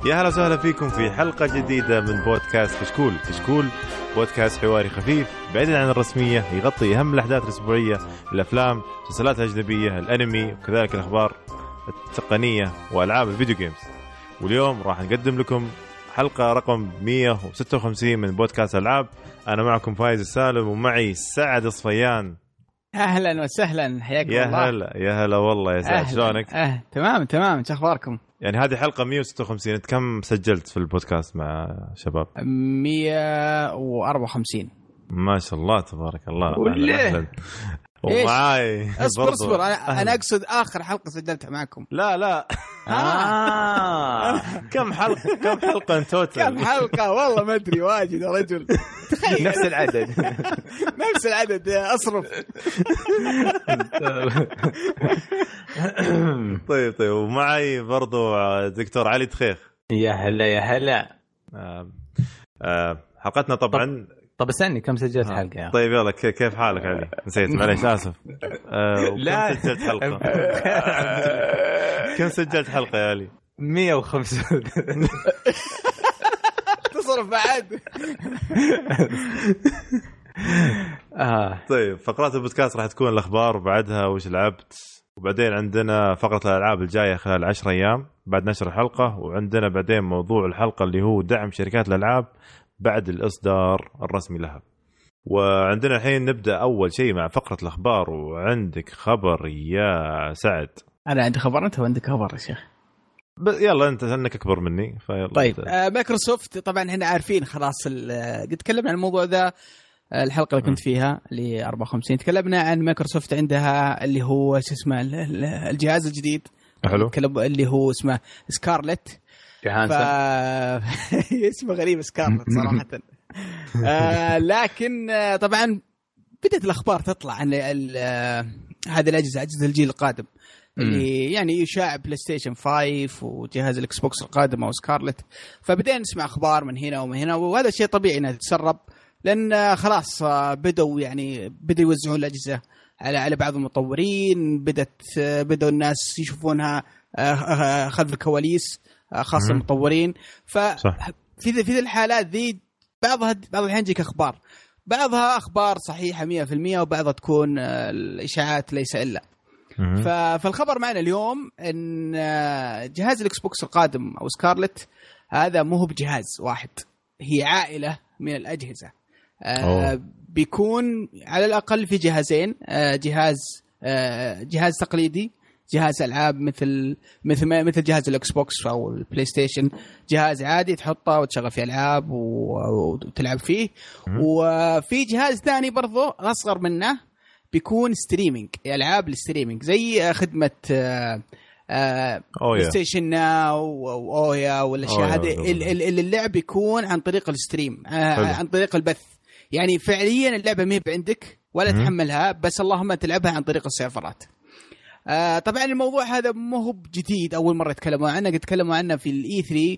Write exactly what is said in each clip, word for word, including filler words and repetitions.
يا هلا وسهلا فيكم في حلقة جديدة من بودكاست كشكول. كشكول بودكاست حواري خفيف بعيدا عن الرسمية، يغطي أهم الأحداث الأسبوعية، الأفلام، المسلسلات الأجنبية، الأنمي، وكذلك الأخبار التقنية وألعاب الفيديو جيمز. واليوم راح نقدم لكم حلقة رقم مية وستة وخمسين من بودكاست ألعاب. أنا معكم فايز السالم ومعي سعد الصفيان. اهلا وسهلا، حياكم يا الله. هلا يا هلا والله يا سعد، شلونك؟ اه تمام تمام، ايش اخباركم؟ يعني هذه حلقة مية وستة وخمسين، انت كم سجلت في البودكاست مع شباب؟ مية وأربعة وخمسين. ما شاء الله تبارك الله. ولا ومعاي اصبر اصبر انا انا اقصد اخر حلقة سجلتها معكم. لا لا آه. كم حلقة كم حلقة انت توتل؟ كم حلقة والله ما ادري، واجد يا رجل. نفس العدد نفس العدد اصرف. طيب طيب ومعي برضو دكتور علي تخيخ. يا هلا يا هلا. آه. آه. حلقتنا طبعا. طب استني، كم سجلت آه. حلقة؟ طيب يلا كيف حالك علي؟ نسيت معليش آسف. آه. لا كم سجلت حلقة؟ كم سجلت حلقة يا علي؟ مية وخمسة. تصرف بعد. آه. طيب فقرات البودكاست راح تكون الأخبار وبعدها وش لعبت، وبعدين عندنا فقرة الألعاب الجاية خلال عشر أيام بعد نشر الحلقة، وعندنا بعدين موضوع الحلقة اللي هو دعم شركات الألعاب بعد الإصدار الرسمي لها. وعندنا الحين نبدأ أول شيء مع فقرة الأخبار، وعندك خبر يا سعد؟ أنا عندي خبر، أنت عندك خبر يا شيخ؟ يلا أنت أنك أكبر مني فيلا. طيب آه مايكروسوفت طبعا هنا عارفين خلاص، قد تكلمنا عن الموضوع ذا الحلقة اللي كنت فيها اللي أربعة وخمسين، تكلمنا عن مايكروسوفت عندها اللي هو شو اسمه الجهاز الجديد حلو اللي هو اسمه سكارلت. ف... اسمه غريب سكارلت صراحة. آه لكن آه طبعا بدأت الأخبار تطلع عن هذه الأجهزة، أجهزة الجيل القادم اللي يعني يشاع بلاي ستيشن خمسة وجهاز الإكس بوكس القادم أو سكارلت. فبدأنا نسمع أخبار من هنا ومن هنا، وهذا شيء طبيعي إنها تتسرب، لأن خلاص بدأوا يعني بدأوا يوزعون الأجهزة على على بعض المطورين، بدأت بدأوا الناس يشوفونها خلف الكواليس خاصة المطورين. ففي في الحالات ذي بعضها بعض الحين تجيك أخبار، بعضها أخبار صحيحة مية في المية وبعضها تكون الإشاعات ليس إلا. فالخبر معنا اليوم إن جهاز الإكس بوكس القادم أو سكارلت هذا مو بجهاز واحد، هي عائلة من الأجهزة. آه بيكون على الأقل في جهازين، آه جهاز آه جهاز تقليدي، جهاز ألعاب مثل مثل مثل جهاز الإكس بوكس أو البلاي ستيشن، جهاز عادي تحطه وتشغل فيه ألعاب وتلعب فيه. وفي جهاز ثاني برضو أصغر منه بيكون ستريمينج، ألعاب الستريمينج زي خدمة آه آه بلاي ستيشن ناو وأويا والأشياء هذه. اللعب يكون عن طريق الستريم، آه عن طريق البث، يعني فعليا اللعبة ما هي بعندك ولا م- تحملها، بس اللهم تلعبها عن طريق السيرفرات. آه طبعا الموضوع هذا مو هو جديد، أول مرة يتكلموا عنه، قد تكلموا عنه في الإي ثري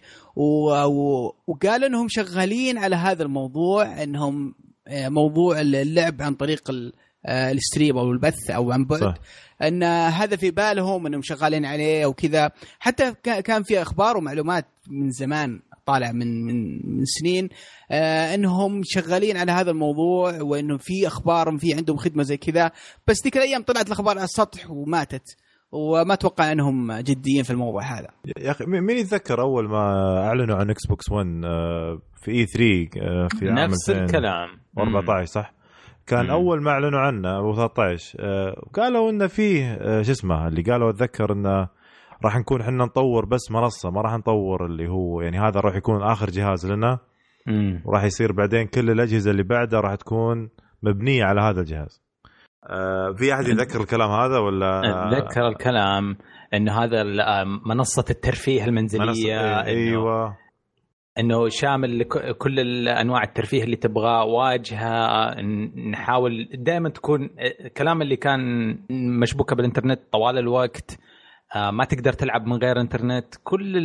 وقالوا أنهم شغالين على هذا الموضوع، أنهم آه موضوع اللعب عن طريق الستريم أو البث أو عن بعد صح. أن هذا في بالهم أنهم شغالين عليه وكذا. حتى كان في أخبار ومعلومات من زمان طالع من من من سنين آه أنهم شغالين على هذا الموضوع، وأنه في أخبار في عندهم خدمة زي كذا، بس ذيك الأيام طلعت الأخبار على السطح وماتت، وما توقع أنهم جديين في الموضوع هذا. يا أخي مين يتذكر أول ما أعلنوا عن إكس بوكس ون في إي ثري في عام نفس الكلام أربعة عشر صح؟ كان مم. أول ما أعلنوا عنه أو ثلاثة عشر آه قالوا إنه فيه آه شو اسمه اللي قالوا أتذكر إنه راح نكون إحنا نطور بس منصة، ما راح نطور اللي هو يعني هذا راح يكون آخر جهاز لنا، وراح يصير بعدين كل الأجهزة اللي بعده راح تكون مبنية على هذا الجهاز. آه في أحد يذكر الكلام هذا ولا؟ أتذكر الكلام إنه هذا منصة الترفيه المنزلية. منصة أيوة، انه شامل لكل الانواع الترفيه اللي تبغاه، واجهه نحاول دائما تكون كلام اللي كان مشبوكه بالانترنت طوال الوقت، ما تقدر تلعب من غير انترنت. كل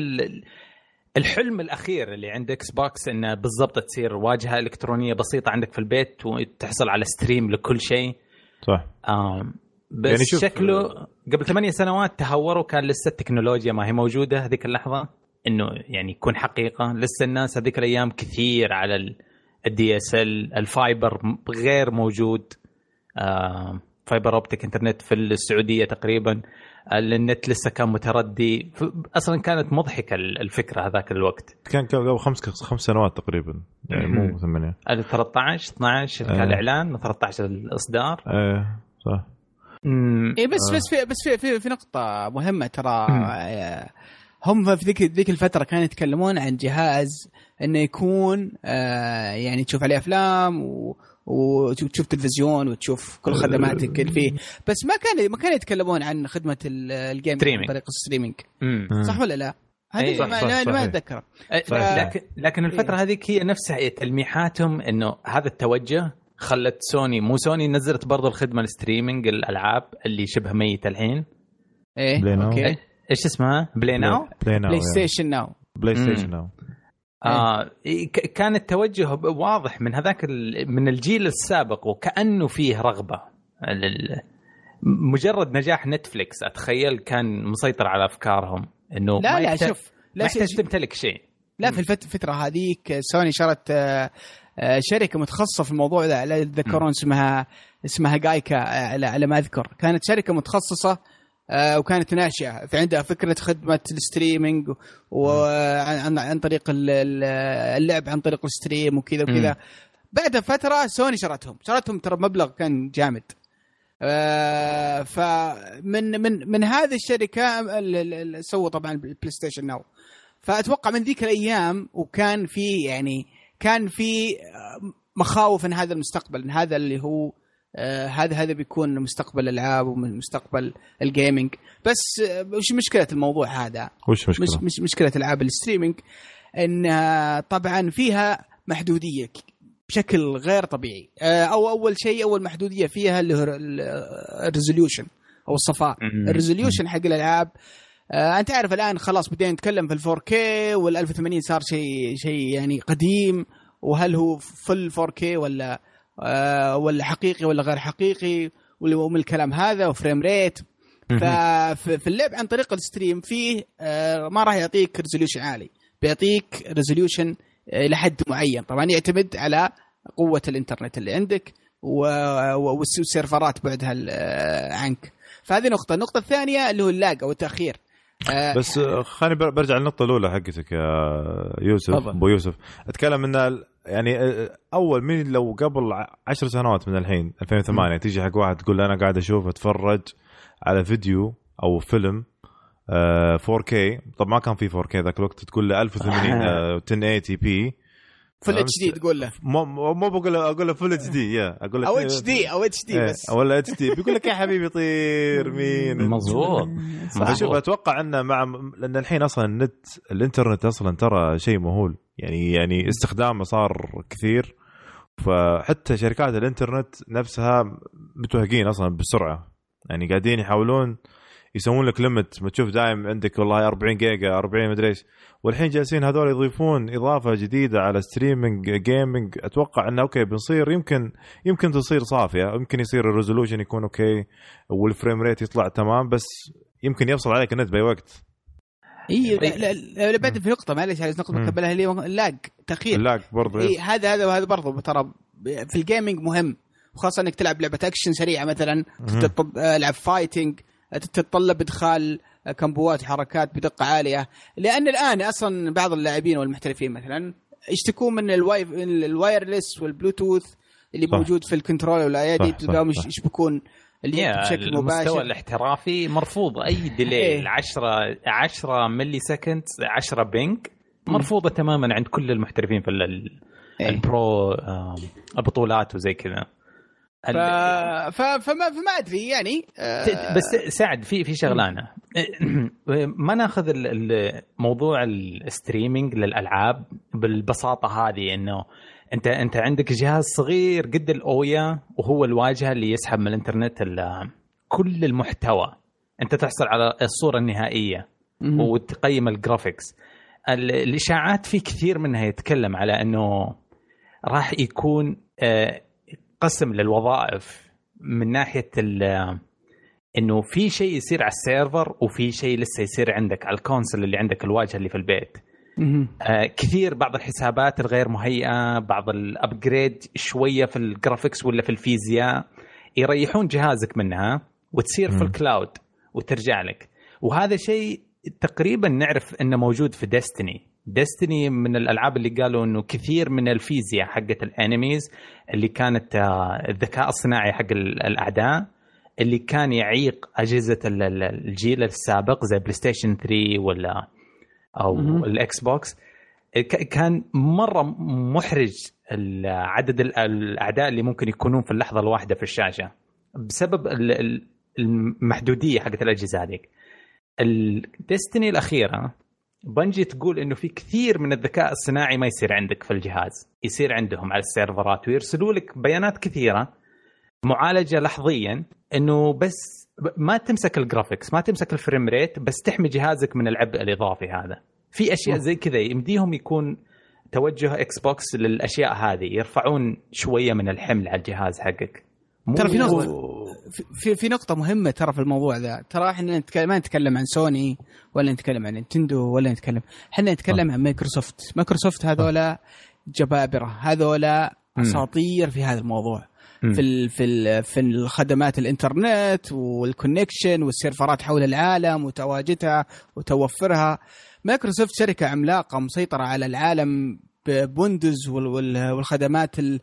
الحلم الاخير اللي عند اكس بوكس انه بالضبط تصير واجهه الكترونيه بسيطه عندك في البيت وتحصل على ستريم لكل شيء صح. بس يعني شكله قبل ثمانية سنوات تهوروا، كان لسه التكنولوجيا ما هي موجودة هذيك اللحظة. انه يعني يكون حقيقه. لسه الناس هذيك الايام كثير على الدي اس ال، الفايبر غير موجود، آه فايبر اوبتيك انترنت في السعوديه تقريبا، النت لسه كان متردي. اصلا كانت مضحكه الفكره هذاك الوقت. كان قبل خمس خمس سنوات تقريبا يعني مو ثمانية. ثلاثة عشر اثنا عشر كان الاعلان، ثلاثة عشر الاصدار. ايه صح. اي بس بس في بس في في, في نقطه مهمه ترى. هم في ذيك ذيك الفتره كانوا يتكلمون عن جهاز انه يكون آه يعني تشوف عليه افلام و وتشوف تلفزيون وتشوف كل خدماتك اللي فيه، بس ما كان ما كانوا يتكلمون عن خدمه الجيم عن طريق الستريمينج. صح ولا لا؟ هذه ما ما اتذكر. لكن لكن الفتره هذيك هي نفسها تلميحاتهم انه هذا التوجه خلت سوني، مو سوني نزلت برضو الخدمه الستريمينج الالعاب اللي شبه ميته الحين. ايه اوكي ايش اسمها؟ بلاي ناو، بلاي ستيشن ناو، بلاي ستيشن ناو. آه كان التوجه واضح من هذاك من الجيل السابق، وكأنه فيه رغبة. مجرد نجاح نتفليكس أتخيل كان مسيطر على أفكارهم إنه لا ما لا يحتاج شوف لا يحتاج تمتلك شيء. لا في الفترة هذيك سوني شرت شركة متخصصة في الموضوع ده، لا تذكرون اسمها اسمها جايكا على على ما أذكر. كانت شركة متخصصة آه وكانت ناشئة في عندها فكرة خدمة الستريمينج وعن عن طريق اللعب عن طريق الستريم وكذا وكذا. بعد فترة سوني شرتهم شرتهم ترى مبلغ كان جامد. آه فمن من من هذه الشركة سووا طبعا البلاي ستيشن ناو. فأتوقع من ذيك الأيام وكان في يعني كان في مخاوف ان هذا المستقبل، ان هذا اللي هو آه هذا هذا بيكون مستقبل الالعاب ومستقبل الجيمنج. بس آه وش مشكله الموضوع هذا؟ وش مشكله؟ مش, مش مشكله العاب الستريمينج ان آه طبعا فيها محدوديه بشكل غير طبيعي. آه او اول شيء اول محدوديه فيها اللي هو الريزوليوشن او الصفاء. الريزوليوشن حق الالعاب آه انت عارف الان خلاص بدينا نتكلم في الفور كي والألف وثمانين صار شيء شيء يعني قديم، وهل هو فل فور كي ولا آه ولا حقيقي ولا غير حقيقي ومن الكلام هذا وفريم ريت. ففي اللعب عن طريق الستريم فيه آه ما راح يعطيك ريزوليوشن عالي، بيعطيك ريزوليوشن الى حد معين. طبعا يعتمد على قوة الانترنت اللي عندك والسيرفرات بعدها عنك. فهذه نقطة. النقطة الثانية اللي هو اللاج او التأخير. بس خليني برجع للنقطة الأولى حقتك يا يوسف أبو يوسف. أتكلم إن يعني أول من لو قبل عشر سنوات من الحين ألفين وثمانية م. تيجي حق واحد تقول أنا قاعد أشوف أتفرج على فيديو أو فيلم فور كي. طب ما كان في فور كي ذاك الوقت، تقول له ألف وثمانين ألف وثمانين بي فل اتش دي تقول له مو مو بقول له اقول له فل اتش دي يا اقول له او اتش دي او اتش دي بس ولا اتش دي بيقول لك يا حبيبي طير مين مظبوط. فشوف اتوقع انه مع لان الحين اصلا النت الانترنت اصلا ترى شيء مهول يعني يعني استخدامه صار كثير. فحتى شركات الانترنت نفسها متوهقين اصلا بالسرعه، يعني قاعدين يحاولون يسوون لك ليمت. ما تشوف دائم عندك والله أربعين جيجا أربعين مدري ايش، والحين جالسين هذول يضيفون اضافه جديده على ستريمينج جيمنج. اتوقع انه اوكي بنصير يمكن يمكن تصير صافيه، يمكن يصير الريزولوشن يكون اوكي والفريم ريت يطلع تمام، بس يمكن يفصل عليك النت باي وقت. اي لا لا بعد في نقطه معلش عايز نقطه نكملها اللي اللاج تاخير. اللاج برضه اي هذا هذا وهذا برضه ترى في الجيمنج مهم، وخاصه انك تلعب لعبه اكشن سريعه مثلا، تلعب فايتنج تتطلب ادخال كمبوات حركات بدقه عاليه. لان الان اصلا بعض اللاعبين والمحترفين مثلا يشتكون من الواي الوايرلس والبلوتوث اللي صح. موجود في الكنترول والايادي تلقاهم يشبكون اللي بشكل مباشر. المستوى الاحترافي مرفوض اي ديلي عشرة عشرة ملي سكند عشرة بينج مرفوضه تماما عند كل المحترفين في البرو البطولات وزي كذا. ف... ف... فما فما ادري يعني أه... بس سعد في في شغلانه ما ناخذ الموضوع الستريمينج للالعاب بالبساطه هذه، انه انت انت عندك جهاز صغير قد الاويا وهو الواجهه اللي يسحب من الانترنت كل المحتوى. انت تحصل على الصوره النهائيه وتقيم الجرافيكس. الاشاعات في كثير منها يتكلم على انه راح يكون أه قسم للوظائف من ناحية انه في شيء يصير على السيرفر وفي شيء لسه يصير عندك على الكونسول اللي عندك، الواجهه اللي في البيت. آه كثير بعض الحسابات الغير مهيئه، بعض الابجريد شويه في الجرافيكس ولا في الفيزياء يريحون جهازك منها وتصير في الكلاود وترجع لك. وهذا شيء تقريبا نعرف انه موجود في ديستني. ديستني من الالعاب اللي قالوا انه كثير من الفيزياء حقت الانيميز اللي كانت الذكاء الصناعي حق الاعداء اللي كان يعيق اجهزه الجيل السابق زي بلاي ستيشن ثري ولا او الاكس بوكس، كان مره محرج عدد الاعداء اللي ممكن يكونون في اللحظه الواحده في الشاشه بسبب المحدوديه حقت الاجهزه هذيك. الديستني الاخيره بنجي تقول انه في كثير من الذكاء الصناعي ما يصير عندك في الجهاز، يصير عندهم على السيرفرات ويرسلوا لك بيانات كثيره معالجه لحظيا، انه بس ما تمسك الجرافيكس ما تمسك الفريم ريت، بس تحمي جهازك من العبء الاضافي هذا. في اشياء زي كذا يمديهم يكون توجه اكس بوكس للاشياء هذه، يرفعون شويه من الحمل على الجهاز حقك. ترى في نقطة في في نقطة مهمة ترى في الموضوع ذا، ترى احنا ما نتكلم عن سوني ولا نتكلم عن نينتندو ولا نتكلم، احنا نتكلم عن مايكروسوفت. مايكروسوفت هذولا جبابرة، هذولا اساطير في هذا الموضوع، في ال في ال في الخدمات الانترنت والكونكشن والسيرفرات حول العالم وتواجدها وتوفرها. مايكروسوفت شركة عملاقة مسيطرة على العالم بويندوز والخدمات ال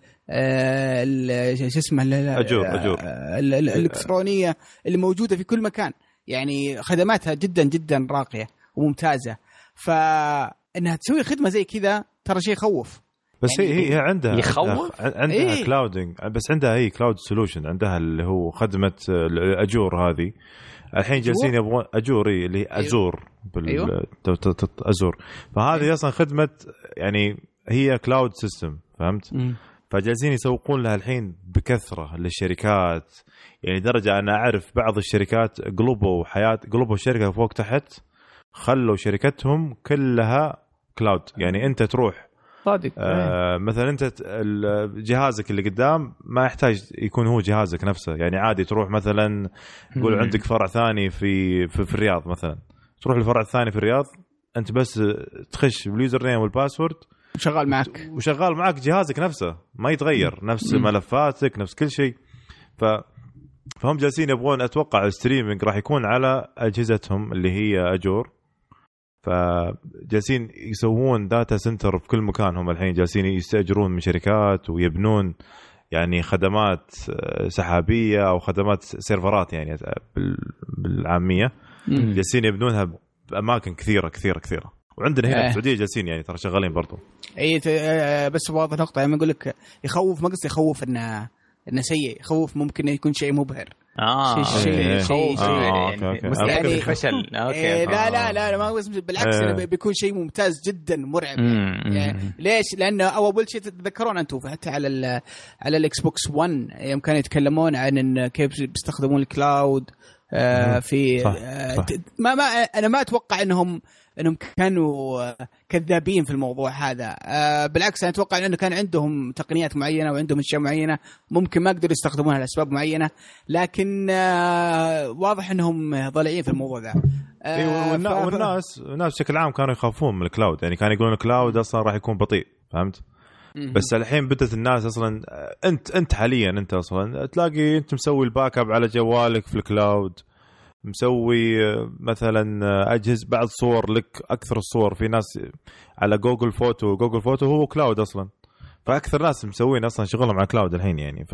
شو اسمه أجور أجور الإلكترونية اللي موجودة في كل مكان، يعني خدماتها جدا جدا راقية وممتازة. فإنها تسوي خدمة زي كذا ترى شيء يخوف. بس يعني هي هي عندها يخوف، عندها إيه؟ كلاودينج، بس عندها هي كلاود سولوشن، عندها اللي هو خدمة الأجور هذه. الحين جالسين يبغون أجوري اللي أزور بال أيوه. أزور، فهذه أصلا خدمة يعني هي كلاود سيستم، فهمت؟ م. فجالسين يسوقون لها الحين بكثرة للشركات، يعني درجة أنا أعرف بعض الشركات قلبوا حياة قلبوا الشركة فوق تحت، خلوا شركتهم كلها كلاود. يعني أنت تروح صادق آه مثلا أنت جهازك اللي قدام ما يحتاج يكون هو جهازك نفسه، يعني عادي تروح مثلا نقول عندك فرع ثاني في في, في الرياض مثلا، تروح الفرع الثاني في الرياض أنت بس تخش باليوزر نيم والباسورد وشغال معك وشغال معك جهازك نفسه ما يتغير، نفس ملفاتك نفس كل شيء. ف فهم جالسين يبغون أتوقع الستريمينج راح يكون على أجهزتهم اللي هي أجور، فجالسين يسوون داتا سنتر في كل مكان. هم الحين جالسين يستأجرون من شركات ويبنون يعني خدمات سحابية أو خدمات سيرفرات يعني بالعامية، جالسين يبنونها بأماكن كثيرة كثيرة كثيرة. وعندنا هنا في السعودية جالسين يعني ترى شغالين برضو. اي بس واضح نقطة يعني اقول لك يخوف، ما قصدي يخوف انه انه سيء، يخوف ممكن يكون شيء مبهر. اه شيء شيء شيء يعني فشل. اوكي لا لا لا ما قصدي، بالعكس انه بيكون شيء ممتاز جدا مرعب. يعني ليش؟ لانه اول شيء تتذكرون انتم حتى على ال على الاكس بوكس ون يوم كانوا يتكلمون عن ان كيف بيستخدمون الكلاود آه في صح. آه صح. ما ما انا ما اتوقع انهم انهم كانوا كذابين في الموضوع هذا. آه بالعكس انا اتوقع انه كان عندهم تقنيات معينه وعندهم اشياء معينه ممكن ما قدروا يستخدمونها لاسباب معينه، لكن آه واضح انهم ضالعين في الموضوع ذا. آه والناس والناس الناس بشكل عام كانوا يخافون من الكلاود، يعني كانوا يقولون الكلاود اصلا راح يكون بطيء، فهمت؟ بس الحين بدت الناس اصلا انت انت حاليا انت اصلا تلاقي انت مسوي الباك اب على جوالك في الكلاود، مسوي مثلا اجهز بعض صور لك، اكثر الصور في ناس على جوجل فوتو، جوجل فوتو هو كلاود اصلا، فاكثر ناس مسوين اصلا شغلهم على كلاود الحين. يعني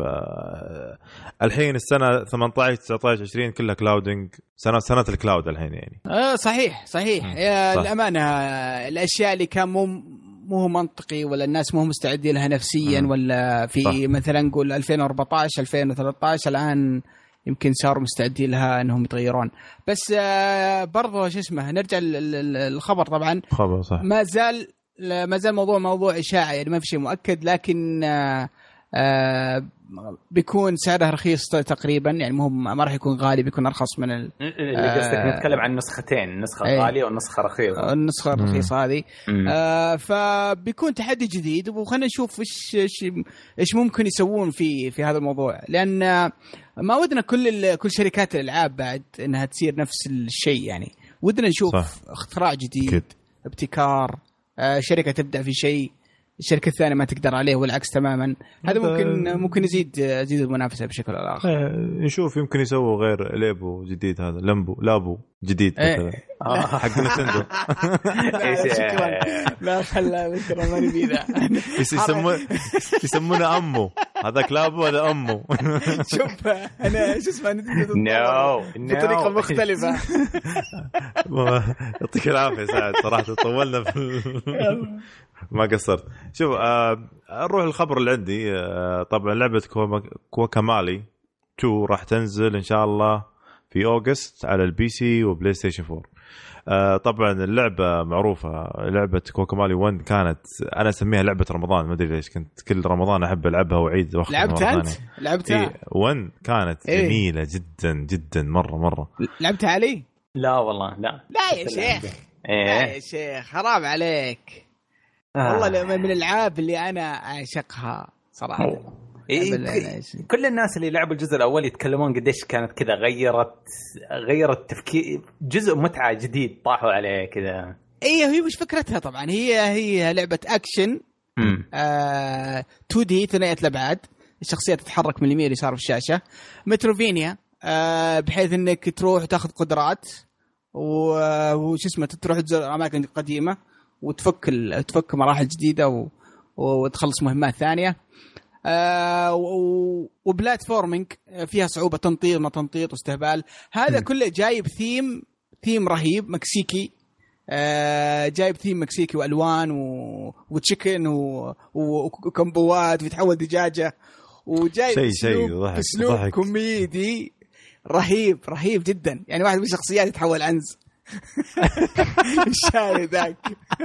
فالحين السنه ثمانية عشر تسعة عشر عشرين كلها كلاودنج، سنه سنه الكلاود الحين يعني. اه صحيح صحيح يا الامانه الاشياء اللي كان مو مو منطقي ولا الناس مو مستعدين لها نفسيا م. ولا في صح. مثلا نقول ألفين وأربعة عشر ألفين وثلاثة عشر الان يمكن صاروا مستعدين لها انهم يتغيرون. بس آه برضو شو اسمه نرجع للخبر. طبعا خبر صح. ما زال ما زال موضوع موضوع اشاعه، يعني ما في شيء مؤكد، لكن آه آه بيكون سعرها رخيص تقريبا، يعني مو ما راح يكون غالي، بيكون ارخص من ال... اللي قصدك آه نتكلم عن نسختين، نسخه ايه غاليه والنسخه رخيصه. النسخه الرخيصه هذه آه فبيكون تحدي جديد، وخلينا نشوف ايش ايش ايش ممكن يسوون في في هذا الموضوع، لان ما ودنا كل كل شركات الالعاب بعد انها تصير نفس الشيء، يعني ودنا نشوف صح. اختراع جديد كد. ابتكار، آه شركه تبدع في شيء الشركة الثانية ما تقدر عليه، والعكس تماما. هذا ممكن ممكن يزيد يزيد المنافسة بشكل أو آخر. نشوف يمكن يسووا غير ليبو جديد، هذا لمبو لابو جديد مثلا حق نتندو. شكرا لا خلا بكرة ما نبي ذا يسمونه يسمونه أمو، هذاك لابو هذا أمو. شوف أنا إيش اسمه نتندو نو بطريقة مختلفة. يعطيك العافية سعد، صراحة طولنا في ما قصرت. شوف آه نروح الخبر اللي عندي. آه طبعا لعبة كوكامالي تو راح تنزل إن شاء الله في أوغست على البي سي وبلاي ستيشن فور. آه طبعا اللعبة معروفة، لعبة كوكامالي واحد كانت أنا أسميها لعبة رمضان، ما أدري ليش كنت كل رمضان أحب ألعبها وعيد وأختم. لعبتها أنت؟ لعبتها؟ إيه واحد كانت إيه؟ جميلة جدا جدا مرة مرة. لعبتها علي؟ لا والله لا. لا يا شيخ إيه؟ لا يا شيخ حرام عليك. آه. والله من الألعاب اللي أنا أعشقها صراحة. إيه كل الناس اللي لعبوا الجزء الأول يتكلمون قديش كانت كذا غيرت غيرت تفكير، جزء متعة جديد طاحوا عليه كذا. إيه هي مش فكرتها طبعا، هي هي لعبة أكشن آه تو دي ثنائية الأبعاد، الشخصية تتحرك من اليمين لليسار في الشاشة، متروفينيا آه بحيث إنك تروح تأخذ قدرات وش اسمه تروح تزور أماكن قديمة وتفك تفك مراحل جديدة و... وتخلص مهمات ثانية. آه و... وبلاتفورمينج فيها صعوبة، تنطيط ما تنطيط واستهبال. هذا م. كله جايب ثيم ثيم رهيب مكسيكي، آه جايب ثيم مكسيكي وألوان و... وتشيكن و... وكمبوات ويتحول دجاجة، وجايب شيء شيء اسلوب كوميدي رهيب رهيب جدا. يعني واحد من الشخصيات يتحول عنز الشاري ذاك.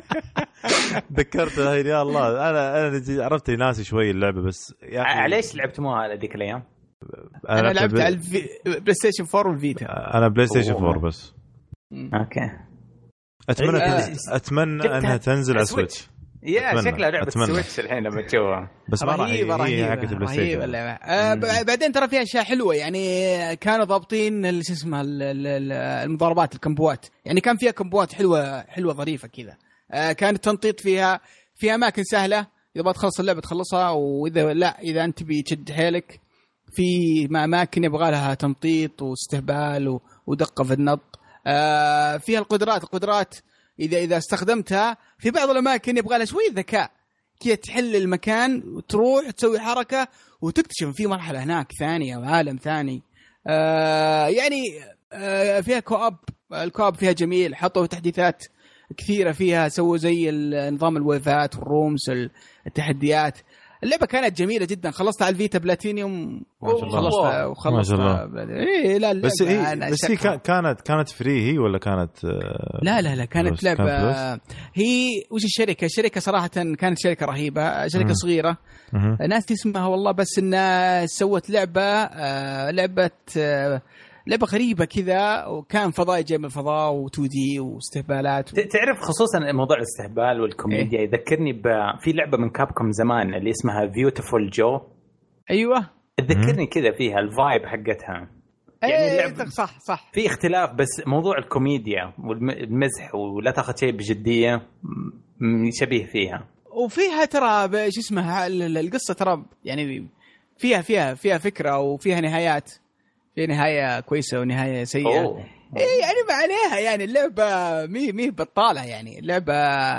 ذكرت هاي يا الله. انا انا عرفت ناسي شوي اللعبه، بس يعني ليش لعبتوها على ذيك الايام؟ انا, أنا لعبت على الفي... بلاي ستيشن فور والفيتا. انا بلاي ستيشن فور بس. اوكي اتمنى أه اتمنى انها تنزل على سويتش. يا شكلها لعبة سويتش الحين لما تشوفها، بس ما رهيبة رهيبة حقت البلاي ستيشن. آه بعدين ترى فيها أشياء حلوة، يعني كانوا ضابطين اللي اسمها المضاربات الكمبوات، يعني كان فيها كمبوات حلوة حلوة ظريفة كذا. آه كان التنطيط فيها في أماكن سهلة، إذا ما تخلص اللعبة تخلصها، وإذا لا إذا أنت بتشد حيلك في أماكن يبغى لها تنطيط واستهبال ودقة في النط. آه فيها القدرات القدرات إذا إذا استخدمتها في بعض الأماكن يبغى لها شوية ذكاء كي تحل المكان وتروح تسوي حركة وتكتشف في مرحلة هناك ثانية وعالم ثاني. آه يعني آه فيها كواب، الكواب فيها جميل، حطوا تحديثات كثيرة فيها، سووا زي نظام الويفات والرومز التحديات. اللعبة كانت جميلة جدا، خلصت على الفيتا بلاتينيوم وخلصتها وخلصتها. إيه لا بس هي بس هي كانت كانت فري هي ولا كانت آه لا لا لا كانت لعبة كانت هي وش الشركة الشركة صراحة كانت شركة رهيبة، شركة م- صغيرة م- ناس اسمها والله، بس إنها سوت لعبة آه لعبة آه لعبة غريبة كذا، وكان فضاء جاي من الفضاء وتو دي واستهبالات و... تعرف خصوصا موضوع الاستهبال والكوميديا. إيه؟ يذكرني ب... في لعبة من كابكوم زمان اللي اسمها بيوتيفول جو. أيوة تذكرني كذا فيها الفايب حقتها. يعني اللعبة صح صح في اختلاف، بس موضوع الكوميديا والمزح ولا تاخذ شيء بجدية شبيه فيها. وفيها ترى ايش اسمها القصة، ترى يعني فيها فيها فيها فكرة وفيها نهايات، في نهاية كويسة ونهاية سيئة. إيه يعني ما عليها، يعني اللعبة مي مي بطالة، يعني اللعبة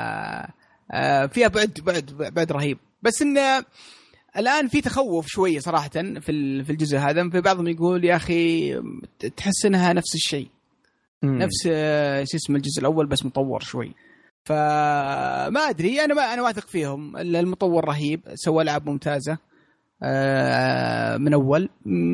فيها بعد بعد بعد رهيب. بس إن الآن في تخوف شوية صراحة في في الجزء هذا، في بعضهم يقول يا أخي تحس إنها نفس الشيء، نفس شو اسمه الجزء الأول بس مطور شوي. فما أدري، أنا ما أنا واثق فيهم. المطور رهيب، سوى ألعاب ممتازة من أول،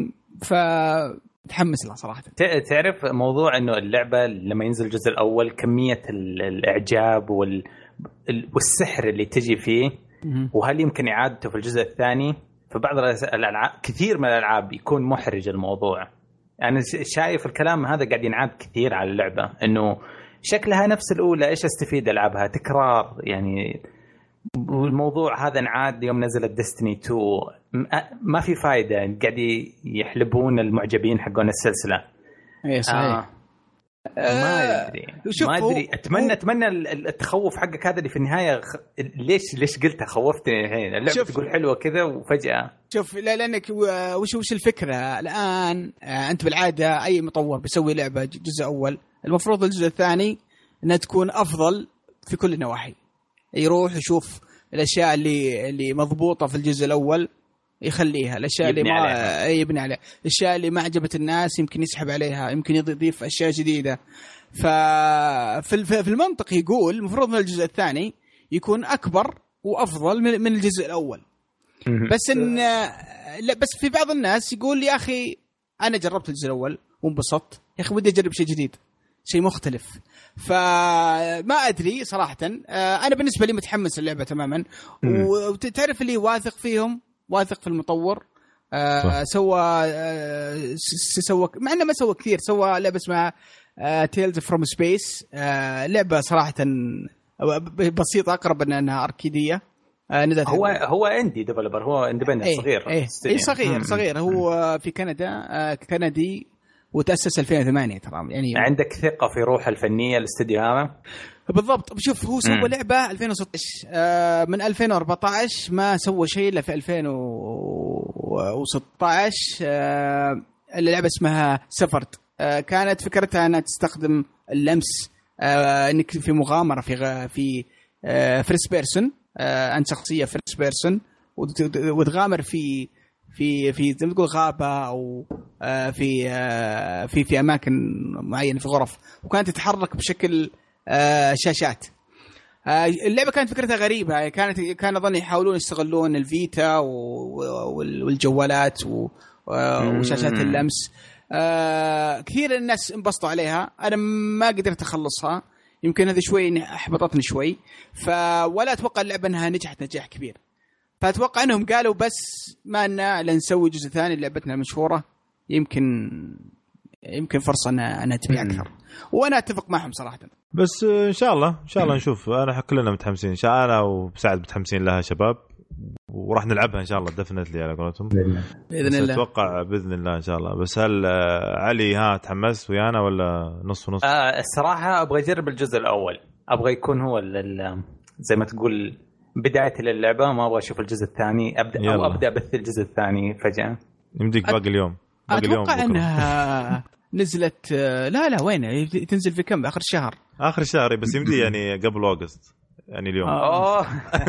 فتحمس لها صراحة. تعرف موضوع إنه اللعبة لما ينزل الجزء الأول كمية الإعجاب وال والسحر اللي تجي فيه، وهل يمكن إعادته في الجزء الثاني؟ في بعض الالعاب كثير من الالعاب يكون محرج الموضوع. انا يعني شايف الكلام هذا قاعد ينعاد كثير على اللعبه انه شكلها نفس الاولى، ايش استفيد العبها تكرار يعني. والموضوع هذا انعاد يوم نزلت ديستني اثنين، ما في فايده، قاعد يحلبون المعجبين حقون السلسله. اي صحيح. آه. ما ادري ما ادري اتمنى اتمنى التخوف حقك هذا اللي في النهايه خ... ليش ليش قلتها خوفتني الحين اللعبه تقول حلوه كذا وفجاه شوف. لا لانك وش وش الفكره الان؟ انت بالعاده اي مطور بيسوي لعبه جزء اول المفروض الجزء الثاني انها تكون افضل في كل النواحي، يروح يشوف الاشياء اللي اللي مضبوطه في الجزء الاول يخليها، الاشياء اللي ما عليها. يبني عليها، الاشياء اللي ما عجبت الناس يمكن يسحب عليها، يمكن يضيف اشياء جديده. ففي في المنطق يقول المفروض ان الجزء الثاني يكون اكبر وافضل من من الجزء الاول. بس ان لا بس في بعض الناس يقول يا اخي انا جربت الجزء الاول وانبسطت، يا اخي ودي اجرب شيء جديد شيء مختلف. فما ادري صراحه. انا بالنسبه لي متحمس اللعبه تماما، وتعرف اللي واثق فيهم، واثق في المطور. آه سوى آه سوى مع انه ما سوى كثير، سوى لعبه اسمها تيلز فروم سبيس، لعبه صراحه بسيطه اقرب انها اركيديه. آه هو هو اندي ديفلوبر، هو اندبندنت ايه صغير. ايه ايه صغير صغير هو في كندا، آه كندي، وتأسس ألفين وثمانية. ترى يعني عندك ثقة في روح الفنية الاستديو هذا؟ بالضبط. شوف هو سوى لعبة ألفين وستة عشر، آه من ألفين وأربعة عشر ما سوى شيء إلا في ألفين وستة عشر. آه اللعبة اسمها سفرد، آه كانت فكرتها أنها تستخدم اللمس، آه إنك في مغامرة في في آه فيرست بيرسون، آه أنت شخصية فيرست بيرسون وتغامر في في في زي ما تقول غابة أو آه في آه في في أماكن معينة في غرف، وكانت تتحرك بشكل آه شاشات. آه اللعبة كانت فكرتها غريبة، كانت كان أظن يحاولون يستغلون الفيتا والجوالات وشاشات اللمس. آه كثير الناس انبسطوا عليها، أنا ما قدرت أخلصها، يمكن هذا شوي أحبطتني شوي. فولا أتوقع اللعبة أنها نجحت نجاح كبير، فأتوقع أنهم قالوا بس ما لنا لنسوي جزء ثاني لعبتنا المشهورة، يمكن يمكن فرصة أنها تبيع أكثر. وأنا أتفق معهم صراحة. بس إن شاء الله إن شاء الله نشوف. أنا كلنا متحمسين، إن شاء الله أنا وسعد متحمسين لها شباب، وراح نلعبها إن شاء الله دفنتلي على قولتهم بإذن الله. أتوقع بإذن الله إن شاء الله. بس هل علي ها تحمس ويانا ولا نص ونص؟ آه الصراحة أبغى أجرب الجزء الأول، أبغى يكون هو زي ما تقول بداية للعبة، ما أبغى أشوف الجزء الثاني أبدأ يلا. أو أبدأ بث الجزء الثاني فجأة. يمديك باقي اليوم باقي أتوقع اليوم أنها نزلت. لا لا وين تنزل في كم؟ آخر الشهر آخر الشهر بس يمدي يعني قبل أغسطس يعني اليوم. أوه.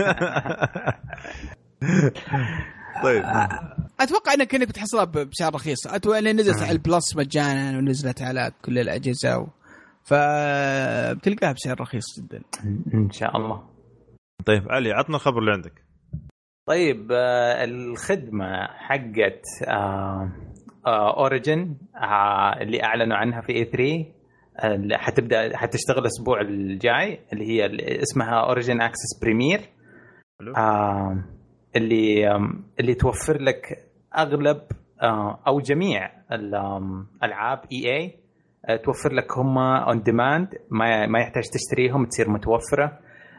طيب أتوقع أنك كنت بتحصلها بسعر رخيص. أتوقع أن نزلت على البلس مجانا ونزلت على كل الأجهزة و... فبتلقاها بسعر رخيص جدا إن شاء الله. طيب علي عطنا الخبر اللي عندك. طيب آه الخدمة حقت آه آه أوريجين آه اللي أعلنوا عنها في إي ثري اللي حتبدأ حتشتغل الأسبوع الجاي، اللي هي اسمها أوريجين أكسس بريمير، آه اللي آه اللي توفر لك أغلب آه أو جميع الألعاب إي إي، آه توفر لك هم on demand، ما ما يحتاج تشتريهم، تصير متوفرة.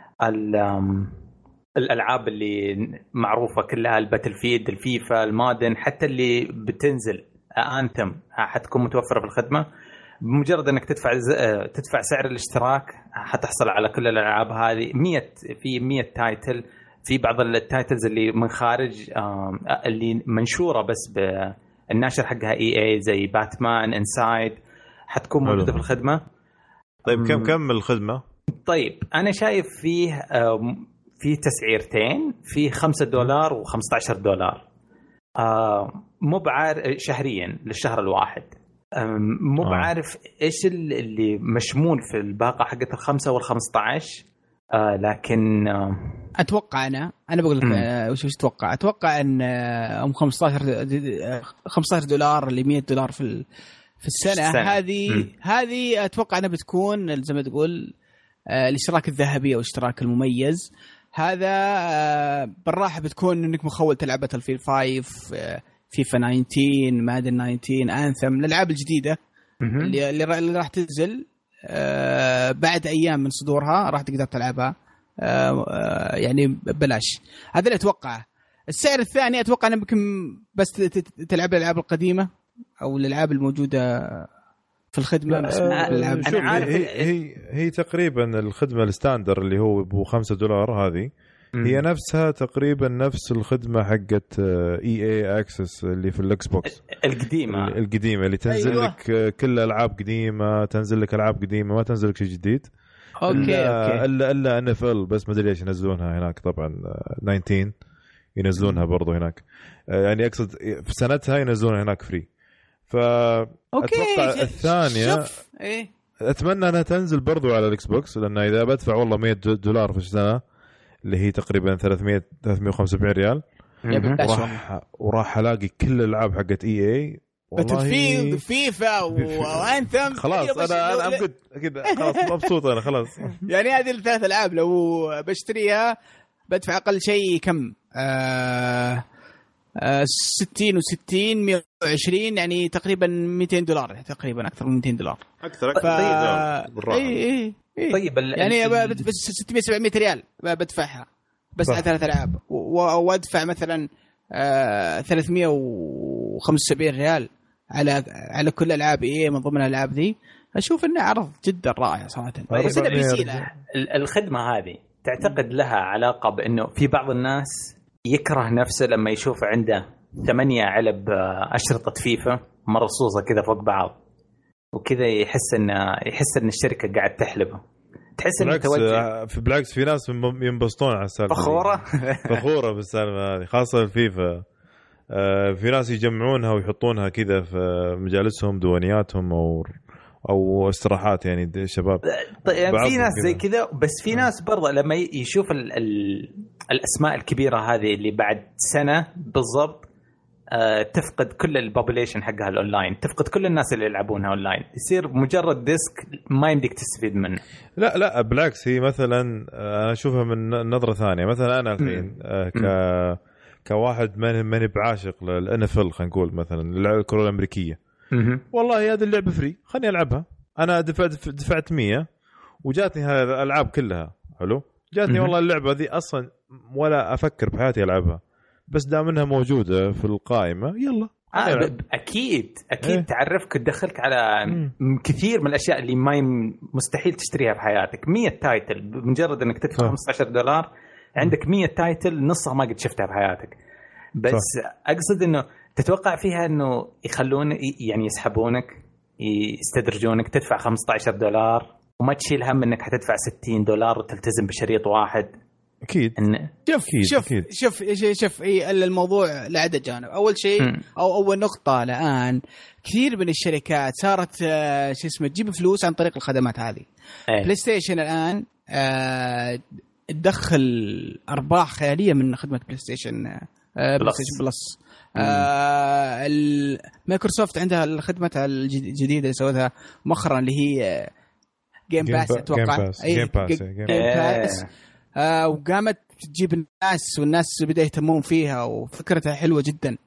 الألعاب اللي معروفة كلها، الباتل فيلد، الفيفا، المادن، حتى اللي بتنزل أنثم حتكون متوفرة في الخدمة. بمجرد أنك تدفع تدفع سعر الاشتراك حتحصل على كل الألعاب هذه. مية في مية تايتل، في بعض التايتلز اللي من خارج اللي منشورة بس بالناشر حقها إي إي زي باتمان إنسايد حتكون موجودة في الخدمة. طيب كم كم الخدمة؟ طيب أنا شايف فيه في تسعيرتين، في خمسة دولار وخمسة عشر دولار، مو بعارف شهريا للشهر الواحد، مو بعارف إيش اللي مشمول في الباقة حقت الخمسة والخمسة عشر. لكن أتوقع أنا أنا بقول لك وش وش أتوقع أتوقع أن أم خمسة عشر دولار ل مية دولار في في السنة, السنة. هذه هذه أتوقع أنها بتكون زي ما تقول الاشتراك الذهبي أو الاشتراك المميز. هذا بالراحه بتكون انك مخول تلعب باتل فايف، فيفا تسعة عشر، مادن تسعة عشر، انثم، الالعاب الجديده اللي اللي راح تنزل بعد ايام من صدورها راح تقدر تلعبها يعني ببلاش. هذا اللي اتوقعه. السعر الثاني اتوقع انه يمكن بس تلعب الالعاب القديمه او الالعاب الموجوده في الخدمه. انا عارف هي, هي هي تقريبا الخدمه الستاندر اللي هو ب خمسة دولار، هذه هي نفسها تقريبا نفس الخدمه حقت اي اي اكسس اللي في الاكس بوكس القديمه القديمه اللي تنزل أيوة. لك كل العاب قديمه، تنزل لك العاب قديمه، ما تنزل لك شيء جديد. اوكي الا اوكي الا, إلا ان اف ال بس ما ادري ليش ينزلونها هناك. طبعا تسعة عشر ينزلونها برضو هناك، يعني اقصد في سنتها ينزلونها هناك فري. فأتوقع الثانية إيه؟ أتمنى أنها تنزل برضو على الإكس بوكس، لأن إذا بدفع والله مية دولار في السنة اللي هي تقريبا ثلاثمية ثلاثمية وخمسة وسبعين ريال وراح وراح ألاقي كل الألعاب حقت إي إي في فيفا وأنثم. خلاص أنا أنا أبقى كده خلاص مبسوط أنا خلاص. يعني هذه الثلاث ألعاب لو بشتريها بدفع أقل شيء كم آه ستين وستين مية وعشرين، يعني تقريبا مئتين دولار، تقريبا أكثر من مئتين دولار أكثر أكثر. ف... أي أي أي. طيب يعني بس ستمية سبعمية ريال بدفعها بس على ثلاث ألعاب، وأدفع مثلا ثلاثمية وخمسة وسبعين ريال على على كل ألعاب إيه من ضمن الألعاب ذي. أشوف إنه عرض جدا رائع صراحة. بس الخدمة هذه تعتقد لها علاقة بأنه في بعض الناس يكره نفسه لما يشوف عنده ثمانية علب أشرطة فيفا مرصوصة كذا فوق بعض وكذا يحس إن يحس إن الشركة قاعد تحلبه؟ تحس إنه توجه في بالعكس في ناس ينبسطون على السالفة، فخورة فخورة بالسالفة هذه، خاصة الفيفا. في ناس يجمعونها ويحطونها كذا في مجالسهم دوانياتهم أو او استراحات يعني الشباب. طيب في ناس زي كذا، بس في ناس برضه لما يشوف ال ال الاسماء الكبيره هذه اللي بعد سنه بالضبط آه تفقد كل البوبوليشن حقها الاونلاين، تفقد كل الناس اللي يلعبونها اونلاين، يصير مجرد ديسك ما يمديك تستفيد منه. لا لا بالعكس، هي مثلا انا اشوفها من نظره ثانيه. مثلا انا الحين آه ك كواحد من من بعاشق للان اف ال، خلينا نقول مثلا الكره الامريكيه، والله هذه اللعبة فري خلني ألعبها. أنا دفعت دفعت مية وجاتني هذه الألعاب كلها حلو، جاتني والله اللعبة ذي أصلا ولا أفكر بحياتي ألعبها، بس دام إنها موجودة في القائمة يلا. آه أكيد أكيد. إيه؟ تعرفك تدخلك على مم. كثير من الأشياء اللي ما مستحيل تشتريها في حياتك. مية تايتل بمجرد إنك تدفع خمسة عشر دولار عندك مية تايتل نصها ما قد شفتها في حياتك. بس صح. أقصد إنه تتوقع فيها انه يخلون يعني يسحبونك يستدرجونك تدفع خمسة عشر دولار وما تشيل هم انك حتدفع ستين دولار وتلتزم بشريط واحد. اكيد إن... شوف أكيد. شوف أكيد. شوف شوف شوف اي الموضوع له عده جوانب. اول شيء م. او اول نقطه الان كثير من الشركات صارت شو اسمه تجيب فلوس عن طريق الخدمات هذه. أي. بلاي ستيشن الان آه تدخل ارباح خياليه من خدمه بلاي ستيشن آه بلاي ستيشن بلس. آه مايكروسوفت عندها الخدمة الجديدة اللي سوتها مؤخرا اللي هي جيم باس اتوقع. جيم باس جيم باس آه وقامت تجيب الناس والناس بدأ يهتمون فيها وفكرتها حلوة جدا.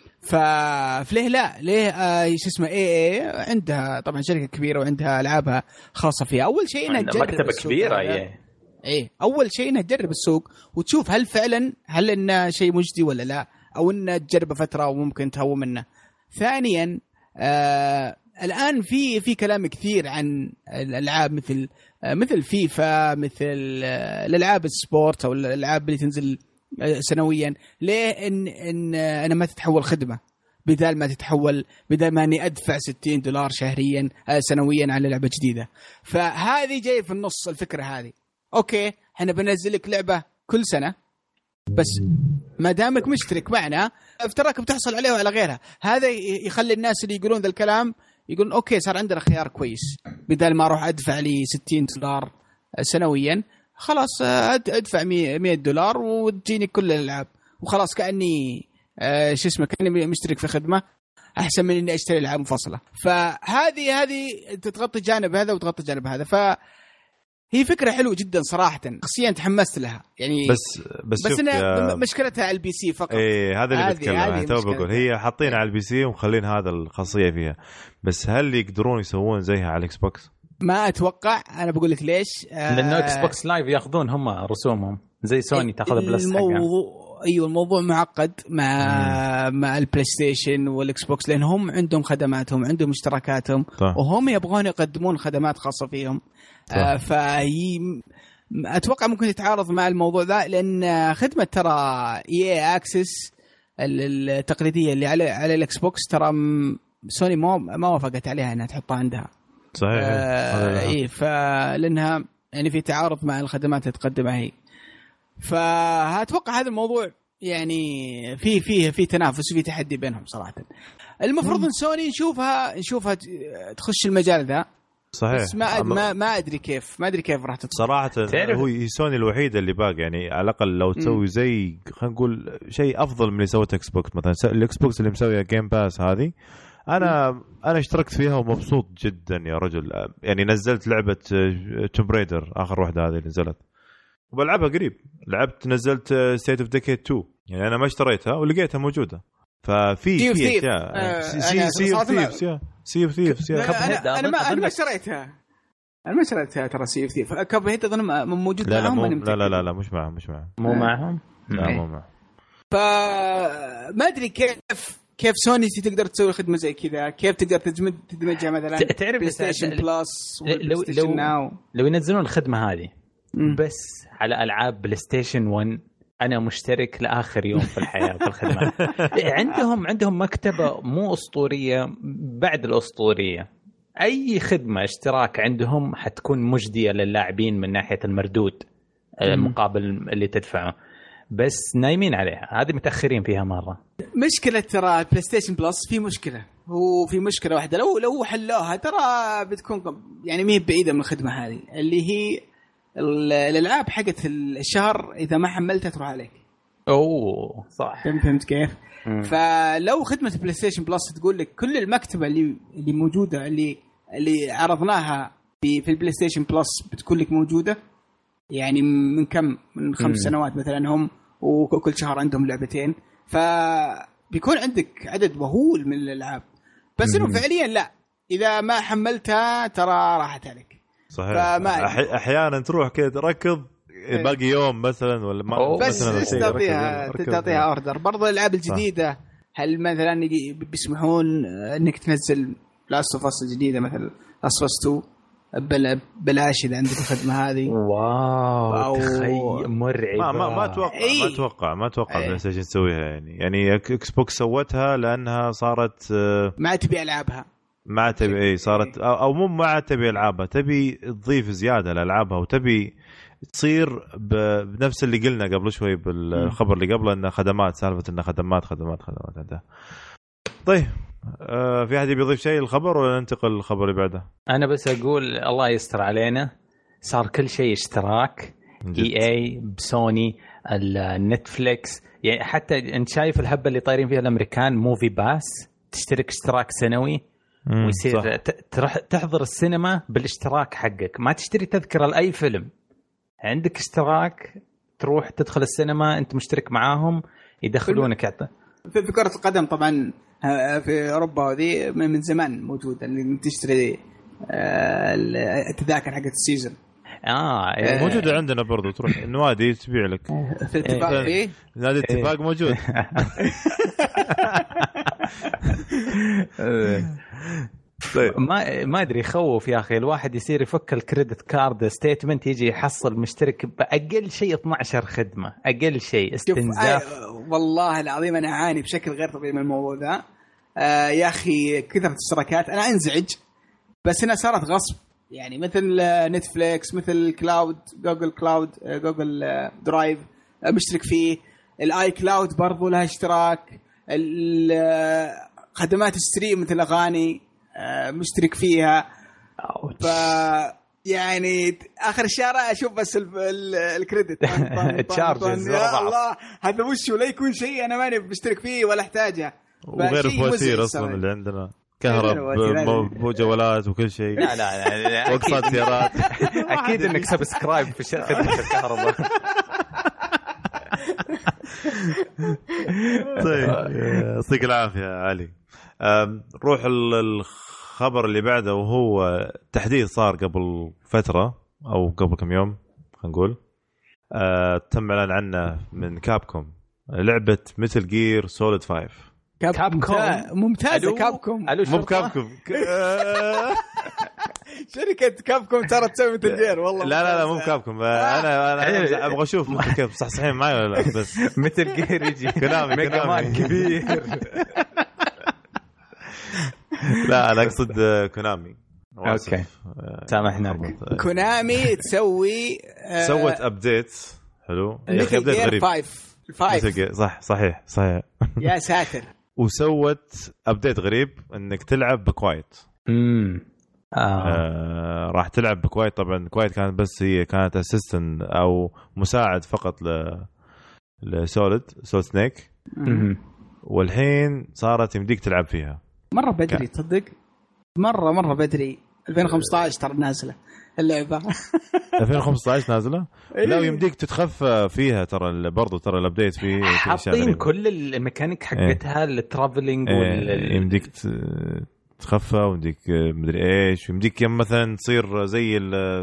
فليه لا ليه آه شو اسمه اي اي عندها طبعا شركة كبيرة وعندها ألعابها خاصة فيها. أول شيء إنها تجرب مكتبة كبيرة ايه ايه اول شيء إنها تجرب السوق وتشوف هل فعلا هل إنه شيء مجدي ولا لا، أو إنه تجربه فترة وممكن تهوى منه. ثانياً آه الآن في في كلام كثير عن الألعاب مثل آه مثل فيفا، مثل آه الألعاب السبورت أو الألعاب اللي تنزل آه سنوياً. ليه إن إن أنا ما تتحول خدمة بدال ما تتحول بدال ما أني أدفع ستين دولار شهرياً آه سنوياً على لعبة جديدة. فهذه جاي في النص الفكرة هذه. أوكي إحنا بننزل لك لعبة كل سنة بس ما دامك مشترك معنا افتراك بتحصل عليه وعلى غيرها. هذا يخلي الناس اللي يقولون ذا الكلام يقولون اوكي صار عندنا خيار كويس، بدل ما اروح ادفع لي ستين دولار سنويا خلاص ادفع مية دولار وتجيني كل الالعاب وخلاص كاني آه شو اسمه كاني مشترك في خدمه احسن من اني اشتري العاب منفصله. فهذه هذه تتغطي جانب هذا وتغطي جانب هذا. ف هي فكره حلوه جدا صراحه، شخصيا تحمست لها يعني. بس بس, بس شوف أنا مشكلتها على البي سي فقط. ايه هذا اللي هذه- بتكلم هذه عنه تو بقول، هي حاطين على البي سي ومخلين هذا الخاصيه فيها، بس هل يقدرون يسوون زيها على الاكس بوكس؟ ما اتوقع. انا بقول لك ليش. آه لانه اكس بوكس لايف ياخذون هم رسومهم زي سوني تاخذ بلس حقها. الموضوع ايوه الموضوع معقد مع مم. مع البلاي ستيشن والاكس بوكس، لان هم عندهم خدماتهم، عندهم اشتراكاتهم، طيب. وهم يبغون يقدمون خدمات خاصه فيهم. آه فهي اتوقع ممكن يتعارض مع الموضوع ذا، لان خدمه ترى اي اكسس التقليديه اللي على على الاكس بوكس ترى سوني ما ما وافقت عليها انها تحطها عندها. صحيح. آه اي فلانها يعني في تعارض مع الخدمات اللي تقدمها هي. فاتوقع هذا الموضوع يعني في فيه في تنافس وفي تحدي بينهم صراحه. المفروض ان سوني نشوفها نشوفها تخش المجال ذا. صحيح. بس ما ما, ما ادري كيف ما ادري كيف راح تدخل صراحه. هو سوني الوحيده اللي باقي يعني على الاقل لو تسوي زي خلينا نقول شيء افضل من اللي سوته اكس بوكس. مثلا الاكس بوكس اللي مسويها جيم باس هذه انا م. انا اشتركت فيها ومبسوط جدا يا رجل. يعني نزلت لعبه توم بريدر اخر واحده هذه نزلت وبلعبها قريب. لعبت نزلت ستيت اوف ديكيد تو، يعني انا ما اشتريتها ولقيتها موجوده. ففي في في سي سي اوف ثيفز سي اوف ثيفز انا انا ما انا ما اشتريتها انا ما اشتريتها ترى سي اوف ثيفز. كاب هيت اظن موجود لا معهم. لا لا لا لا مش معهم مش معهم مو معهم لا مو معهم. فما ادري كيف كيف سوني تقدر تسوي خدمه زي كذا، كيف تقدر تدمج تدمجها مثلا تعرف بلاي ستيشن بلس لو لو ناو. لو ينزلون الخدمه هذه م. بس على العاب بلاي ستيشن واحد انا مشترك لاخر يوم في الحياه في الخدمه. عندهم عندهم مكتبه مو اسطوريه بعد الاسطوريه. اي خدمه اشتراك عندهم حتكون مجديه للاعبين من ناحيه المردود المقابل اللي تدفعه، بس نايمين عليها. هذه متاخرين فيها مره. مشكله ترى البلاي ستيشن بلس في مشكله، هو في مشكله واحده لو لو حلوها ترى بتكون يعني ما هي بعيده من الخدمه هذه اللي هي الالعاب حقت الشهر اذا ما حملتها تروح عليك. اوه صح. فهمت كيف؟ مم. فلو خدمه البلاي ستيشن بلس تقول لك كل المكتبه اللي اللي موجوده اللي اللي عرضناها في في البلاي ستيشن بلس بتكون لك موجوده، يعني من كم من خمس مم. سنوات مثلا هم وكل شهر عندهم لعبتين، فبيكون عندك عدد مهول من الالعاب. بس انه فعليا لا، اذا ما حملتها ترى راحت عليك. صحيح. أح... احيانا تروح كده تركض باقي يوم مثلا ولا ما بس تعطيها تعطيها اوردر. برضو الالعاب الجديده هل مثلا بيسمحون انك تنزل لاست اوف اس الجديده مثلا لاست اوف اس تو بلاش اذا عندك الخدمه هذه؟ واو تخيل مرعب. ما ما ما اتوقع أي. ما اتوقع ما اتوقع بلاي ستيشن تسويها. يعني يعني اكس بوكس سوتها لانها صارت ما تبي العابها ما تبي اي صارت او, أو مو ما تبي العابها، تبي تضيف زياده لالعابها وتبي تصير بنفس اللي قلنا قبل شوي بالخبر اللي قبله انه خدمات. سالفه انه خدمات خدمات خدمات عندها. طيب آه في احد يضيف شيء للخبر ولا ننتقل للخبر اللي بعده؟ انا بس اقول الله يستر علينا، صار كل شيء اشتراك. اي اي بسوني النتفليكس، يعني حتى انت شايف الهبه اللي طايرين فيها الامريكان موفي باس، تشترك اشتراك سنوي ويصير تروح تحضر السينما بالاشتراك حقك، ما تشتري تذكرة لأي فيلم. عندك اشتراك تروح تدخل السينما انت مشترك معاهم يدخلونك. يعطي في كرة القدم طبعا في أوروبا هذه من زمان موجودة انك تشتري التذاكر حقت السيزون. اه موجودة عندنا برضو، تروح النوادي تبيع لك في اتفاق فيه نادي اتفاق موجود. طيب ما ما ادري يخوف يا اخي الواحد يصير يفك الكريدت كارد ستيتمنت يجي يحصل مشترك باقل شيء اثنا عشر خدمه، اقل شيء استنزاف. والله العظيم انا اعاني بشكل غير طبيعي من الموضوع ذا. آه يا اخي كثرة الاشتراكات انا انزعج، بس انها صارت غصب. يعني مثل نتفليكس، مثل كلاود جوجل كلاود جوجل درايف مشترك فيه، الاي كلاود برضو لها اشتراك، خدمات ستريم مثل اغاني مشترك فيها. ف يعني اخر الشهر اشوف بس الكريدت تشارجز. يا الله هذا وش ولا يكون شيء انا ماني بشترك فيه ولا احتاجه. وغير فواتير اصلا اللي عندنا كهرب مو جوالات وكل شيء. لا لا لا وقصات سيارات. اكيد انك سبسكرايب في خدمه الكهرباء. طيب يعطيك العافيه علي. نروح الخبر اللي بعده، وهو تحديث صار قبل فتره او قبل كم يوم خلينا نقول. أه تم اعلان عنه من كابكوم، لعبه ميتل جير سوليد خمسة. كابكوم ممتازه. كابكوم مو كابكوم شركه كابكوم ترى تسوي ميتل جير والله. لا لا لا مو كابكوم. انا انا ابغى اشوف انتم كيف صحصحين معي ولا لا. بس ميتل جير يجي كلامي ميجا مان كبير. لا انا اقصد كونامي. اوكي سامحنا. كونامي تسوي سوت ابديت حلو. ميتل جير خمسة. صح صحيح صحيح. يا ساتر. وسوت ابديت غريب انك تلعب بكوايت. امم آه. آه راح تلعب بكوايت. طبعا كوايت كانت بس هي كانت اسيستنت او مساعد فقط ل لسوليد سوليد سنيك. والحين صارت يمديك تلعب فيها. مره بدري تصدق، مره مره بدري. ألفين وخمسة عشر ترى نازله اللعبه. ألفين وخمسة عشر نازله. لا يمديك تتخفى فيها ترى برضو. ترى الابديت فيه حاطين كل الميكانيك حقتها الترافلينج وال يمديك تخفى ويمديك مدري ايش. يمديك يوم مثلا تصير زي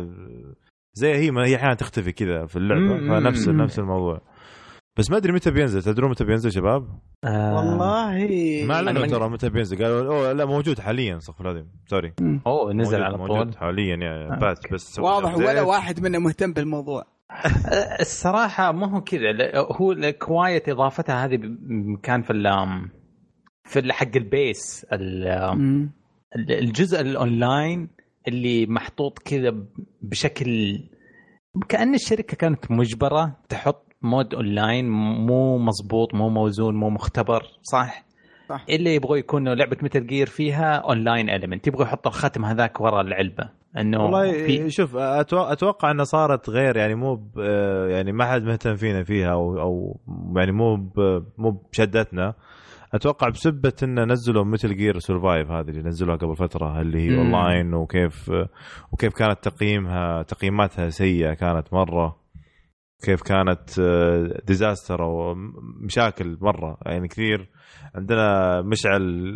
زي هي ما هي احيانا تختفي كذا في اللعبه. فنفس نفس الموضوع. بس ما ادري متى بينزل. تدرون متى بينزل شباب؟ آه والله ما اعلنوا ترى متى بينزل. قالوا اوه لا موجود حاليا. صفر هذه سوري. اوه نزل على طول حاليا يعني باتش. بس واضح ولا واحد منا مهتم بالموضوع. الصراحه ما هو كذا. هو الكوايت اضافتها هذه كان في اللام في حق البيس الجزء الاونلاين اللي محطوط كذا بشكل كأن الشركه كانت مجبره تحط مود اونلاين مو مزبوط مو موزون مو مختبر. صح, صح. اللي يبغوا يكونوا لعبه ميتل جير فيها اونلاين اليمنت يبغوا يحطوا الختم هذاك ورا العلبه. انه والله في... شوف اتوقع انها صارت غير يعني مو ب... يعني ما حد مهتم فينا فيها او او يعني مو ب... مو بشدتنا. اتوقع بسبه ان نزلوا ميتل جير سرفايف هذه اللي نزلوها قبل فتره اللي هي اونلاين. وكيف وكيف كانت تقييمها تقييماتها سيئه كانت مره. كيف كانت ديزاستر او مشاكل مره يعني كثير. عندنا مشعل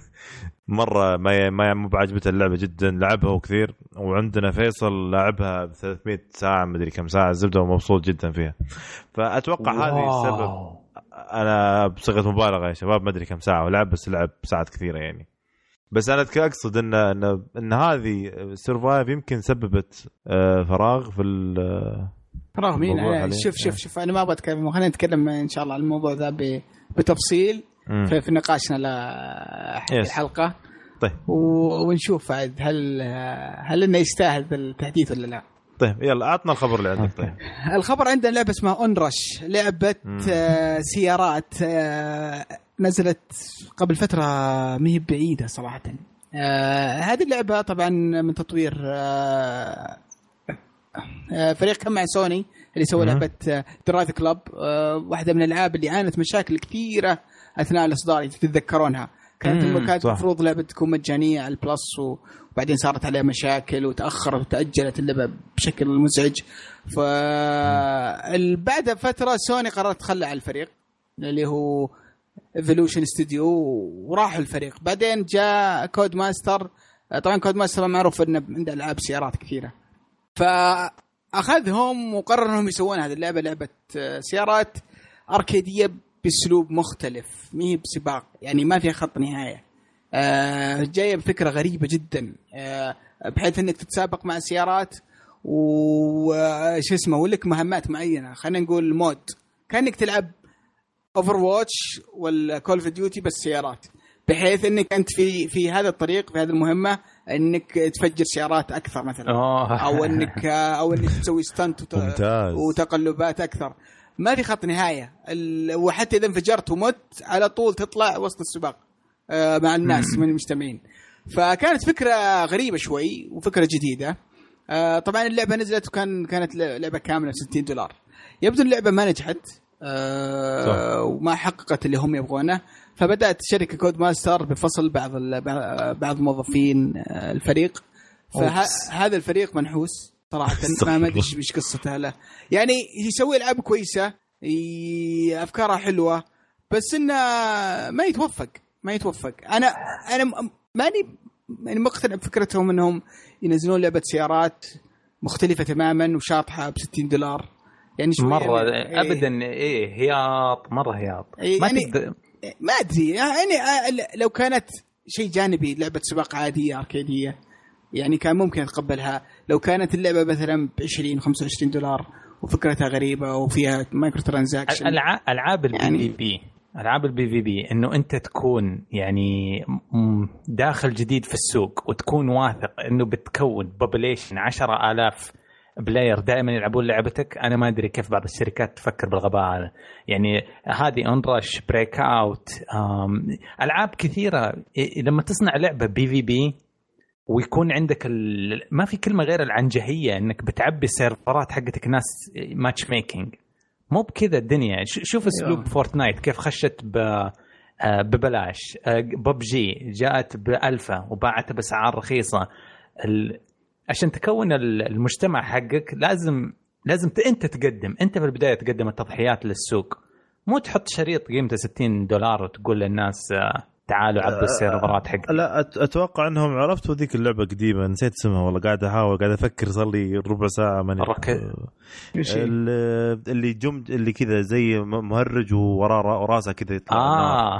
مره ما ما مو بعجبته اللعبه جدا. لعبها كثير. وعندنا فيصل لعبها ب ثلاثمية ساعه ما ادري كم ساعه الزبده ومبسوط جدا فيها. فاتوقع هذه السبب. انا بصيغه مبالغه يا شباب ما ادري كم ساعه ولعب بس لعب ساعات كثيره يعني. بس انا اقصد ان ان, إن هذه السرفايف يمكن سببت فراغ في فراغ مين. شوف شوف شوف انا ما ابغى اتكلم. خلينا نتكلم ان شاء الله عن الموضوع ذا بتفصيل في, في نقاشنا للحلقه. طيب ونشوف عاد هل هل انه يستاهل التحديث ولا لا. طيب يلا اعطنا الخبر اللي عندك. طيب الخبر عندنا لعبه اسمها اونرش. لعبه آه سيارات آه نزلت قبل فتره ما هي بعيده صراحه. آه هذه اللعبه طبعا من تطوير آه فريق كان مع سوني اللي سوى لعبة درايف كلاب. واحدة من الألعاب اللي عانت مشاكل كثيرة أثناء الإصدار تتذكرونها. كانت كانت المفروض لعبة تكون مجانية على البلس وبعدين صارت عليها مشاكل وتأخرت وتأجلت اللعبة بشكل مزعج. فبعد فترة سوني قررت تخلى على الفريق اللي هو ايفولوشن ستوديو وراحوا الفريق. بعدين جاء كود ماستر. طبعا كود ماستر معروف إنه عنده ألعاب سيارات كثيرة. فأخذهم وقرروا أنهم يسوون هذه اللعبة لعبة سيارات أركيدية بأسلوب مختلف. ميه بسباق يعني ما فيها خط نهاية. آه جاية بفكرة غريبة جدا. آه بحيث أنك تتسابق مع السيارات وش اسمه ولك مهمات معينة. خلينا نقول مود كأنك تلعب Overwatch والكول اوف ديوتي بس سيارات. بحيث انك انت في في هذا الطريق في هذه المهمه انك تفجر سيارات اكثر مثلا او انك او انك تسوي ستانت وتقلبات اكثر. ما في خط نهايه. وحتى اذا انفجرت ومت على طول تطلع وسط السباق مع الناس من المجتمعين. فكانت فكره غريبه شوي وفكره جديده. طبعا اللعبه نزلت وكان كانت لعبه كامله ستين دولار. يبدو اللعبه ما نجحت آه وما حققت اللي هم يبغونه، فبدأت شركة كود ماستر بفصل بعض بعض موظفين الفريق. فهذا الفريق منحوس صراحة، ما أدري إيش قصته له. يعني يسوي ألعاب كويسة، أفكارها حلوة، بس إنه ما يتوفق ما يتوفق. أنا أنا ماني يعني مقتنع بفكرتهم إنهم ينزلون لعبة سيارات مختلفة تماما وشاطحة بستين دولار. يعني مرة يعني أبدا إيه هياط مرة هياط يعني ما تقدر ما أدري يعني لو كانت شيء جانبي لعبة سباق عادية أركيدية يعني كان ممكن أتقبلها. لو كانت اللعبة مثلا بعشرين خمسة وعشرين دولار وفكرتها غريبة وفيها مايكرو ترانزاكشن. ألعاب البي في بي ألعاب البي في بي إنه أنت تكون يعني داخل جديد في السوق وتكون واثق إنه بتكون بوبوليشن عشرة آلاف بلاير دائما يلعبون لعبتك. أنا ما أدري كيف بعض الشركات تفكر بالغباء هذا. يعني هذه أونرش بريك أوت ألعاب كثيرة. لما تصنع لعبة بي في بي ويكون عندك ال... ما في كلمة غير العنجهية إنك بتعبي السيرفرات حقتك ناس ماتش ميكينج. مو بكذا الدنيا. شوف اسلوب فورتنايت كيف خشت ب... ببلاش. ببجي جاءت بألفة وباعتها بأسعار رخيصة. ال... عشان تكون المجتمع حقك لازم لازم انت تقدم انت في البدايه تقدم التضحيات للسوق، مو تحط شريط قيمته ستين دولار وتقول للناس تعالوا عبوا السيرفرات حقتي. لا اتوقع انهم عرفتوا ذيك اللعبه قديمه نسيت اسمها والله، قاعد احاول قاعد افكر صار لي ربع ساعه من اللي جم اللي كذا زي مهرج ووراه راسه كذا يطلع. اه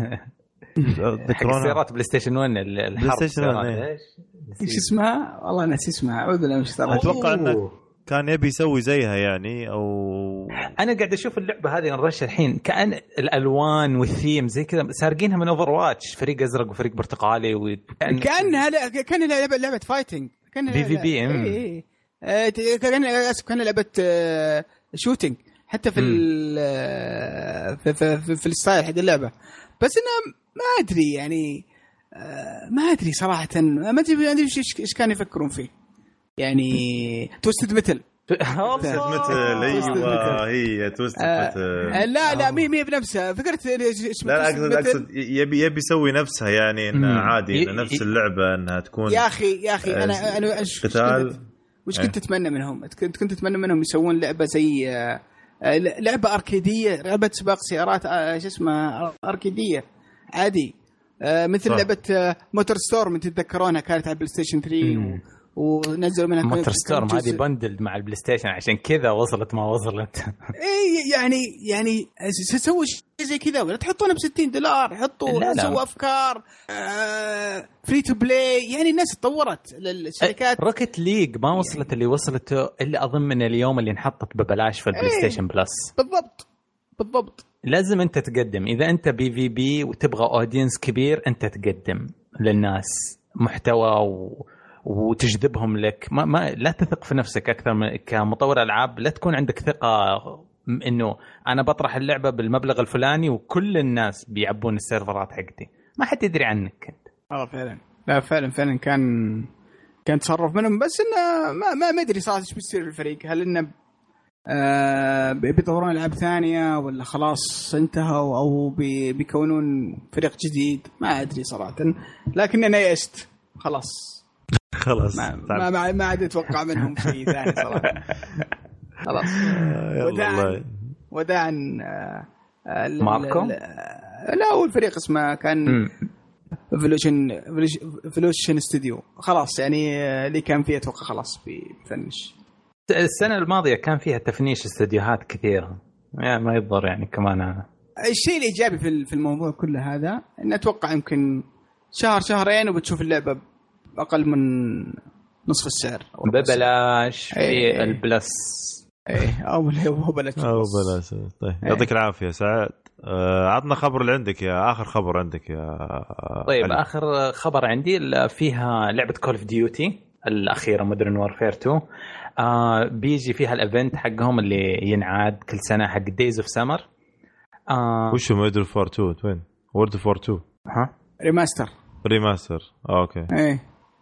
ذكرونها سيارات بلاي ستيشن واحد الحرب ايش ايش اسمها والله ناسي اسمها. اعوذ بالله من الشيطان. اتوقع انه كان يبي يسوي زيها يعني. او انا قاعد اشوف اللعبه هذه نرش الحين كأن الالوان والثيم زي كذا سارقينها من اوفر واتش، فريق ازرق وفريق برتقالي وكأن كانها كان لعبه لعبه فايتنج كان بي في بي ام اي كان اسف كان لعبه شوتينج حتى في في في, في, في الستايل حق اللعبه. بس انا ما ادري يعني ما ادري صراحه ما ادري ايش ايش كانوا يفكرون فيه. يعني توستد ميتل توستد ميتل ايوه هي توستد ميتل. لا لا مي مي بنفسها فكرت اسمها. لا اقصد اقصد يبي يبي يسوي نفسها يعني انها عادي إن نفس اللعبه انها تكون. يا اخي يا اخي انا انا قتال. وش كنت اتمنى منهم؟ كنت كنت اتمنى منهم يسوون لعبه زي لعبه اركيديه، لعبه سباق سيارات ايش اسمها اركيديه عادي مثل صح. لعبه موتور ستورم تتذكرونها كانت على بلاي ستيشن ثري ونزلوا منها موتور ستورم هذه بندل مع البلاي ستيشن عشان كذا وصلت ما وصلت. اي يعني يعني سووا شيء زي كذا ولا تحطونه بستين دولار حطوا سووا افكار آه فري تو بلاي. يعني الناس تطورت للشركات. روكيت ليج ما وصلت اللي وصلته الا اظن من اليوم اللي انحطت ببلاش في البلاي ستيشن بلس. بالضبط بالضبط. لازم انت تقدم اذا انت بي في بي وتبغى اودينس كبير انت تقدم للناس محتوى و وتجذبهم لك. ما, ما لا تثق في نفسك أكثر من كمطور ألعاب. لا تكون عندك ثقة إنه أنا بطرح اللعبة بالمبلغ الفلاني وكل الناس بيعبون السيرفرات حقتي. ما حد يدري عنك أنت. آه فعلا لا فعلا فعلا كان كان تصرف منهم. بس إنه ما ما ما أدري صراحة إيش بيصير في الفريق. هل إنه آه بيطورون ألعاب ثانية ولا خلاص انتهوا أو بي بيكونون فريق جديد؟ ما أدري صراحة. لكن أنا يأست خلاص خلاص ما ما ما عاد اتوقع منهم شيء ثاني صراحه. خلاص وداعا وداعا ماركو. لا هو الفريق اسمه كان ايفولوشن ايفولوشن ستوديو. خلاص يعني اللي كان فيه اتوقع خلاص بيفنش. السنه الماضيه كان فيها تفنيش استديوهات كثيره يعني ما يضر يعني كمان. أنا الشيء الايجابي في في الموضوع كله هذا ان اتوقع يمكن شهر شهرين وبتشوف اللعبه أقل من نصف السعر ببلاش في أيه البلس. ايه او هو بلاش او بلاش. طيب أيه. يعطيك العافيه سعد. آه عطنا خبر اللي عندك يا اخر خبر عندك يا طيب علي. اخر خبر عندي فيها لعبه كول اوف ديوتي الاخيره مودرن وارفير تو. آه بيجي فيها الايفنت حقهم اللي ينعاد كل سنه حق دايز اوف سمر. وش مودرن فور تو وين وورد فور تو ها ريماستر ريماستر آه اوكي ايه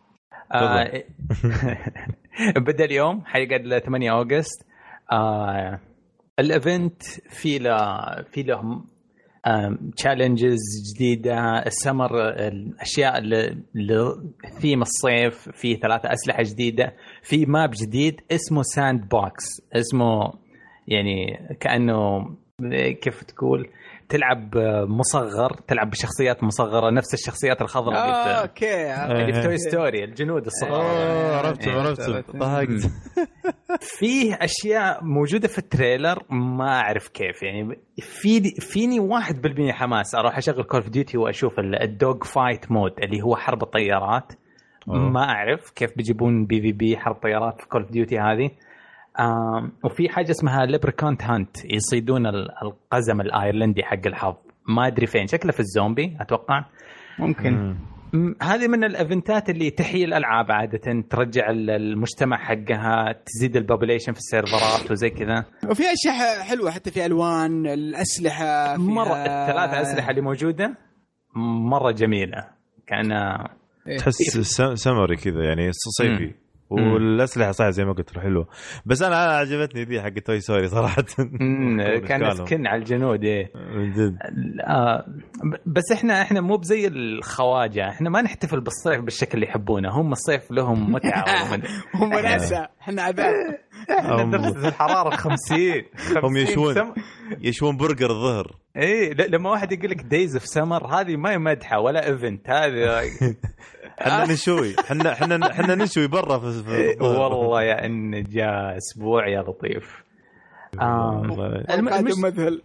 آه بدأ اليوم حيقعد ل ثمانية أغسطس. آه الايفنت في له في لهم تشالنجز جديده. السمر الاشياء اللي ثيم الصيف، في ثلاثه اسلحه جديده، في ماب جديد اسمه ساند بوكس، اسمه يعني كانه كيف تقول تلعب مصغر، تلعب بشخصيات مصغره نفس الشخصيات الخضراء آه اوكي اللي في توي ستوري، الجنود الصغار. عرفت عرفت ضحكت. فيه اشياء موجوده في التريلر ما اعرف كيف، يعني في فيني واحد بالمية حماس اروح اشغل كول اوف ديوتي واشوف الدوغ فايت مود اللي هو حرب الطيارات. أوه. ما اعرف كيف بيجيبون بي في بي حرب طيارات في كول اوف ديوتي هذه. آم وفي حاجه اسمها ليبريكونت هانت، يصيدون القزم الايرلندي حق الحظ، ما ادري فين، شكله في الزومبي اتوقع ممكن. هذه من الايفنتات اللي تحيي الالعاب عاده، ترجع المجتمع حقها، تزيد البوبوليشن في السيرفرات وزي كذا. وفي اشياء حلوه حتى في الوان الاسلحه، مره الثلاث اسلحه اللي موجوده مره جميله، كان تحس سمري كذا يعني صيفي. والاسلحه صح زي ما قلت حلوه، بس انا عجبتني دي حق توي ستوري صراحه. كان سكن على الجنود ايه من جد. آه بس احنا احنا مو بزي الخواجه، احنا ما نحتفل بالصيف بالشكل اللي يحبونه، هم الصيف لهم متعه. هم ناسا، احنا عذاب. احنا درجه الحراره خمسين هم يشون سم... يشون برجر الظهر. ايه لما واحد يقول لك دايز اوف سمر، هذه ما مدحه ولا ايفنت، هذه احنا نشوي، احنا احنا احنا نشوي برا في, في والله يا ان جاء اسبوع يا لطيف. اه المهم مثل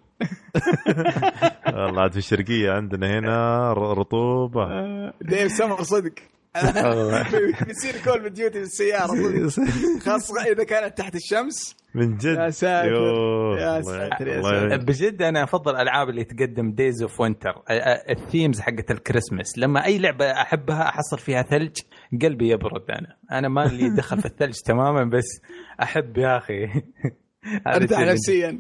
والله عاد في الشرقيه عندنا هنا رطوبه دايم سمر صدق. بيصير كول بديوتي بالسياره خاصه اذا كانت تحت الشمس. من جد يا ساتر يا ساتر يا ساتر. بجد انا افضل الالعاب اللي تقدم دايز اوف وينتر، الثيمز حقت الكريسماس. لما اي لعبه احبها احصل فيها ثلج قلبي يبرد. انا انا ما لي دخل في الثلج تماما، بس احب يا اخي ارتاح نفسيا.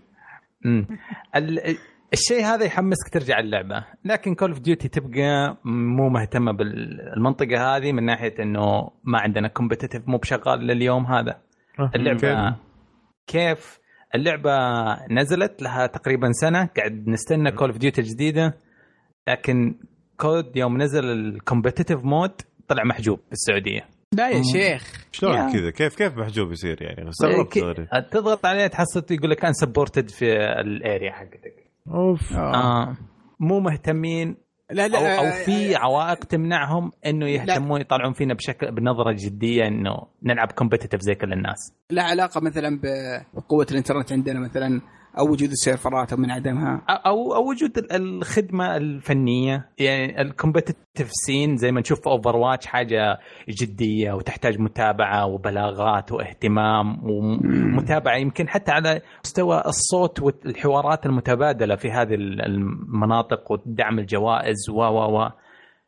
الشيء هذا يحمسك ترجع اللعبة. لكن كول اوف ديوتي تبقى مو مهتمة بالمنطقة هذه، من ناحية انه ما عندنا كومبيتيتيف مو بشغال لليوم هذا. اللعبة كيف اللعبة نزلت لها تقريبا سنة، قاعد نستنى كول اوف ديوتي الجديدة، لكن كود يوم نزل الكومبيتيتيف مود طلع محجوب في السعودية. لا يا شيخ شلون كذا؟ كيف كيف محجوب يصير يعني؟ استغربت. تضغط عليه تحصل يقول لك ان سبورتد في الاريا حقتك. اوف آه. مو مهتمين. لا لا أو, أو في عوائق تمنعهم انه يهتمون يطلعون فينا بشكل بنظره جديه انه نلعب كومبيتيتيف زي كل الناس. لا علاقه مثلا بقوه الانترنت عندنا مثلا، او وجود السيرفرات او من عدمها، او او وجود الخدمه الفنيه. يعني الكومبيتيتيف سين زي ما نشوف في اوفر واتش حاجه جديه وتحتاج متابعه وبلاغات واهتمام ومتابعه، يمكن حتى على مستوى الصوت والحوارات المتبادله في هذه المناطق ودعم الجوائز و و و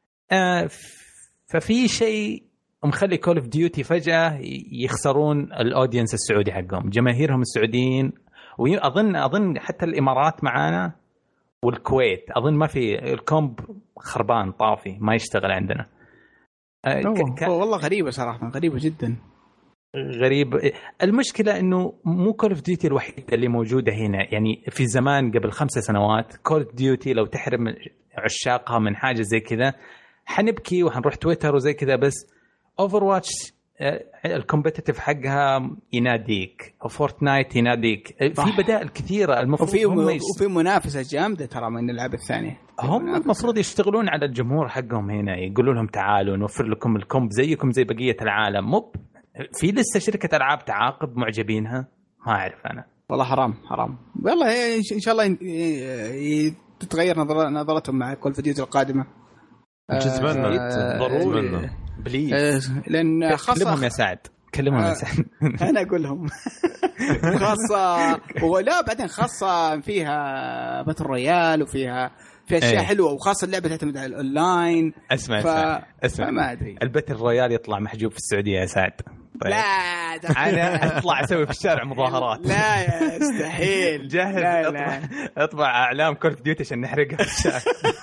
ففي شيء مخلي كول اوف ديوتي فجاه يخسرون الاودينس السعودي حقهم، جماهيرهم السعوديين. واظن اظن حتى الامارات معانا والكويت، اظن ما في الكومب خربان طافي ما يشتغل عندنا. ك... والله غريبه صراحه، غريبه جدا غريب. المشكله انه مو كول اوف ديوتي الوحيده اللي موجوده هنا. يعني في زمان قبل خمسة سنوات كول اوف ديوتي لو تحرم عشاقها من حاجه زي كذا حنبكي وحنروح تويتر وزي كذا، بس اوفر واتش الكومبيتيتيف حقها يناديك، فورتنايت يناديك، في بدائل كثيره. المفروض وفي هم يست... وفي منافسه جامده ترى من الالعاب الثانيه. هم المفروض يشتغلون على الجمهور حقهم هنا، يقولوا لهم تعالوا نوفر لكم الكومب زيكم زي بقيه العالم. مو في لسه شركه العاب تعاقب معجبينها؟ ما اعرف انا والله. حرام حرام والله. ان شاء الله تتغير نظرتهم مع كول اوف ديوتي القادمه. اتمنى ضروري بليز، لان خاصه كلمهم يا سعد، كلمهم يا سعد. انا اقول لهم خاصه ولا بعدين خاصه فيها باتل رويال وفيها في اشياء ايه. حلوه، وخاصه اللعبه تعتمد على الاونلاين. اسمع ف... اسمع ما ادري الباتل رويال يطلع محجوب في السعوديه يا سعد. طيب. لا انا اطلع اسوي في الشارع مظاهرات. لا يا استحيل. جهز لا اطلع لا. اطبع اعلام كول اوف ديوتي عشان نحرقها في الشارع.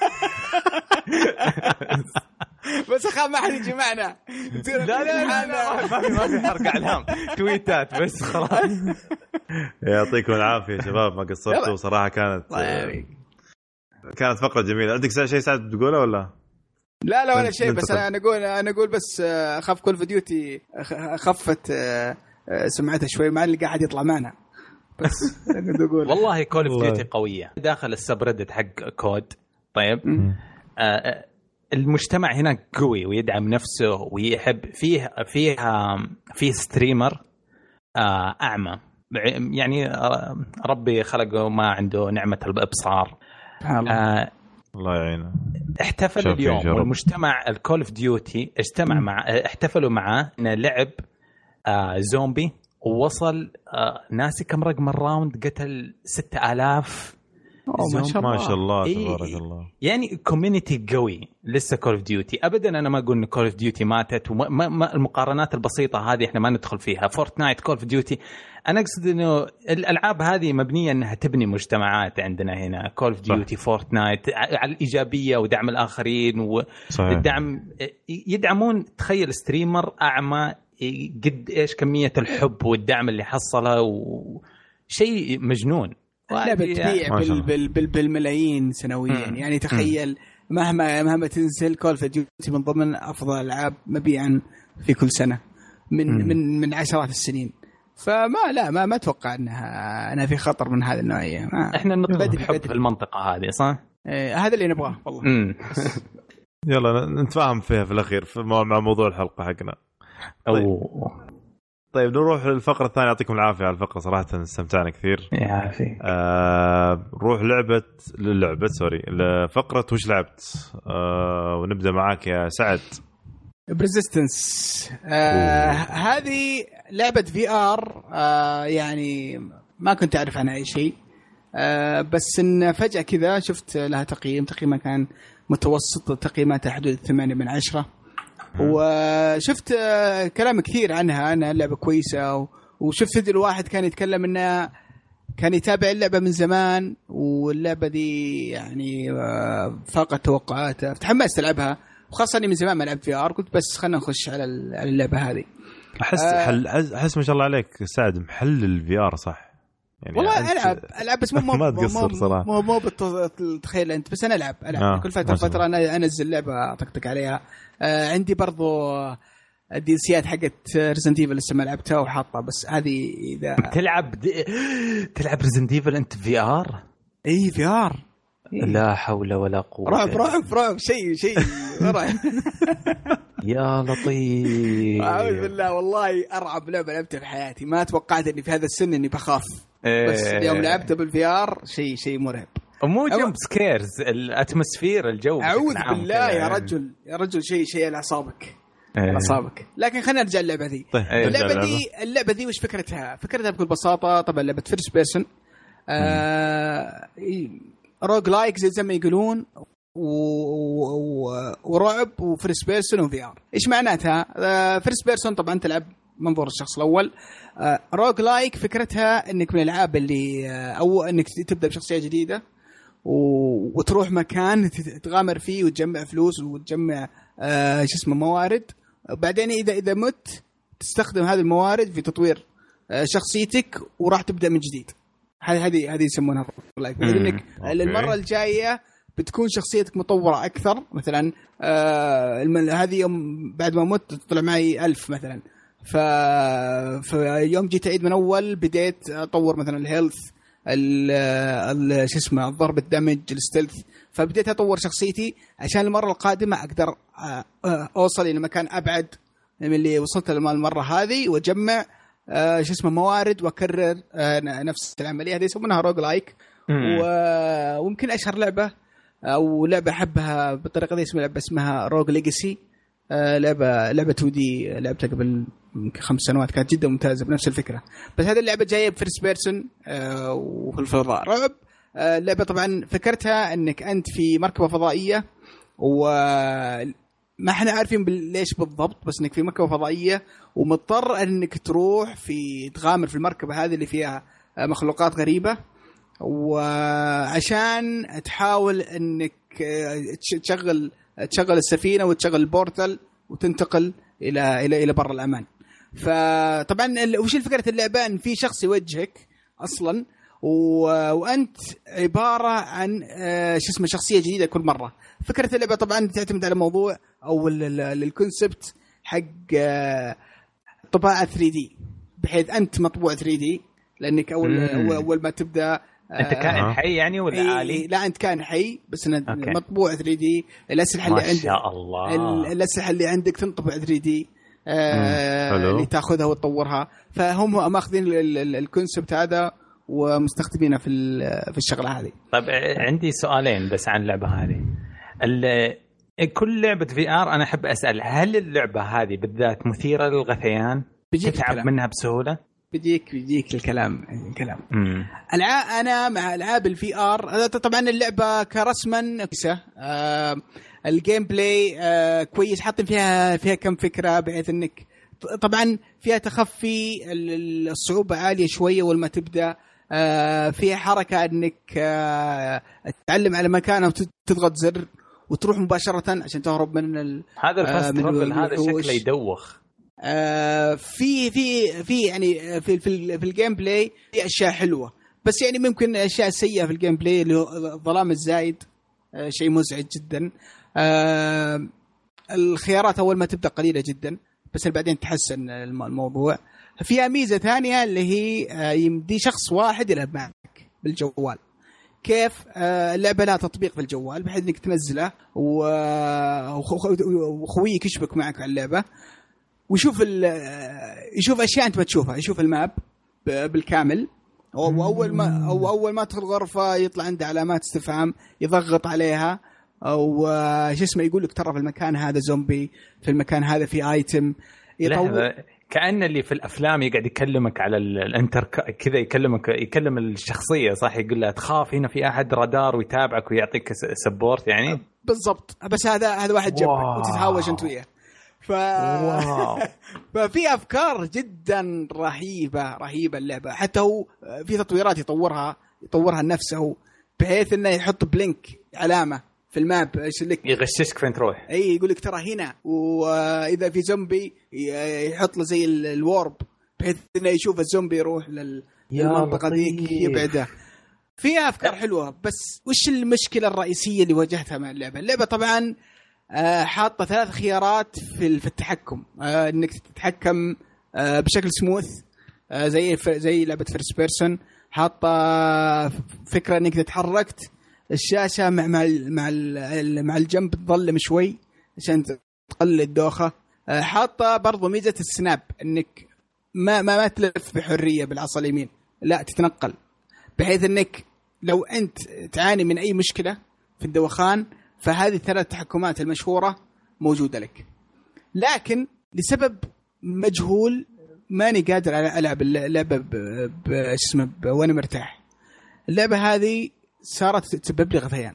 بس اخاف ما حد يجي معنا. لا لا لا ما في ما في حرق اعلام، تويتات بس خلاص. يعطيكم العافيه يا شباب، ما قصرتوا صراحه. كانت كانت فقره جميله. عندك شيء سعد تقوله ولا لا؟ لا ولا شيء، بس انا اقول انا اقول بس اخاف كول اوف ديوتي خفت سمعتها شوي مع اللي قاعد يطلع معنا. بس اقول والله كول اوف ديوتي قويه داخل السبريدت حق كود. طيب آه المجتمع هناك قوي ويدعم نفسه ويحب فيه فيها فيه ستريمر آه اعمى، يعني ربي خلقه ما عنده نعمه الابصار. آه الله يعينه. احتفل اليوم والمجتمع الكول اوف ديوتي اجتمع مع احتفلوا معاه انه لعب آه زومبي ووصل آه ناسي كم رقم الراوند، قتل ستة آلاف. ما شاء الله ما شاء الله إيه تبارك الله. يعني كوميونيتي قوي لسه كول اوف ديوتي. ابدا انا ما اقول ان كول اوف ديوتي ماتت، وما المقارنات البسيطه هذه احنا ما ندخل فيها. فورتنايت كول اوف ديوتي، انا اقصد انه الالعاب هذه مبنيه انها تبني مجتمعات. عندنا هنا كول اوف ديوتي فورتنايت على الايجابيه ودعم الاخرين والدعم، يدعمون. تخيل ستريمر اعمى قد ايش كميه الحب والدعم اللي حصله، وشيء مجنون. لعبة تبيع بال بال بال بالملايين سنويا. مم. يعني تخيل مم. مهما مهما تنزل كول اوف ديوتي من ضمن افضل الالعاب مبيعا في كل سنه من مم. من من عشرات السنين. فما لا ما ما اتوقع انها انا في خطر من هذه النوعيه. احنا نطلب حب في المنطقه هذه صح. إيه هذا اللي نبغاه والله. يلا نتفاهم فيها في الاخير في مع موضوع الحلقه حقنا. طيب. أوه. طيب نروح للفقرة الثانية. يعطيكم العافية على الفقرة، صراحة استمتعنا كثير. يعافيك. آه نروح لعبة للعبة سوري لفقرة وش لعبت. آه ونبدأ معاك يا سعد. بريزيستنس. آه هذه لعبة في آر. آه يعني ما كنت أعرف عنها أي شيء. آه بس إن فجأة كذا شفت لها تقييم تقييمها كان متوسط، تقييماتها حدود ثمانية من عشرة. وشفت كلام كثير عنها أنها لعبة كويسة، وشفت فيديو واحد كان يتكلم أنه كان يتابع اللعبة من زمان واللعبة دي يعني فاقت توقعاته، فتحمست ألعبها. وخاصة أني من زمان ما لعبت في آر، قلت بس خلنا نخش على اللعبة هذه. أحس حل أحس ما شاء الله عليك سعد محل الفي آر صح يعني. والله ألعب ألعب بس مو مو ما تقصر صراحة. مو مو بالتخيل أنت، بس أنا ألعب ألعب آه. كل فترة فترة أنا أنزل لعبة أطقطق عليها. آه عندي برضو الديلسيات حقت ريزنت ايفل لسه ما لعبتها وحاطة، بس هذه إذا تلعب دي... تلعب ريزنت ايفل أنت في آر؟ إيه في آر. لا حول ولا قوة. رعب رعب رعب شيء شيء رعب. يا لطيف. أعوذ بالله، والله أرعب لعبة لعبتها في حياتي. ما توقعت إني في هذا السن إني بخاف، بس اليوم لعبته بالفي آر شيء شيء مرعب. مو جمب سكيرز، الاتموسفير الجو. أعوذ بالله يا رجل يا رجل شيء شيء على أعصابك على أعصابك. لكن خلينا نرجع اللعبة ذي. اللعبة ذي اللعبة ذي وش فكرتها؟ فكرتها بكل بساطة طبعا لعبة فيرست بيرسون آه روج لايك زي ما يقولون، ورعب وفيرست بيرسون وفي ار. ايش معناتها؟ فيرست بيرسون طبعا تلعب منظور الشخص الاول. روج لايك فكرتها انك من الالعاب اللي او انك تبدا بشخصيه جديده وتروح مكان تغامر فيه وتجمع فلوس وتجمع ايش اسمه موارد، وبعدين اذا اذا مت تستخدم هذه الموارد في تطوير شخصيتك وراح تبدا من جديد. هذه هذه هذه يسمونها لايك. انك المره الجايه بتكون شخصيتك مطوره اكثر. مثلا آه هذه يوم بعد ما مت تطلع معي ألف مثلا، ف فيوم جيت اعيد من اول بديت اطور مثلا الهيلث، ال شو اسمه الضرب الدمج، الستيلث. فبديت اطور شخصيتي عشان المره القادمه اقدر اوصل الى مكان ابعد من اللي وصلت له المره هذه، واجمع آه شو اسمه موارد واكرر آه نفس العمليه. هذه يسمونها روج لايك. وممكن اشهر لعبه او لعبه احبها بالطريقه دي اسمها لعبه اسمها روج ليجاسي. آه لعبه لعبه تو دي لعبتها قبل خمس سنوات، كانت جدا ممتازه بنفس الفكره. بس هذه اللعبه جايه بفيرست بيرسون آه وفي الفضاء رعب. آه اللعبه طبعا فكرتها انك انت في مركبه فضائيه، وما احنا عارفين ليش بالضبط، بس انك في مركبه فضائيه ومضطر انك تروح في تغامر في المركبه هذه اللي فيها مخلوقات غريبه، وعشان تحاول انك تشغل تشغل السفينه وتشغل البورتال وتنتقل الى الى الى بر الامان. فطبعا وش الفكره اللعبه؟ ان في شخص يوجهك اصلا، و... وانت عباره عن آه شو اسمه شخصيه جديده كل مره. فكره اللعبه طبعا تعتمد على موضوع او الكونسبت حق آه طباعه ثري دي، بحيث انت مطبوع ثري دي لانك اول مم. اول ما تبدا آه انت كائن حي يعني ولا آلي؟ لا انت كائن حي بس مطبوع ثري دي. الاسلحه اللي عندك ما شاء الله الاسلحه اللي عندك تنطبع ثري دي آه اللي تاخذها وتطورها. فهم ماخذين الكونسبت هذا ومستخدمينه في في الشغله هذه. طيب عندي سؤالين بس عن اللعبه هذه. كل لعبه في ار انا احب اسال، هل اللعبه هذه بالذات مثيره للغثيان؟ تتعب منها بسهوله؟ بيجيك بيجيك الكلام الكلام العاب. انا مع العاب الفي ار طبعا اللعبه كرسما كويسه، آه الجيم بلاي آه كويس، حاطين فيها فيها كم فكره بحيث انك طبعا فيها تخفي الصعوبه عاليه شويه اول ما تبدا. آه فيها حركه انك آه تتعلم على مكانه وتضغط زر وتروح مباشره عشان تهرب من ال هذا الفاست ترافل. هذا شكله يدوخ. آه في في في يعني في في, في الجيم بلاي في اشياء حلوه، بس يعني ممكن اشياء سيئه في الجيم بلاي اللي هو الظلام الزايد، آه شيء مزعج جدا. آه الخيارات اول ما تبدا قليله جدا بس بعدين تحسن الموضوع. فيها ميزه ثانيه اللي هي آه يمدي شخص واحد يلعب معك بالجوال. كيف؟ آه اللعبه لها تطبيق في الجوال بحيث انك تنزله وخويك يشبك معك على اللعبه ويشوف يشوف اشياء انت ما تشوفها، يشوف الماب بالكامل، واول ما او اول ما تدخل غرفه يطلع عنده علامات استفهام يضغط عليها، او شو اسمه يقول لك ترى في المكان هذا زومبي، في المكان هذا في ايتم. يطور كأن اللي في الافلام يقعد يكلمك على الانتر كذا، يكلمك يكلم الشخصيه صح، يقول لها تخاف هنا في احد رادار ويتابعك ويعطيك سبورت يعني بالضبط. بس هذا هذا واحد جنبك وتتهاوش انت وياه. ف... ففي أفكار جدا رهيبة رهيبة اللعبة. حتى هو في تطويرات يطورها يطورها نفسه بحيث انه يحط بلينك علامة في الماب ايش لك يغششك فين تروح. اي يقول لك ترى هنا، واذا في زومبي يحط له زي الورب بحيث انه يشوف الزومبي يروح للمنطقة ذيك يبعده. فيها أفكار حلوة. بس وش المشكلة الرئيسية اللي واجهتها مع اللعبة؟ اللعبة طبعا آه حاطة ثلاث خيارات في في التحكم، آه انك تتحكم آه بشكل سموث آه زي زي لعبة فيرست بيرسون. حاطة فكرة انك تتحركت الشاشة مع مع مع, مع الجنب تظلم شوي عشان تقلل الدوخة. آه حاطة برضو ميزة السناب انك ما ما, ما تلف بحرية بالعصا اليمين، لا تتنقل، بحيث انك لو انت تعاني من اي مشكلة في الدوخان فهذه الثلاث تحكمات المشهورة موجودة لك. لكن لسبب مجهول ماني قادر على ألعب اللعبة باسمه وأنا مرتاح. اللعبة هذه صارت تسبب لي غثيان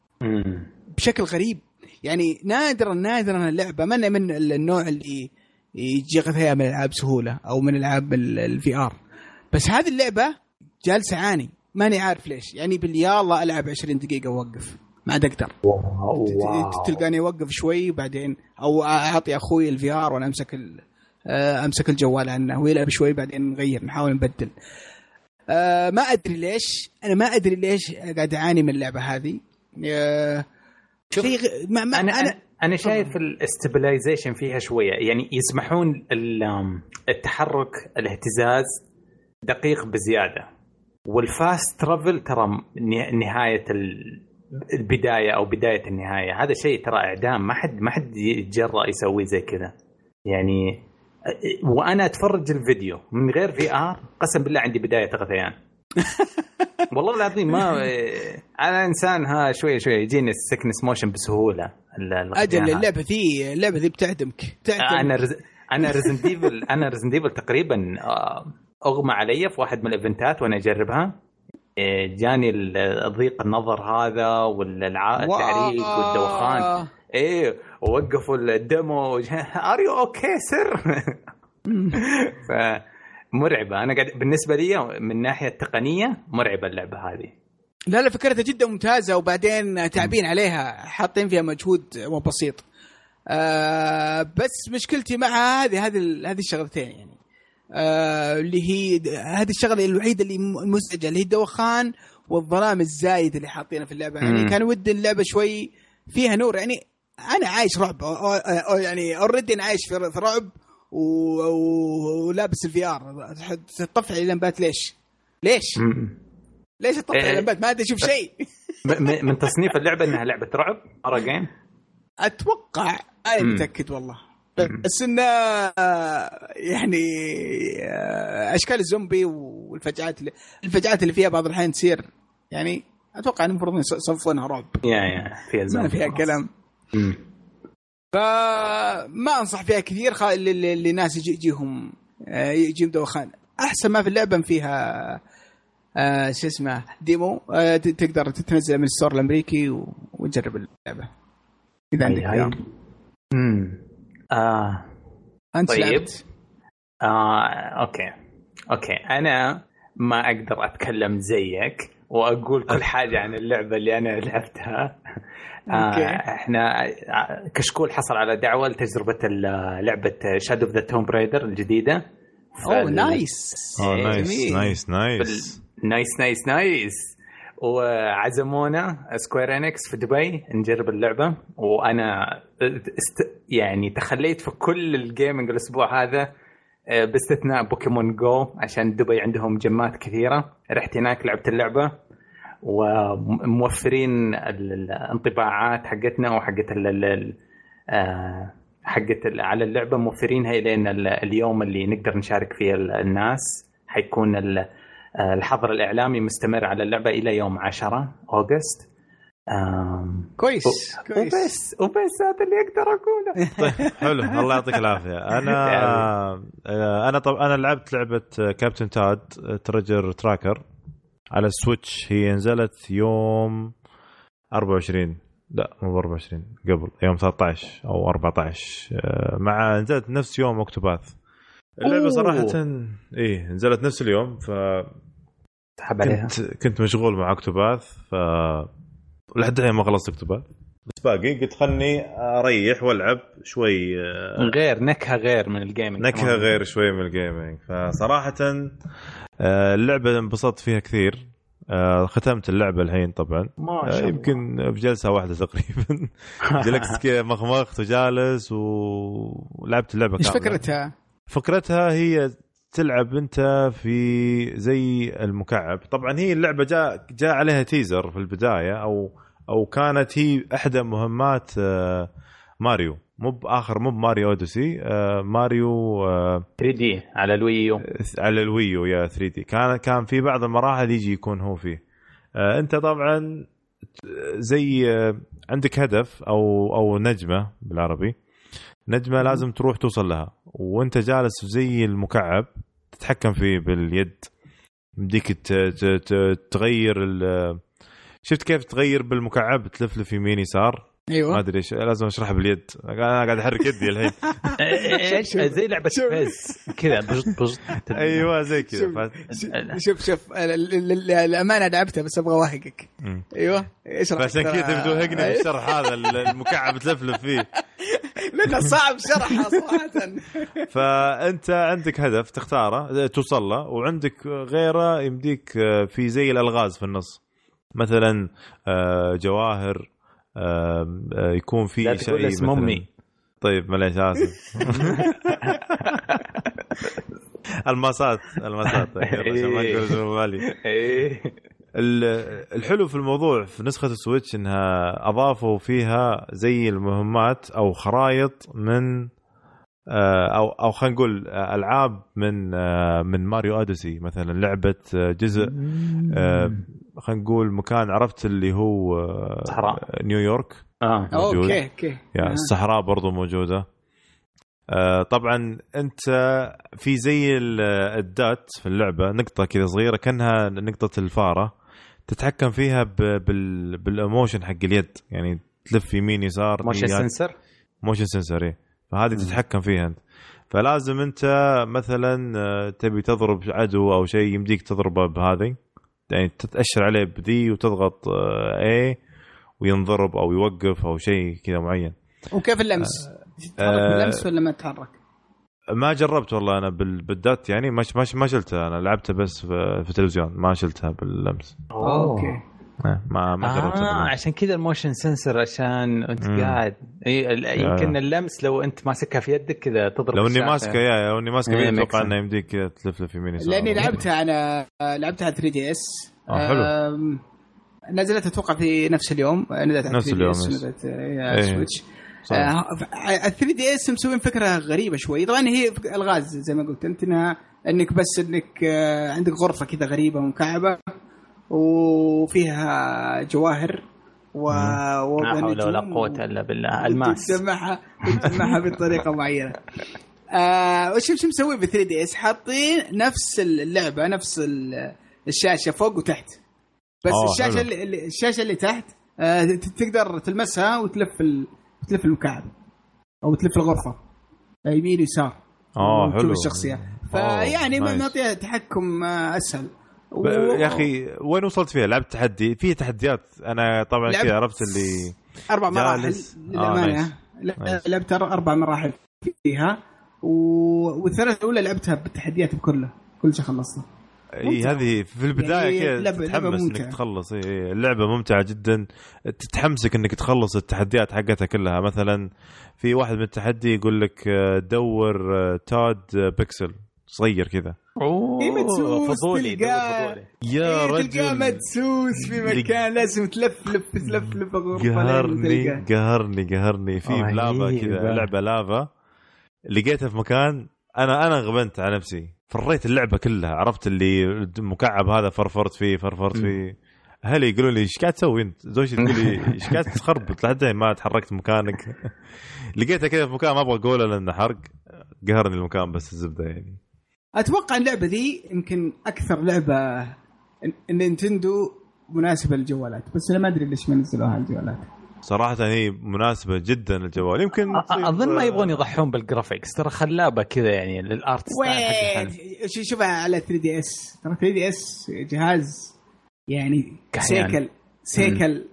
بشكل غريب، يعني نادرا نادرا اللعبة من من النوع اللي يجي غثيان من الألعاب سهولة أو من الألعاب الفي آر، بس هذه اللعبة جالسة عاني ماني عارف ليش. يعني باليا الله ألعب عشرين دقيقة ووقف ما أقدر. تلقاني أوقف شوي بعدين، أو أعطي أخوي الفي آر وأنا أمسك أمسك الجوال عنه ويلعب شوي بعدين نغير نحاول نبدل. أه ما أدري ليش، أنا ما أدري ليش قاعد أعاني من اللعبة هذه. أه شيء ما ما أنا أنا, أنا شايف الاستابلايزيشن فيها شوية، يعني يسمحون التحرك الاهتزاز دقيق بزيادة، والفاست ترافل ترى نهاية البداية أو بداية النهاية. هذا شيء ترى إعدام، ما حد ما حد يتجرأ يسوي زي كذا يعني. وأنا أتفرج الفيديو من غير في آر قسم بالله عندي بداية غثيان والله العظيم. ما أنا إنسان ها شوية شوية يجيني السكنس موشن بسهولة. أجل اللعبة ذي اللعبة ذي بتعدمك, بتعدمك. أنا رز... أنا ريزنديفل أنا ريزنديفل تقريبا أغمى علي في واحد من الإيفنتات وأنا أجربها. جاني الضيق النظر هذا والتعريق والدوخان. إيه ووقفوا الدمو أريو أوكي سر فمرعبة. أنا قاعد بالنسبة لي من ناحية تقنية مرعبة اللعبة هذه. لا لا فكرتها جدا ممتازة، وبعدين تعبين عليها حاطين فيها مجهود بسيط. آه بس مشكلتي معها هذه هذه هذه الشغلتين يعني. آه اللي هي هذه الشغله الوحيده اللي مزعجه اللي هي الدوخان والظلام الزايد اللي حاطينه في اللعبه. يعني كان ودي اللعبه شوي فيها نور. يعني انا عايش رعب أو أو يعني اوريدي انا عايش في رعب ولابس الفي ار تطفي على اللمبات. ليش ليش مم. ليش تطفي على اللمبات؟ ما ادري اشوف شيء. من تصنيف اللعبه انها لعبه رعب ارا جيم اتوقع. انا متاكد والله. بس انه يعني اشكال الزومبي والفجعات اللي الفجعات اللي فيها بعض الاحيان تصير يعني اتوقع ان المفروض يصنفونها رعب. يا يا فيها زومبي فيها كلام. امم فما انصح فيها كثير خ... للناس يجي يجيهم يجيهم دوخان. احسن ما في اللعبه فيها آه شو اسمه ديمو آه تقدر تنزل من الستور الامريكي وتجرب اللعبه اذا عندك ايام. امم اه انت طيب لعبت؟ آه اوكي اوكي انا ما اقدر اتكلم زيك واقول كل حاجه عن اللعبه اللي انا لعبتها. آه احنا كشكول حصل على دعوه لتجربه لعبه شادو اوف ذا توم برايدر الجديده. اوه نايس اوه نايس نايس نايس نايس نايس نايس وعزمونا سكوير انكس في دبي نجرب اللعبه. وانا است... يعني تخليت في كل الجيمنج الاسبوع هذا باستثناء بوكيمون جو عشان دبي عندهم جمات كثيره. رحت هناك لعبت اللعبه وموفرين الانطباعات حقتنا وحقت ال حقت على اللعبه موفرينها لين اليوم اللي نقدر نشارك فيه الناس. حيكون الحظر الاعلامي مستمر على اللعبه الى يوم عشرة أغسطس. كويس و... كويس وبس وبس هذا اللي اقدر اقوله. طيب حلو الله يعطيك العافيه. انا انا طب انا لعبت لعبه كابتن تاد تريجر تراكر على السويتش. هي نزلت يوم أربعة وعشرين لا مو أربعة وعشرين قبل يوم ثلاثة عشر او أربعة عشر مع نزلت نفس يوم أكتوباث. اللعبه صراحه ايه نزلت نفس اليوم ف كنت كنت مشغول مع أكتوباث ف لحد الحين ما خلصت أكتوباث. بس باقي قلت خلني اريح والعب شوي غير نكهه غير من الجيمنج نكهه غير شوي من الجيمنج. فصراحه اللعبه انبسطت فيها كثير. ختمت اللعبه الحين طبعا يمكن بجلسه واحده تقريبا. جلست كذا مخمخت وجالس ولعبت اللعبه كامله. ايش فكرتها؟ فكرتها هي تلعب انت في زي المكعب. طبعا هي اللعبه جاء جاء عليها تيزر في البدايه او او كانت هي احدى مهمات ماريو مو باخر مو بماريو اوديسي ماريو ثري دي على الويو على الويو يا ثري دي. كان كان في بعض المراحل يجي يكون هو فيه انت طبعا زي عندك هدف او او نجمه بالعربي نجمه لازم تروح توصل لها وانت جالس زي المكعب تتحكم فيه باليد. بديك تغير شفت كيف تغير بالمكعب تلفلف يمين يسار. ايوه ما ادري ايش لازم اشرحها باليد. انا قاعد احرك يدي الحين زي لعبه فيز كذا بجط بجط. ايوه زي كذا. شوف شوف الامانه لعبتها بس ابغى اوهقك. ايوه اشرح عشان كذا بتوهقني بالشرح هذا المكعب تلفلف فيه لانه صعب شرحها صراحه. فانت عندك هدف تختاره توصل له وعندك غيره يمديك في زي الالغاز في النص مثلا جواهر يكون في شيء مثلا. طيب معليش اسف. الماسات الماسات عشان ما نقول زوالي. الحلو في الموضوع في نسخة السويتش انها اضافوا فيها زي المهمات او خرائط من او او خلينا نقول العاب من من ماريو اوديسي مثلا لعبة جزء خلينا نقول مكان عرفت اللي هو صحراء نيويورك. اه اوكي اوكي يعني الصحراء برضو موجودة. آه طبعا انت في زي الدات في اللعبة نقطة كذا صغيرة كأنها نقطة الفارة تتحكم فيها بال بالاموشن حق اليد يعني تلف يمين يسار موشن سنسر موشن سنسر فهذه تتحكم فيها انت. فلازم انت مثلا تبي تضرب عدو او شيء يمديك تضربه بهذه يعني تتأشر عليه بدي وتضغط A وينضرب او يوقف او شيء كذا معين. وكيف اللمس؟ تتحرك باللمس ولا ما تتحرك؟ ما جربت والله انا بالذات يعني ما ما ما شلتها انا لعبتها بس في التلفزيون ما شلتها باللمس. اوكي ما ما جربتها آه عشان كذا الموشن سنسر عشان انت مم. قاعد يمكن اللمس لو انت ماسكها في يدك كذا تضرب لو اني ماسكه يا لو اني ماسكه بيدي اتوقع انه يمديك كذا تلفلف يمين يسار لاني لعبتها انا لعبتها ثري دي اس. اه حلو نزلت اتوقع في نفس اليوم نزلت نفس اليوم نزلت سويتش. ثري دي اس مسوين فكره غريبه شوي طبعا هي الغاز زي ما قلت انت انها انك بس انك عندك غرفه كذا غريبه مكعبه وفيها جواهر و لا حول ولا قوه الا بالله الماس تجمعها تجمعها بطريقه معينه. آه وش مش مسوي ب ثري دي اس حاطين نفس اللعبه نفس الشاشه فوق وتحت بس الشاشه اللي الشاشه اللي تحت آه تقدر تلمسها وتلف ال... تلف المكعب او تلف الغرفه يمين يسار اه حلو الشخصيه فيعني معطيها تحكم اسهل. و... يا اخي وين وصلت فيها؟ لعبت تحدي في تحديات انا طبعا كذا عرفت اللي اربع مراحل للامانه. آه لعبت اربع مراحل فيها و... والثلاثه الاولى لعبتها بالتحديات بكلها كل شيء خلصتها. اي هذه في البدايه يعني كذا تتحمس انك تخلص. اي اللعبه ممتعه جدا تتحمسك انك تخلص التحديات حقتها كلها. مثلا في واحد من التحدي يقول لك دور تاد بيكسل صغير كذا فضولي يا رجل تلقى مدسوس في مكان لازم تلفلف تلفلف قهرني قهرني قهرني في لافا كذا لعبه لافا لقيتها في مكان انا انا غبنت على نفسي فريت اللعبه كلها. عرفت اللي المكعب هذا فرفرت فيه فرفرت فيه. اهلي يقولوا لي ايش قاعد تسوي انت؟ زوجتي تقول لي ايش قاعد تخربط لحد ما تحركت مكانك. لقيتها كذا في مكان ما ابغى اقوله لانه حرق قهرني المكان بس الزبده يعني. اتوقع اللعبه دي يمكن اكثر لعبه نينتندو مناسبه للجوالات بس انا ما ادري ليش ما نزلوها على الجوالات. صراحه هي مناسبه جدا للجوال. يمكن اظن ما يبغون يضحون بالجرافيكس ترى خلابه كذا يعني للارت ستايل. شوفها على ثري دي اس ترى ثري دي اس جهاز يعني سيكل سيكل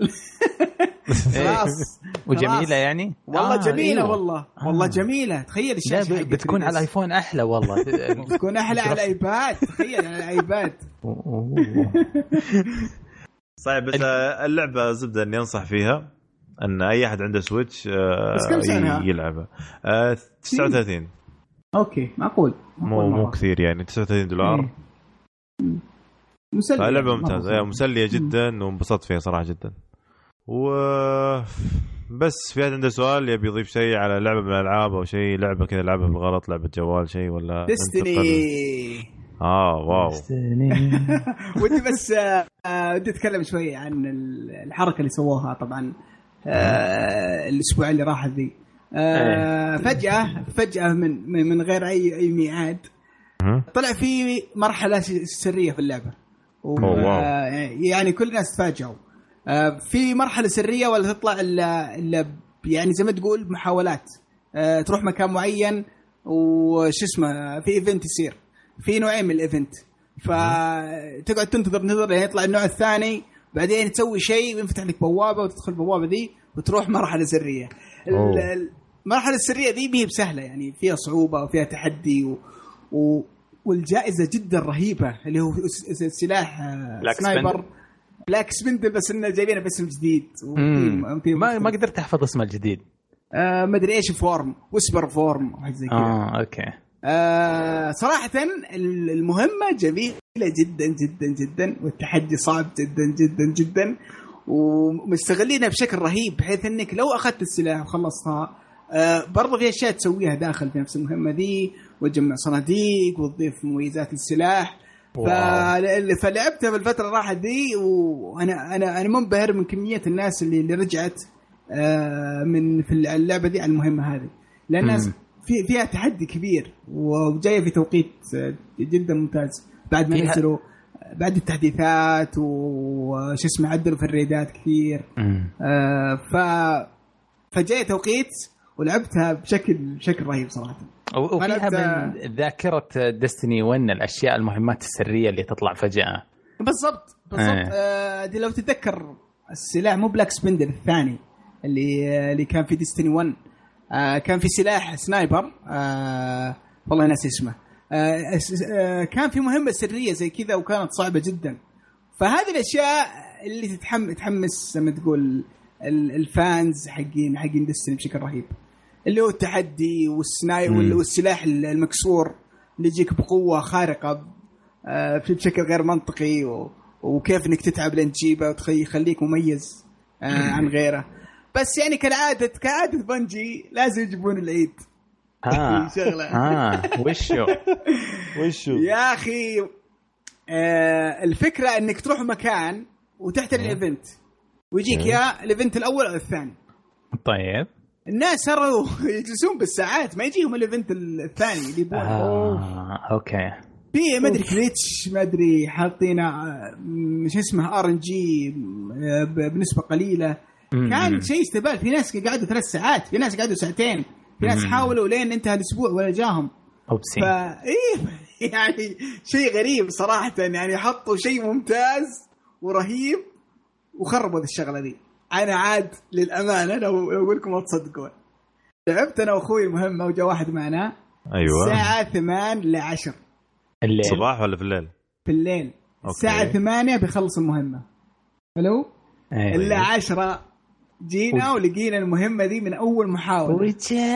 خلاص وجميلة يعني والله آه جميلة أيوه. والله والله جميلة. تخيل الشاشة بتكون على الايفون احلى والله بتكون احلى على الايباد. تخيل على الايباد صعب. بس اللعبة زبدة اني انصح فيها ان اي احد عنده سويتش يلعبها. تسعة وثلاثين اوكي معقول مو مو كثير يعني تسعة وثلاثين دولار. مسلية لعبة ممتازة مسلية جدا وانبسطت فيها صراحة جدا. و بس في أحد عنده سؤال يبي يضيف شيء على لعبة من الألعاب أو شيء لعبة كذا لعبة بالغلط لعبة جوال شيء ولا ديستني؟ آه واو ودي بس ودي أتكلم شوي عن الحركة اللي سووها طبعا آه الأسبوع اللي راح ذي آه فجأة فجأة من من غير أي أي ميعاد طلع في مرحلة سرية في اللعبة يعني كل الناس تفاجئوا. في مرحلة سرية ولا تطلع إلا إلا يعني زي ما تقول محاولات تروح مكان معين وش اسمه في إيفنت يصير في نوعين من الإيفنت فتقعد تنتظر نظر لين يطلع النوع الثاني بعدين تسوي شيء وينفتح لك بوابة وتدخل البوابة دي وتروح مرحلة سرية. المرحلة السرية دي مي بسهلة يعني فيها صعوبة وفيها تحدي و... و... والجائزة جدا رهيبة اللي هو سلاح سنايبر بلاك سبندل بس انه جايبينه باسم جديد ما ما قدرت احفظ اسمه الجديد آه ما ادري ايش فورم وسبر فورم وحاجه زي كذا. اه اوكي آه صراحه المهمه جميله جدا جدا جدا والتحدي صعب جدا جدا جدا ومستغلينها بشكل رهيب بحيث انك لو اخذت السلاح وخلصتها آه برضه في اشياء تسويها داخل في نفس المهمه دي وتجمع صناديق وتضيف مميزات السلاح. فلعبتها في الفترة الراحة دي وأنا أنا أنا منبهر من كمية الناس اللي اللي رجعت من في اللعبة دي على المهمة هذه لأن الناس في فيها تحدي كبير وجاية في توقيت جدا ممتاز بعد ما نزلوا بعد التحديثات وش اسمه عدلوا في الريدات كثير ف فجاية توقيت ولعبتها بشكل بشكل رهيب صراحة. وفيها من ذاكرة ديستني وين الأشياء المهمات السرية اللي تطلع فجأة بالضبط بالضبط آه. آه دي لو تتذكر السلاح مو بلاك سبندل الثاني اللي اللي كان في ديستني ون آه كان في سلاح سنايبر آه والله ناس اسمه آه آه كان في مهمة سرية زي كذا وكانت صعبة جدا. فهذه الأشياء اللي تتحمس تحمس لما تقول الفانز حقين حقين ديستني بشكل رهيب، اللي هو التحدي والسناي والسلاح المكسور اللي يجيك بقوة خارقة في بشكل غير منطقي، وكيف انك تتعب لين تجيبه وتخليك مميز عن غيره. بس يعني كالعادة كعادة بنجي لازم يجيبون العيد. ها ها وشو وشو يا أخي آه الفكرة انك تروح مكان وتحتل الايفنت ويجيك يا الايفنت الاول او الثاني. طيب الناس صاروا يجلسون بالساعات ما يجيهم الايفنت الثاني اللي يبغون. آه، اوكي في ما ادري كليتش ما ادري حاطينه مش اسمه ار ان جي بنسبه قليله. كان شيء استبال. في ناس قعدوا ثلاث ساعات، في ناس قعدوا ساعتين، في ناس حاولوا لين انتهى الاسبوع ولا جاهم. اوبسي فايه يعني شيء غريب صراحه. يعني حطوا شيء ممتاز ورهيب وخربوا الشغله دي. انا عاد للامانه لو اقول لكم ما تصدقون، لعبت انا واخوي المهمه وجا واحد معنا. ايوه الساعه ثمانية لعشر الليل. صباح ولا في الليل؟ في الليل. الساعه ثمانية بيخلص المهمه. حلو. أيوة. إلا عشرة جينا ولقينا المهمة دي من أول محاولة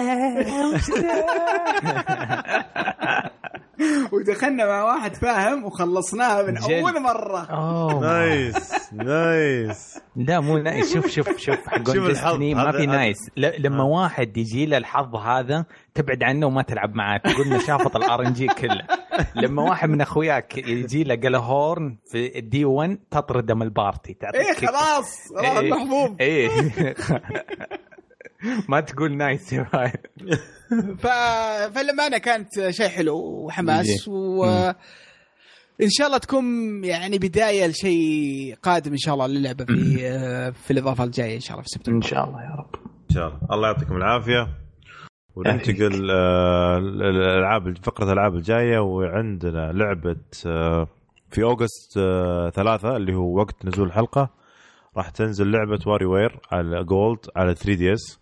ودخلنا مع واحد فاهم وخلصناها من جل. أول مرة. نايس نايس. لا مو نايس. شوف شوف شوف حقون ديستني ما في نايس. لما واحد يجي له الحظ هذا تبعد عنه وما تلعب معاه، تقول له شافط الار ان جي كله. لما واحد من اخوياك يجي له قال هورن في الدي واحد تطرده من البارتي. ايه خلاص راح المحبوب. ايه ما تقول نايس. ف... فلما أنا كانت شيء حلو وحماس، وإن شاء الله تكون يعني بداية لشيء قادم إن شاء الله للعبة في في الإضافة الجاية إن شاء الله في سبتمبر. إن شاء الله يا رب. إن شاء الله. الله يعطيكم العافية. وننتقل الألعاب فقرة الألعاب الجاية. وعندنا لعبة في أغسطس ثلاثة اللي هو وقت نزول الحلقة راح تنزل لعبة واري وير على جولد على ثري دي إس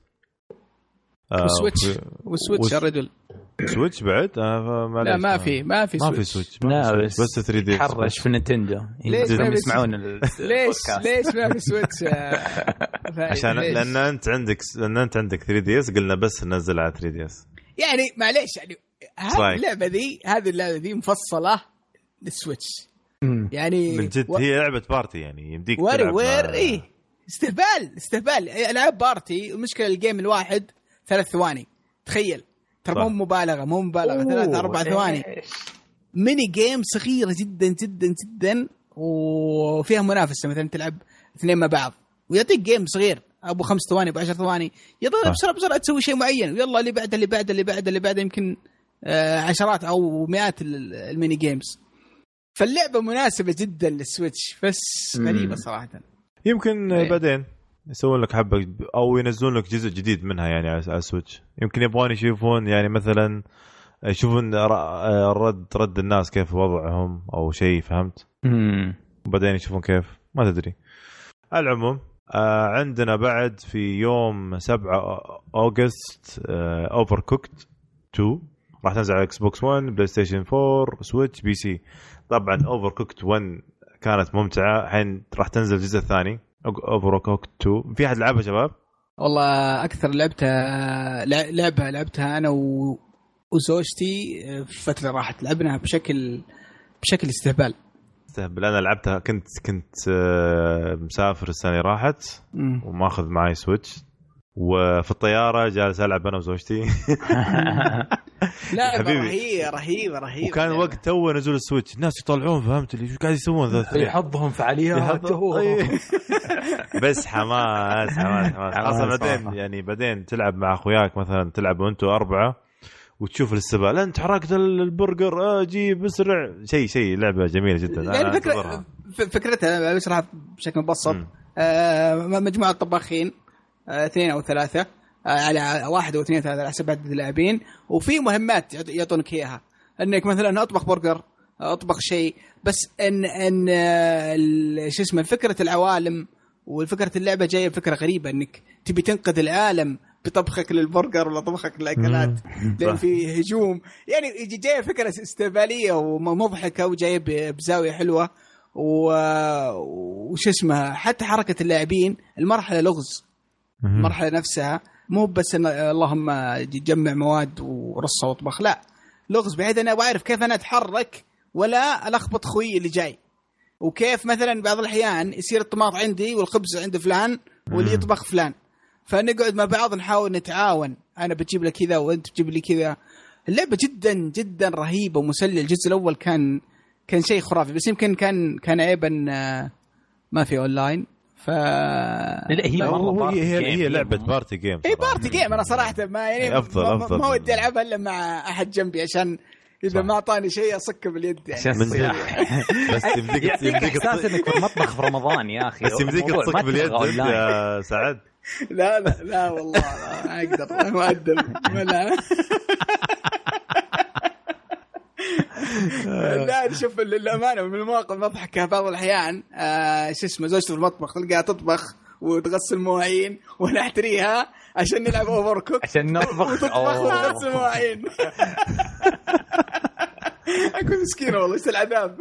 وسويتش. وسويتش الرجل سويتش بعد. آه لا ما في ما في ما في سويتش. لا بس, بس ثري دي حرش في نينتندو. ليش ما يسمعون ليش ليش ما في سويتش؟ عشان لان انت عندك لان انت عندك ثري دي اس قلنا بس ننزل على ثري دي اس. يعني معليش يعني هذه اللعبه دي هذه اللعبه دي مفصله للسويتش. يعني من جد و... هي لعبه بارتي يعني يمديك واري تلعب وير. مع... ايه استهبال استهبال العاب بارتي. المشكله الجيم الواحد ثلاث ثواني. تخيل ترى مو مبالغه مو مبالغه ثلاث اربع ثواني. ميني جيم صغيره جدا جدا جدا وفيها منافسه. مثلا تلعب اثنين مع بعض ويعطيك جيم صغير ابو خمس ثواني ابو عشر ثواني يضرب بسرعه بسرعه تسوي شيء معين ويلا اللي بعده اللي بعده اللي بعده اللي بعده يمكن عشرات او مئات الميني جيمز. فاللعبه مناسبه جدا للسويتش بس غريبه صراحه. يمكن أيه. بعدين يسوون لك حبه او ينزلون لك جزء جديد منها يعني على السويتش. يمكن يبغون يشوفون يعني مثلا يشوفون رد رد الناس كيف وضعهم او شيء فهمت. امم وبعدين يشوفون كيف ما تدري. العموم آه عندنا بعد في يوم سبعة أغسطس آه أوفر كوكت تو راح تنزل على اكس بوكس ون بلاي ستيشن فور سويتش بي سي. طبعا اوفر كوكت ون كانت ممتعه. الحين راح تنزل الجزء الثاني اوفر كوكت تو. في احد لعبها شباب؟ والله اكثر لعبتها لعبها لعبتها انا وزوجتي في فتره راحت لعبناها بشكل بشكل استهبال استهبال. انا لعبتها كنت كنت مسافر السنه راحت وماخذ معي سويتش وفي الطياره جالس العب انا وزوجتي. لا رهيبه رهيبه رهيبه. وكان وقت تو نزول السويتش الناس يطلعون فهمت اللي شو قاعد يسوون ذا يحضهم فعاليات بس حماس حماس حماس اصلا. بعدين يعني بعدين تلعب مع اخوياك مثلا تلعبوا انتوا اربعه وتشوف السباق لا انت حرقت البرجر اجيب اسرع شيء شيء لعبه جميله جدا. يعني فكره فكرتها بشرحها بشكل مبسط. آه مجموعه طباخين اثنين او ثلاثه على واحد او اثنين ثلاثه على حسب عدد اللاعبين وفي مهمات يعطونك اياها انك مثلا اطبخ برجر اطبخ شيء. بس ان ان شو اسمه فكره العوالم وفكره اللعبه جايه بفكره غريبه انك تبي تنقذ العالم بطبخك للبرجر ولا طبخك للأكلات لأن في هجوم يعني جاية فكرة استقبالية ومضحكة وجاية بزاوية حلوة وش اسمها حتى حركة اللاعبين المرحلة لغز المرحلة نفسها مو بس إن اللهم جمع مواد ورصة وطبخ لا لغز بحيث أنا بعرف كيف أنا أتحرك ولا ألخبط خوي اللي جاي وكيف مثلا بعض الأحيان يصير الطماط عندي والخبز عند فلان واللي يطبخ فلان فنقعد مع بعض نحاول نتعاون أنا بتجيب لك كذا وأنت تجيب لي كذا. اللعبة جدا جدا رهيبة ومسلية. الجزء الأول كان كان شيء خرافي بس يمكن كان كان عيبا ما في أونلاين ف لا هي مرة هي, هي, هي لعبة بارتي جيم اي بارتي جيم أنا صراحة ما يعني أفضل ما, أفضل ما ودي ألعبها إلا مع أحد جنبي عشان إذا ما أعطاني شيء أصك باليد يعني. من جد بس يمديك يمديك إحساس إنك في المطبخ في رمضان يا أخي بس يمديك تصك باليد يا سعد. لا لا لا والله ما أقدر ما أقدر ولا لا شوف الأمانة من المواقف مضحكة بعض الأحيان آه شو اسمه زوجته في المطبخ تلقاها تطبخ وتغسل مواعين وأنا أحتريها عشان نلعب أوفركوك عشان نطبخ وتطبخ وتغسل مواعين. أكون مسكينة والله إيش العذاب.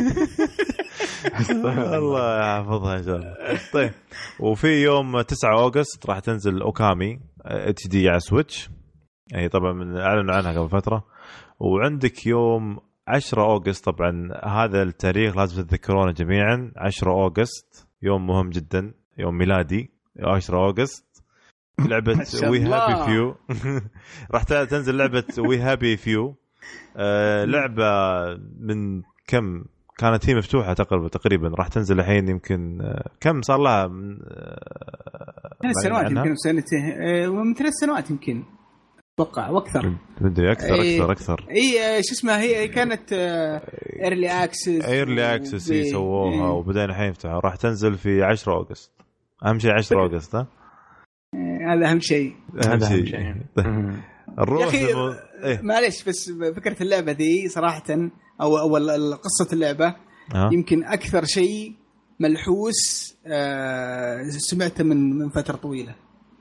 الله يحفظها إن شاء الله. طيب وفي يوم تسعة أغسطس راح تنزل أوكامي اتش دي على سويتش يعني طبعا من أعلنوا عنها قبل فترة. وعندك يوم عشرة أغسطس طبعا هذا التاريخ لازم تتذكرونه جميعا عشرة أغسطس يوم مهم جدا يوم ميلادي عشرة أغسطس لعبة وي هابي فيو راح تنزل لعبة وي هابي فيو آه لعبة من كم كانت هي مفتوحة تقريبا تقريبا راح تنزل الحين يمكن آه كم صار لها من آه ثلاث سنوات يمكن سنتين آه ومن ثلاث سنوات يمكن اتوقع واكثر بدي اكثر اي اكثر اكثر اي شو اسمها هي كانت ايرلي اكسس ايرلي اكسس يسووها وبدأنا الحين يفتحوا راح تنزل في عشرة أغسطس اهم شيء عشرة أغسطس ها هذا اهم شيء هذا اهم شيء الروح يا اخي لما... إيه؟ معلش بس فكرة اللعبة دي صراحة او اول قصة اللعبة أه؟ يمكن اكثر شيء ملحوس آه سمعته من من فترة طويلة.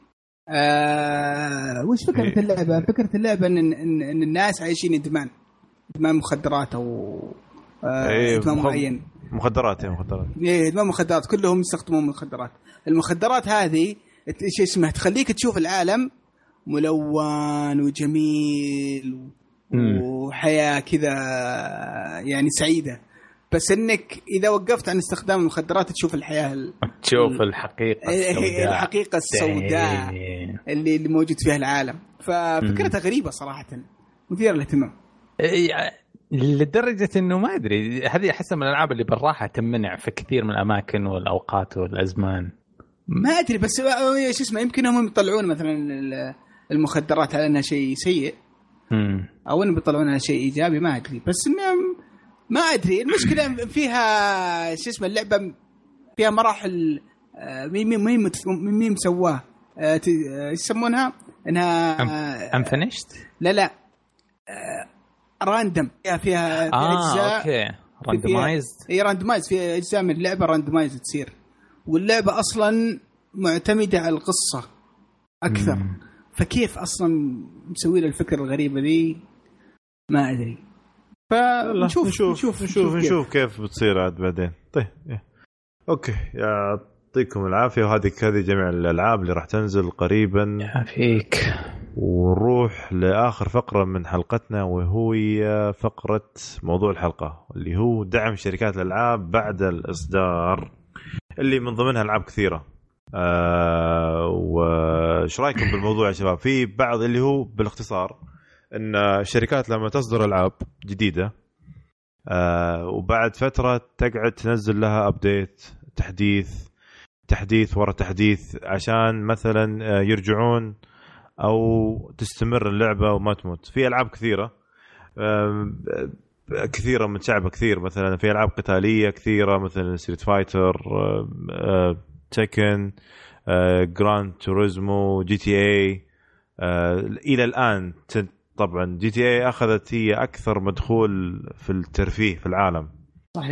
آه وش فكرة اللعبة؟ فكرة اللعبة إن, إن, إن الناس عايشين إدمان إدمان مخدرات أو آه إيه إدمان معين مخدرات. إيه مخدرات إيه إدمان مخدرات كلهم يستخدمون مخدرات. المخدرات هذه إيش اسمها تخليك تشوف العالم ملون وجميل وحياة كذا يعني سعيدة بس إنك إذا وقفت عن استخدام المخدرات تشوف الحياة تشوف الحقيقة السوداء الحقيقة السوداء اللي اللي موجود فيها العالم. ففكرتها غريبة صراحة مثيرة للاهتمام لدرجة إنه ما أدري هذه أحسن من الألعاب اللي بالراحة تمنع في كثير من الأماكن والأوقات والأزمان ما أدري بس إيش اسمه يمكن هم يطلعون مثلا المخدرات على أنها شيء سيء أو إنهم يطلعون على شيء إيجابي ما أدري بس إنهم ما أدري. المشكلة فيها شو اسمه اللعبة فيها مراحل مين مين مين مين مسواه يسمونها إنها unfinished لا لا راندم فيها فيها آه أوكي randomized هي randomized في أجزاء من اللعبة randomized تصير واللعبة أصلا معتمدة على القصة أكثر مم. فكيف أصلا مسوي له الفكرة الغريبة دي ما أدري. فنشوف نشوف نشوف نشوف, نشوف كيف. كيف بتصير عاد بعدين. طيب اوكي يعطيكم العافيه وهذه هذه جميع الالعاب اللي راح تنزل قريبا يعافيك. ونروح لاخر فقره من حلقتنا وهي فقره موضوع الحلقه اللي هو دعم شركات الالعاب بعد الاصدار اللي من ضمنها العاب كثيره. آه وش رايكم بالموضوع يا شباب؟ في بعض اللي هو بالاختصار ان الشركات لما تصدر العاب جديده آه وبعد فتره تقعد تنزل لها ابديت تحديث تحديث ورا تحديث عشان مثلا يرجعون او تستمر اللعبه وما تموت. في العاب كثيره آه كثيره متشعبه كثير مثلا في العاب قتاليه كثيره مثلا ستريت فايتر آه آه تيكن آه جراند توريزمو جي تي اي آه الى الان. طبعا جي تي اي اخذت هي اكثر مدخول في الترفيه في العالم صحيح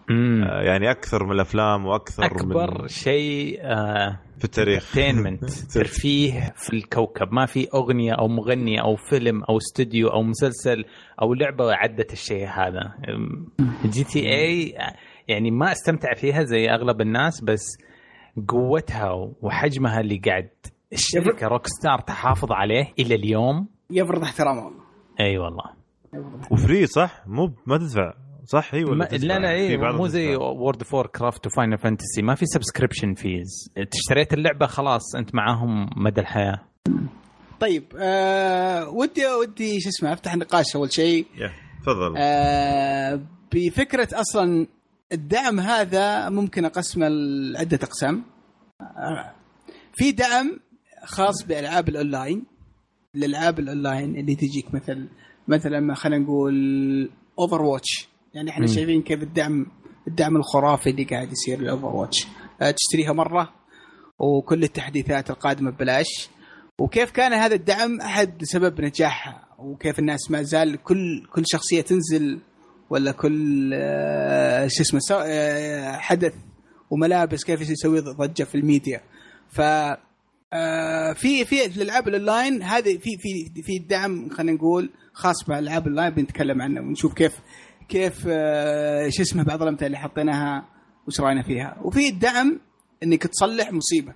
آه يعني اكثر من الافلام واكثر اكبر من شيء آه في التاريخ ترفيه في الكوكب. ما في اغنيه او مغني او فيلم او استوديو او مسلسل او لعبه عدت الشيء هذا. جي تي اي يعني ما استمتع فيها زي اغلب الناس، بس قوتها وحجمها اللي قاعد الشركه روك ستار تحافظ عليه الى اليوم يفرض احترامه. اي والله. وفري صح؟ مو ما تدفع صح؟ اي ولا لا لا اي مو زي وورد فور كرافت وفاينل فانتسي ما في سبسكريبشن فيز. تشتريت اللعبه خلاص انت معاهم مدى الحياه. طيب آه ودي ودي شو اسمه افتح نقاش اول شيء. تفضل. آه بفكره اصلا الدعم هذا ممكن اقسمه لعده اقسام. آه في دعم خاص بالالعاب الاونلاين، الالعاب الاونلاين اللي تجيك مثل مثلا خلينا نقول اوفر واتش. يعني احنا م. شايفين كيف الدعم الدعم الخرافي اللي قاعد يصير للاوفر واتش. آه تشتريها مره وكل التحديثات القادمه ببلاش، وكيف كان هذا الدعم احد سبب نجاحها، وكيف الناس ما زال كل كل شخصيه تنزل ولا كل آه شو اسمه آه حدث وملابس كيف يسوي ضجه في الميديا. ف آه في في الالعاب الاونلاين هذه في في في دعم خلينا نقول خاص بالالعاب الاونلاين بنتكلم عنه ونشوف كيف كيف آه شو اسمه بعض الامثله اللي حطيناها وش راينا فيها. وفي الدعم انك تصلح مصيبه.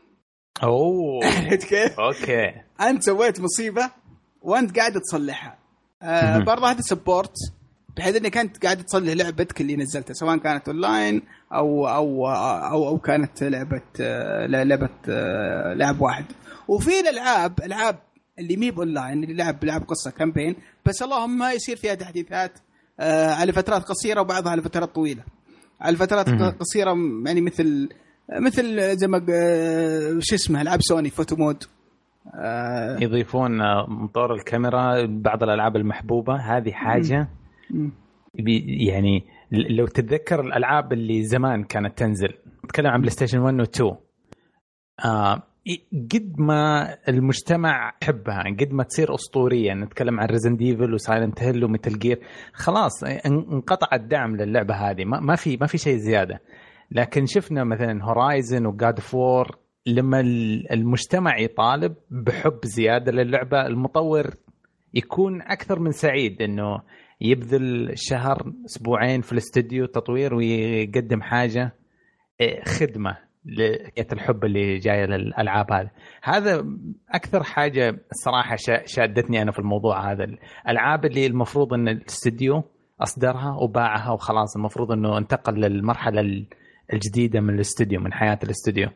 اوه كيف اوكي انت سويت مصيبه وانت قاعد تصلحها. آه برضه هذا سبورت بحيث انك انت قاعد تصلح لعبتك اللي نزلتها سواء كانت اونلاين او او او او كانت لعبه لعبه لعب واحد. وفي الالعاب العاب اللي مي اونلاين اللي لعب لعب قصه كامبين بس اللهم يصير فيها تحديثات آه على فترات قصيره وبعضها على فترات طويله. على الفترات قصيره يعني مثل مثل زي ما شو اسمه العاب سوني فوتو مود آه يضيفون مطور الكاميرا بعض الالعاب المحبوبه. هذه حاجه م. يعني لو تتذكر الالعاب اللي زمان كانت تنزل نتكلم عن بلاي ستيشن واحد و اثنين آه قد ما المجتمع يحبها قد ما تصير اسطوريه. نتكلم عن ريزيدنت ايفل وسايلنت هيل وميتل جير خلاص انقطع الدعم للعبه هذه ما, ما في ما في شيء زياده. لكن شفنا مثلا هورايزن وجاد فور لما المجتمع يطالب بحب زياده للعبه المطور يكون اكثر من سعيد انه يبذل شهر اسبوعين في الاستوديو تطوير ويقدم حاجه خدمه لقيت الحب اللي جايه للالعاب هذه. هذا اكثر حاجه الصراحه شادتني انا في الموضوع هذا. الالعاب اللي المفروض ان الاستوديو اصدرها وباعها وخلاص المفروض انه انتقل للمرحله الجديده من الاستوديو من حياه الاستوديو.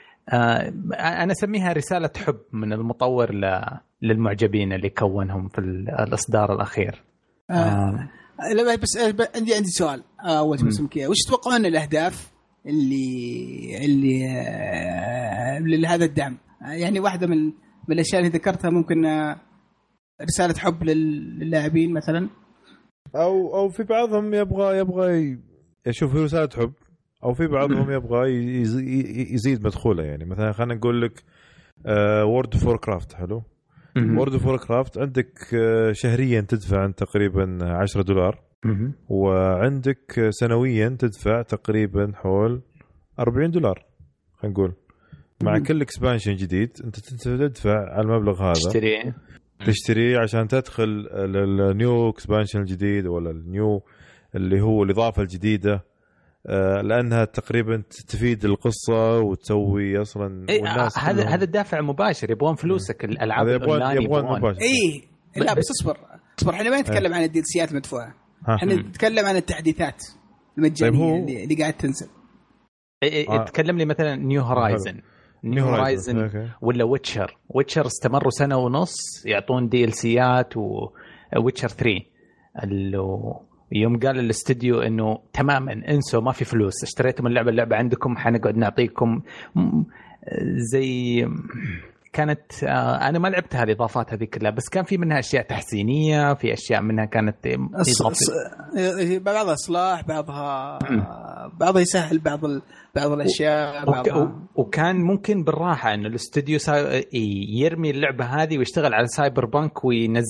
انا اسميها رساله حب من المطور للمعجبين اللي كونهم في الاصدار الاخير. آه. آه. لا بس عندي عندي سؤال اول شيء اسمك وش تتوقعون الاهداف اللي اللي آه لهذا الدعم؟ يعني واحده من من الاشياء اللي ذكرتها ممكن آه رساله حب للاعبين مثلا، او او في بعضهم يبغى يبغى يشوف رساله حب، او في بعضهم يبغى يزيد مدخوله. يعني مثلا خلينا نقول لك وورد اوف ووركرافت حلو. وورد اوف ووركرافت عندك شهريا تدفع تقريبا عشرة دولار وعندك سنويا تدفع تقريبا حول أربعين دولار خلينا نقول. مع كل اكسبانشن جديد انت تدفع على المبلغ هذا تشتري تشتري عشان تدخل للنيو اكسبانشن الجديد ولا النيو اللي هو الاضافه الجديده، لانها تقريبا تفيد القصه وتسوي اصلا إيه والناس هذا هذا الدافع مباشر. يبغون فلوسك الالعاب الاونلاين يبغون مباشر. اي لا بس اصبر اصبر احنا ما نتكلم عن الديلسيات المدفوعه، احنا نتكلم عن التحديثات المجانيه طيب اللي, اللي قاعد تنزل. إيه تكلم لي مثلا نيو هورايزن نيو هورايزن ولا ويتشر. ويتشر استمروا سنه ونص يعطون ديلسيات وويتشر ثلاثة اللي يوم قال الاستوديو انه تماما انسوا ما في فلوس اشتريتم اللعبه اللعبه عندكم حنقعد نعطيكم زي كانت. انا ما لعبت هذه الاضافات هذه كلها بس كان في منها اشياء تحسينيه في اشياء منها كانت بعضها اصلاح بعضها بعضها يسهل بعض بعض الاشياء بعضها. وكان ممكن بالراحه انه الاستوديو يرمي اللعبه هذه ويشتغل على سايبر بانك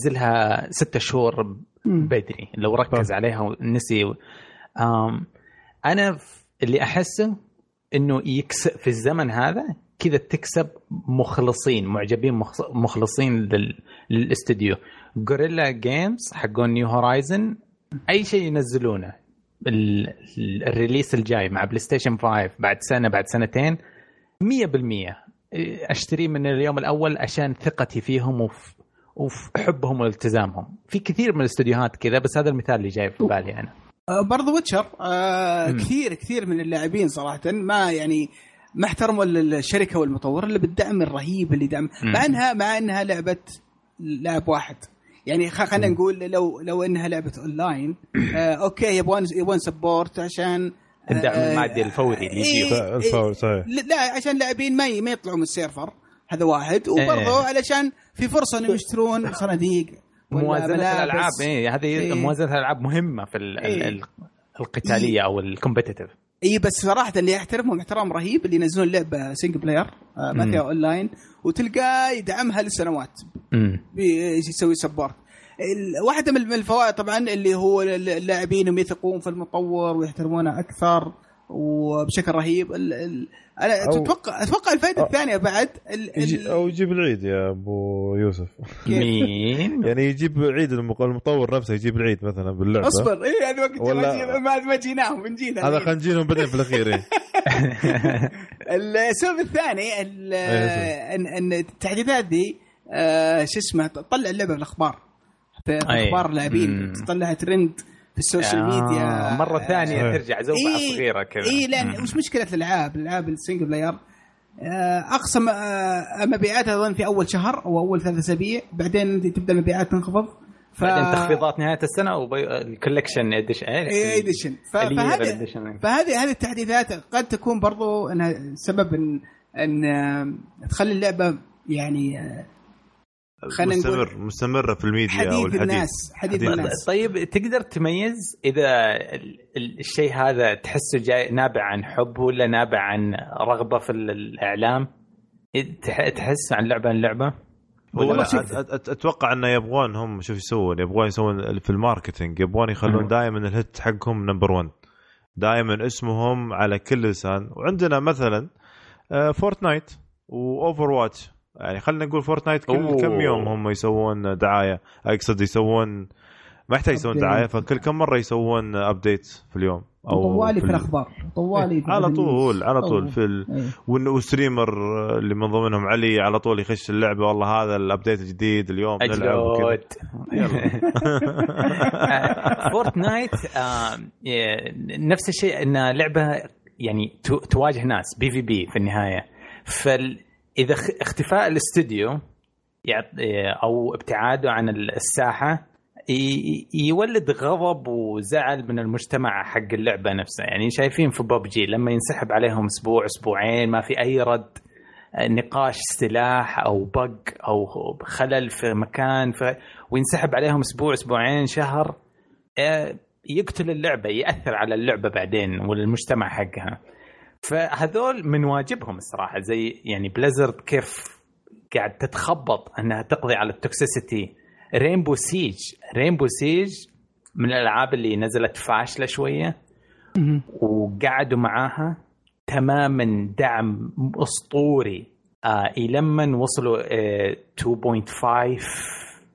وينزلها ستة شهور بدري لو ركز عليها ونسي. انا اللي احسه انه يكسب في الزمن هذا كذا، تكسب مخلصين معجبين مخلصين لل... للاستديو. غوريلا جيمز حقون نيو هورايزن اي شيء ينزلونه ال... الريليس الجاي مع بلاي ستيشن خمسة بعد سنه بعد سنتين مية بالمية اشتري من اليوم الاول عشان ثقتي فيهم وف... وحبهم والتزامهم. في كثير من الاستديوهات كذا، بس هذا المثال اللي جاي في بالي انا. برضو ويتشر آه كثير كثير من اللاعبين صراحة ما يعني ما احترموا الشركة والمطور اللي بالدعم الرهيب اللي دعم، مع انها مع انها لعبة لاعب واحد. يعني خلينا نقول لو لو انها لعبة اونلاين آه اوكي يبغون يبغون سبورت عشان الدعم آه المادي الفوري اللي إيه الفور صحيح. لا عشان لاعبين ما ما يطلعوا من السيرفر، هذا واحد. وبرضو إيه. علشان في فرصة انهم يشترون صناديق موازنة الألعاب. إيه هذه إيه. موازنة الألعاب مهمة في إيه. القتالية إيه. أو الكومبيتيتيف. إيه بس صراحة اللي يحترمهم احترام رهيب اللي ينزلون لعبة سينجل بلاير آه ما فيها أونلاين وتلقاه يدعمها لسنوات بيسوي سبورت. واحدة من الفوائد طبعا اللي هو اللاعبين يثقون في المطور ويحترمونه أكثر وبشكل رهيب. ال ال أنا أتوقع أتوقع الفائدة أو الثانية بعد ال يجي أو يجيب العيد يا أبو يوسف. مين يعني يجيب عيد المطور نفسه يجيب العيد مثلا باللعبة. أصبر إيه هذا وقت ولا... ما ما جيناهم بنجينا هذا خنجينهم بعدين في الأخير. إيه السبب الثاني أن أن التحديثات دي آه شو اسمه تطلع اللعبة في الأخبار، في أخبار لاعبين، تطلع ترند في السوشيال آه ميديا مرة ثانية آه ترجع زوبعة إيه صغيرة كذا. إيه لأن مش مشكلة الألعاب الألعاب السينجل بلاير آه أقصى مبيعاتها أظن في أول شهر أو أول ثلاثة أسابيع، بعدين تبدأ المبيعات تنخفض. ف... بعدين تخفيضات نهاية السنة والكولكشن إديشن. إيه إديشن. فهذه فهذه هذه التحديثات قد تكون برضو أنها سبب إن أن تخلي اللعبة يعني مستمر مستمرة في الميديا حديث أو الحديث الناس حديث الناس. طيب تقدر تميز إذا الشيء هذا تحسه جاي نابع عن حب ولا نابع عن رغبة في الإعلام؟ تحس عن لعبة عن لعبة؟ أتوقع أنه يبغون هم شوف يسوون يبغون يسوون في الماركتينج، يبغون يخلون دائما الهيت حقهم نمبر ون، دائما اسمهم على كل لسان. وعندنا مثلا فورتنايت وأوفر واتش، يعني خلينا نقول فورتنايت كل أوه. كم يوم هم يسوون دعاية، أقصد يسوون ما يحتاج يسوون دعاية، فكل كم مرة يسوون أبديت في اليوم أو طوالي في, في الأخبار طوالي في على طول على طول في ال... والستريمر اللي من ضمنهم علي على طول يخش اللعبة والله هذا الأبديت الجديد اليوم نلعب وكذا. فورتنايت آه نفس الشيء، إن لعبة يعني تواجه ناس بي في بي في النهاية. فال إذا اختفاء الاستوديو أو ابتعاده عن الساحة يولد غضب وزعل من المجتمع حق اللعبة نفسها. يعني شايفين في ببجي لما ينسحب عليهم أسبوع أسبوعين ما في أي رد، نقاش سلاح أو بق أو خلل في مكان ف... وينسحب عليهم أسبوع أسبوعين شهر، يقتل اللعبة، يأثر على اللعبة بعدين والمجتمع حقها. فهذول من واجبهم الصراحة، زي يعني بليزرد كيف قاعد تتخبط أنها تقضي على التوكسيسيتي. رينبو سيج رينبو سيج من الألعاب اللي نزلت فاشلة شوية وقعدوا معاها تماما دعم أسطوري آه إلى من وصلوا آه اثنين فاصلة خمسة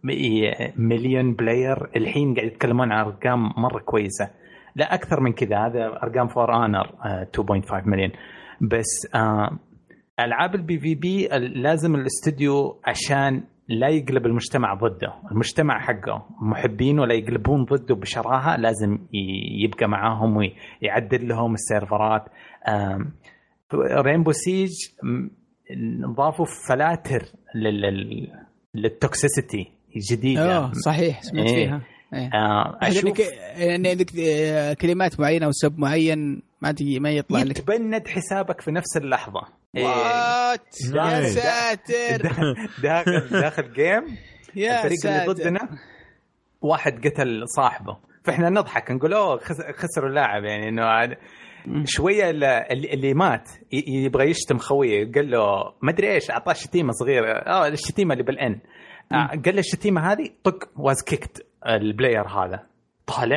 مليون بلاير. الحين قاعد يتكلمون عن أرقام مرة كويسة، لا أكثر من كذا، هذا أرقام فور آنر اثنين فاصلة خمسة مليون بس. آه ألعاب البي في بي لازم الاستوديو عشان لا يقلب المجتمع ضده، المجتمع حقه محبين ولا يقلبون ضده بشراهة، لازم يبقى معاهم ويعدل لهم السيرفرات. آه رينبو سيج ضافوا فلاتر لل للتوكسيسيتي جديدة. اه صحيح سمعت إيه. فيها إيه. آه أشوف يعني كلمات معينة وسب معين ما تجي ما يطلع لك، يتبند حسابك في نفس اللحظة. وات يا ساتر داخل داخل جيم الفريق اللي ضدنا واحد قتل صاحبه، فإحنا نضحك نقول أوه خسروا اللاعب، يعني إنه شوية اللي مات يبغى يشتم خويه، قال له ما أدري إيش، أعطاه شتيمة صغيرة، آه الشتيمة اللي بالإن، قال له الشتيمة هذه طق واز كيكت. البلاير هذا طالع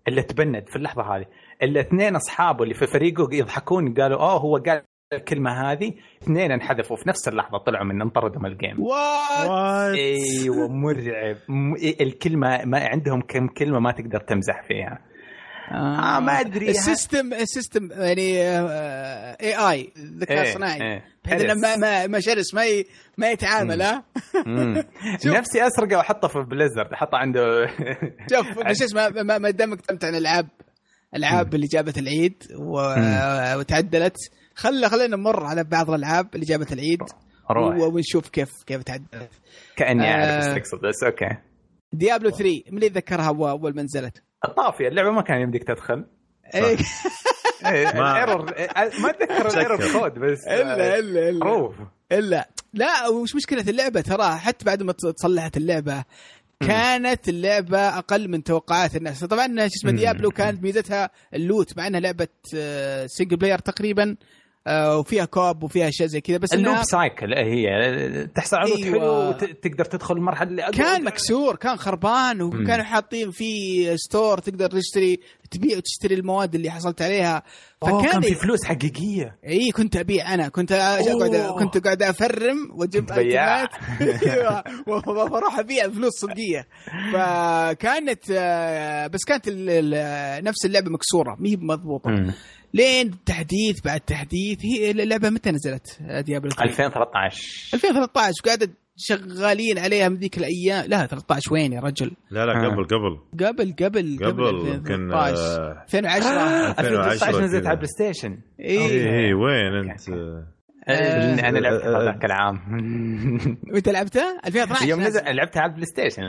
اللي تبند في اللحظه هذه. الاثنين اصحابه اللي في فريقه يضحكون قالوا اوه هو قال الكلمه هذه، اثنين انحذفوا في نفس اللحظه، طلعوا من انطردوا من الجيم. وات ايوه مرعب. الكلمه ما عندهم كم كلمه ما تقدر تمزح فيها. آه, آه ما ادري. السيستم السيستم يعني اي اي ذكاء صناعي بحيث انه ما ما ما شرس ما ي... ما يتعامل. ها نفسي اسرقه واحطه في بليزرد، احطه عنده. شوف مش اسمه ما ما دامك تمت عن العاب العاب اللي جابت العيد و... وتعدلت، خلى خلينا نمر على بعض الالعاب اللي جابت العيد و... ونشوف كيف كيف تعدلت. كاني اعرف ايش تقصد بس اوكي. ديابلو ثري من اللي يتذكرها اول ما نزلت؟ الطافيه اللعبه ما كان يمديك تدخل. ايه الايرور ما اتذكر الايرور كود بس الا الا الا روف الا لا. وش مشكله اللعبه ترى حتى بعد ما تصلحت اللعبه كانت اللعبه اقل من توقعات الناس. طبعا اسمها ديابلو كانت ميزتها اللوت، مع انها لعبه سنجل بلاير تقريبا وفيها كوب وفيها اشياء زي كذا، بس اللوب سايكل هي تحصل عروض أيوة. حلو وتقدر تدخل المرحله اللي كان مكسور كان خربان، وكانوا حاطين فيه ستور تقدر تشتري تبيع وتشتري المواد اللي حصلت عليها، فكان في فلوس حقيقيه. اي كنت ابيع انا كنت اقعد كنت قاعد افرم واجيب ايتمات واروح ابيع فلوس صدقيه. فكانت بس كانت نفس اللعبه مكسوره مي مضبوطه لين تحديث بعد تحديث. هي اللعبه متى نزلت ديابلو؟ ألفين وثلاثة عشر ألفين وثلاثة عشر قاعده شغالين عليها من ذيك الايام. لا ثلاثة عشر وين يا رجل؟ لا لا قبل قبل قبل قبل قبل كان ألفين وعشرة ألفين وثلاثة عشر نزلت على البلاي ستيشن. اي وين انت؟ انا لعبت هذاك العام. وانت لعبتها ألفين واثناشر؟ يوم نزل لعبتها على البلاي ستيشن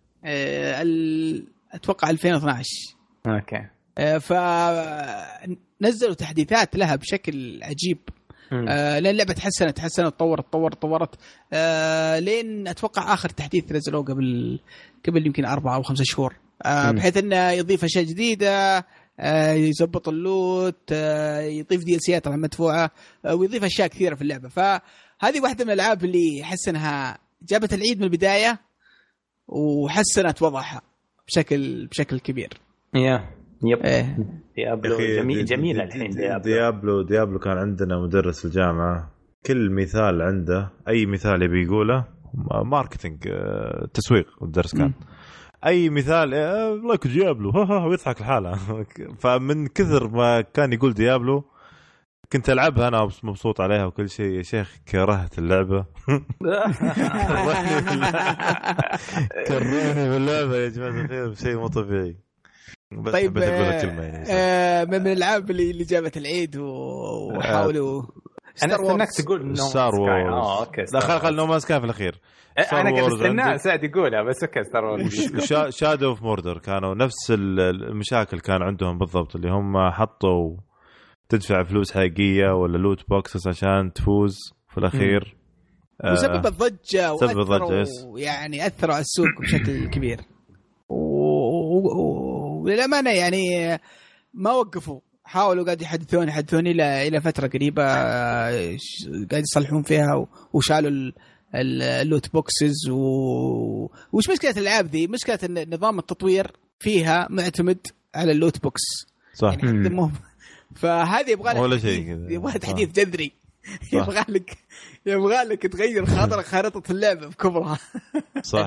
اتوقع ألفين واثناشر. اوكي. فنزلوا تحديثات لها بشكل عجيب. آه لين اللعبة تحسنت تحسنت تطورت تطورت تطورت آه لين أتوقع آخر تحديث نزلوه قبل قبل يمكن أربعة أو خمسة شهور آه بحيث إنه يضيف أشياء جديدة، آه يزبط اللوت، آه يضيف دي ال سيات طبعا مدفوعة، آه ويضيف أشياء كثيرة في اللعبة. فهذه واحدة من الألعاب اللي حسنها جابت العيد من البداية وحسنت وضعها بشكل بشكل كبير. yeah. يب إيه. ديابلو جميل جميل الحين. ديابلو. ديابلو ديابلو كان عندنا مدرس في الجامعة كل مثال عنده أي مثال يبي يقوله ماركتينج تسويق، والدرس كان م. أي مثال لايك ديابلو ها ها ويضحك الحالة. فمن كثر ما كان يقول ديابلو كنت ألعبها أنا مبسوط عليها وكل شيء. يا شيخ كرهت اللعبة. كرهني باللعبة يا جماعة الخير شيء مو طبيعي. طيب يعني آه من الالعاب اللي اللي جابت العيد وحاولوا انا استناك تقول ستار وورز. اه اوكي لا خل خل نو مان سكاي في الاخير. انا قاعد استنى سعد يقولها بس اوكي ستار وورز. شادو اوف موردر كانوا نفس المشاكل كان عندهم بالضبط، اللي هم حطوا تدفع فلوس حقيقيه ولا لوت بوكسز عشان تفوز في الاخير. آه وسبب الضجه وأثروا يعني اثروا على السوق بشكل كبير. وللأمانة يعني ما وقفوا، حاولوا قاعد يحدثون يحدثون إلى إلى فترة قريبة قاعد يصلحون فيها وشالوا اللوت بوكسز. وش مشكلة الألعاب ذي؟ مشكلة إن نظام التطوير فيها معتمد على اللوت بوكس صح. يعني مهم. فهذا يبغى ولا شيء كذا، يبغى تحديث جذري، يبغى لك يبغى لك تغير خاطر خارطة اللعبة بكبرها. صح.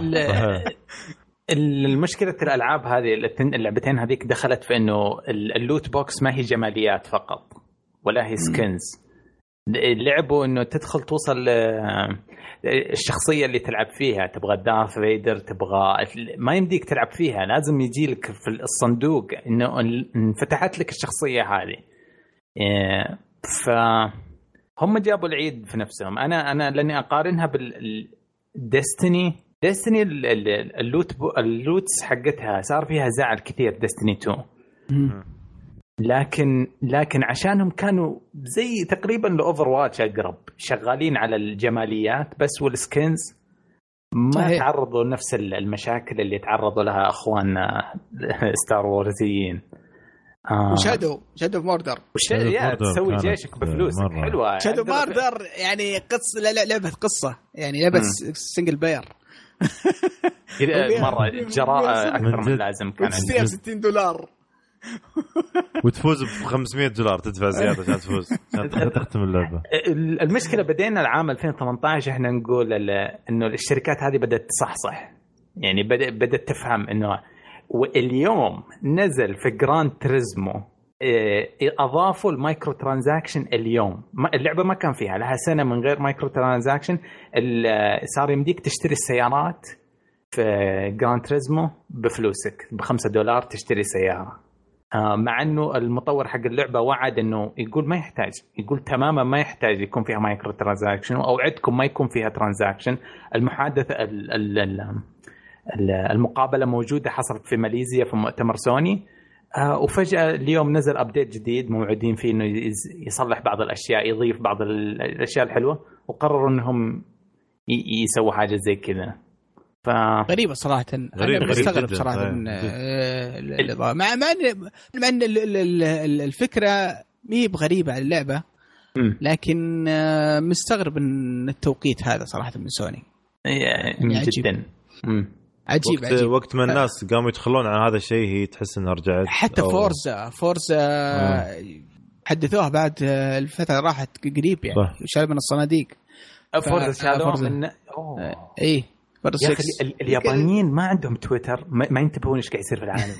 المشكلة الألعاب هذه اللعبتين هذيك دخلت في إنه اللوت بوكس ما هي جماليات فقط ولا هي سكنز. لعبوا إنه تدخل توصل الشخصية اللي تلعب فيها، تبغى دارث فيدر، تبغى ما يمديك تلعب فيها، لازم يجي لك في الصندوق إنه انفتحت لك الشخصية هذه. فهم جابوا العيد في نفسهم. أنا أنا لأني أقارنها بالديستني. ديستني اللوت اللوتس حقتها صار فيها زعل كثير ديستني تو، لكن لكن عشانهم كانوا زي تقريبا لأوفر واتش أقرب، شغالين على الجماليات بس، والسكنز ما تعرضوا لنفس المشاكل اللي تعرضوا لها أخواننا ستار وورزيين. آه. وشادو شادو موردر يا تسوي جيشك بفلوسك حلوة. شادو موردر يعني قصة، لا لعبة قصة يعني لعبة سنجل بلاير. مرة جراءة أكثر من لازم كان عندي ستين دولار وتفوز ب خمسمية دولار تدفع زياده عشان تفوز عشان تختم اللعبه. المشكله بدينا العام ألفين وثمانية عشر احنا نقول انه الشركات هذه بدات تصحصح، يعني بدات تفهم انه واليوم نزل في جراند تريزمو اضافوا المايكرو ترانزاكشن. اليوم اللعبه ما كان فيها لها سنه من غير مايكرو ترانزاكشن، صار يمديك تشتري السيارات في جراند تريزمو بفلوسك بخمسة دولار تشتري سياره، مع انه المطور حق اللعبه وعد انه يقول ما يحتاج، يقول تماما ما يحتاج يكون فيها مايكرو ترانزاكشن، واوعدكم ما يكون فيها ترانزاكشن. المحادثه المقابله موجوده، حصلت في ماليزيا في مؤتمر سوني، وفجاه اليوم نزل ابديت جديد موعدين فيه انه يصلح بعض الاشياء، يضيف بعض الاشياء الحلوه، وقرروا انهم يسووا حاجه زي كذا. ف... غريبة صراحة. غريب أنا مستغرب صراحة من مع مع مع أن الفكرة مي بغريبة على اللعبة، لكن مستغرب من التوقيت هذا صراحة من سوني يعني جدا عجيب. وقت, عجيب. وقت ما الناس قاموا يدخلون على هذا الشيء هي تحس انها رجعت. حتى أو... فورزا فورزا حدثوها بعد الفترة راحت قريب يعني وشال من الصناديق. فورزا شالوها من أوه. ايه يا أخي اليابانيين ما عندهم تويتر، ما ينتبهون ايش قاعد يصير في العالم.